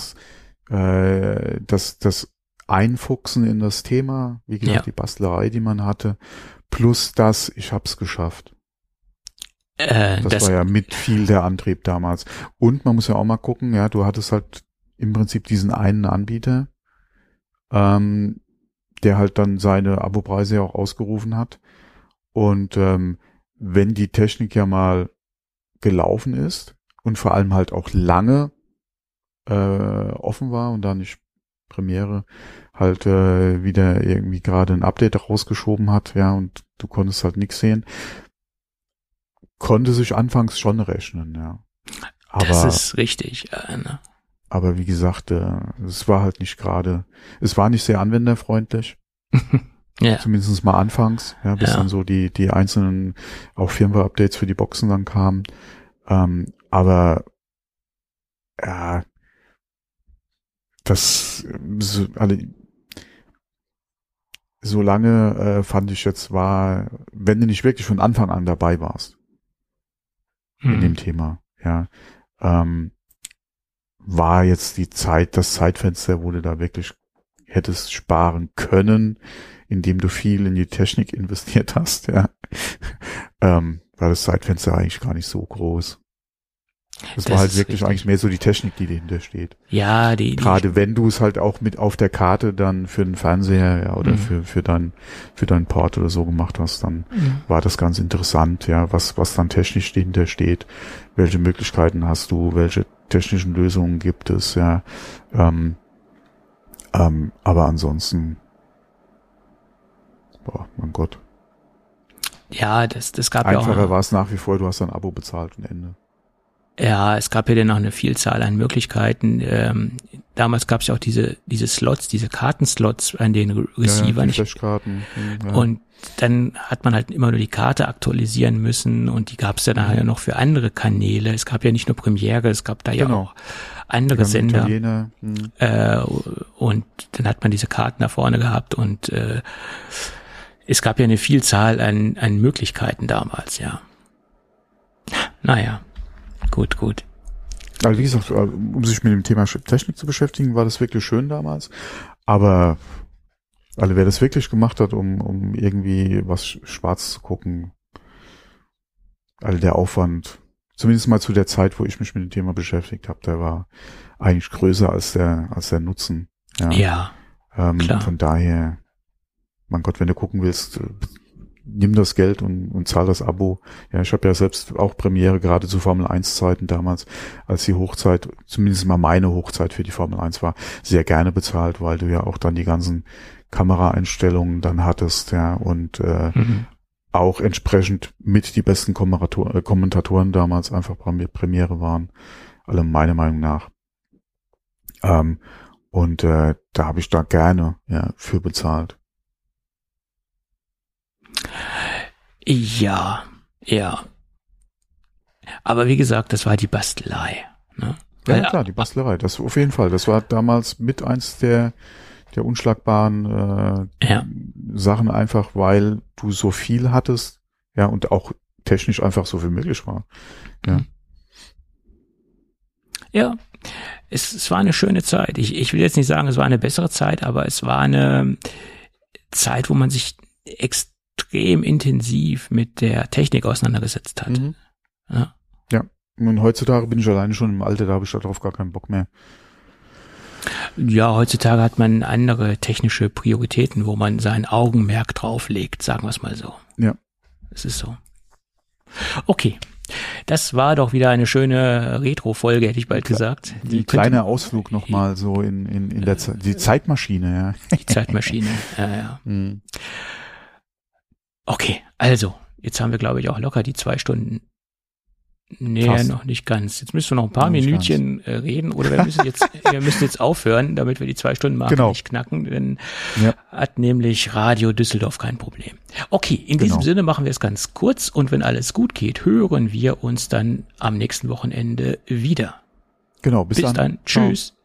das Einfuchsen in das Thema, wie gesagt, die Bastlerei, die man hatte, plus ich hab's geschafft. Das war ja mit viel der Antrieb damals. Und man muss ja auch mal gucken, ja, du hattest halt im Prinzip diesen einen Anbieter, der halt dann seine Abopreise ja auch ausgerufen hat. Und wenn die Technik ja mal gelaufen ist und vor allem halt auch lange offen war und da nicht Premiere halt wieder irgendwie gerade ein Update rausgeschoben hat, ja, und du konntest halt nichts sehen, konnte sich anfangs schon rechnen, ja. Aber, das ist richtig, ne? Aber wie gesagt, es war halt nicht gerade, es war nicht sehr anwenderfreundlich. Ja. Zumindest mal anfangs, ja, bis dann so die einzelnen auch Firmware-Updates für die Boxen dann kamen. Aber ja, so lange fand ich jetzt wenn du nicht wirklich von Anfang an dabei warst in dem Thema, ja, war jetzt das Zeitfenster, wo du da wirklich hättest sparen können, indem du viel in die Technik investiert hast, ja, war das Zeitfenster eigentlich gar nicht so groß. Das war halt wirklich richtig. Eigentlich mehr so die Technik, die dahinter steht. Ja, gerade wenn du es halt auch mit auf der Karte dann für den Fernseher, ja, oder für deinen Port oder so gemacht hast, dann war das ganz interessant, ja, was dann technisch dahinter steht, welche Möglichkeiten hast du, welche technischen Lösungen gibt es, ja, aber ansonsten, mein Gott. Ja, das gab einfacher ja auch. Einfacher war es nach wie vor, du hast ein Abo bezahlt und Ende. Ja, es gab ja dann noch eine Vielzahl an Möglichkeiten. Damals gab es ja auch diese Slots, diese Kartenslots an den Receivern. Ja, Flashkarten. Ja. Und dann hat man halt immer nur die Karte aktualisieren müssen und die gab es ja nachher noch für andere Kanäle. Es gab ja nicht nur Premiere, es gab da ja auch andere Sender. Und dann hat man diese Karten da vorne gehabt und es gab ja eine Vielzahl an Möglichkeiten damals, ja. Naja. Gut. Also wie gesagt, um sich mit dem Thema Technik zu beschäftigen, war das wirklich schön damals. Aber wer das wirklich gemacht hat, um irgendwie was schwarz zu gucken, der Aufwand, zumindest mal zu der Zeit, wo ich mich mit dem Thema beschäftigt habe, der war eigentlich größer als der Nutzen. Ja, klar. Von daher, mein Gott, wenn du gucken willst, nimm das Geld und zahl das Abo. Ja, ich habe ja selbst auch Premiere gerade zu Formel 1 Zeiten damals, als die Hochzeit, zumindest mal meine Hochzeit für die Formel 1 war, sehr gerne bezahlt, weil du ja auch dann die ganzen Kameraeinstellungen dann hattest, ja, und auch entsprechend mit die besten Kommentatoren damals einfach Premiere waren, alle meiner Meinung nach. Und da habe ich da gerne für bezahlt. Ja. Aber wie gesagt, das war die Bastelei. Ne? Ja, klar, die Bastlerei, das auf jeden Fall. Das war damals mit eins der unschlagbaren Sachen, einfach weil du so viel hattest, ja, und auch technisch einfach so viel möglich war. Ja. Ja, es war eine schöne Zeit. Ich will jetzt nicht sagen, es war eine bessere Zeit, aber es war eine Zeit, wo man sich extrem intensiv mit der Technik auseinandergesetzt hat. Ja, und heutzutage bin ich alleine schon im Alter, da habe ich darauf gar keinen Bock mehr. Ja, heutzutage hat man andere technische Prioritäten, wo man sein Augenmerk drauf legt, sagen wir es mal so. Ja. Es ist so. Okay. Das war doch wieder eine schöne Retro-Folge, hätte ich bald gesagt. Die kleine Ausflug nochmal so in der die Zeitmaschine, ja. Die Zeitmaschine, ja. Okay, also, jetzt haben wir, glaube ich, auch locker die 2 Stunden. Nee, fast. Noch nicht ganz. Jetzt müssen wir noch ein paar Minütchen reden oder wir müssen jetzt aufhören, damit wir die 2 Stunden Marke nicht knacken, denn hat nämlich Radio Düsseldorf kein Problem. Okay, in diesem Sinne machen wir es ganz kurz und wenn alles gut geht, hören wir uns dann am nächsten Wochenende wieder. Genau, bis dann. Tschüss.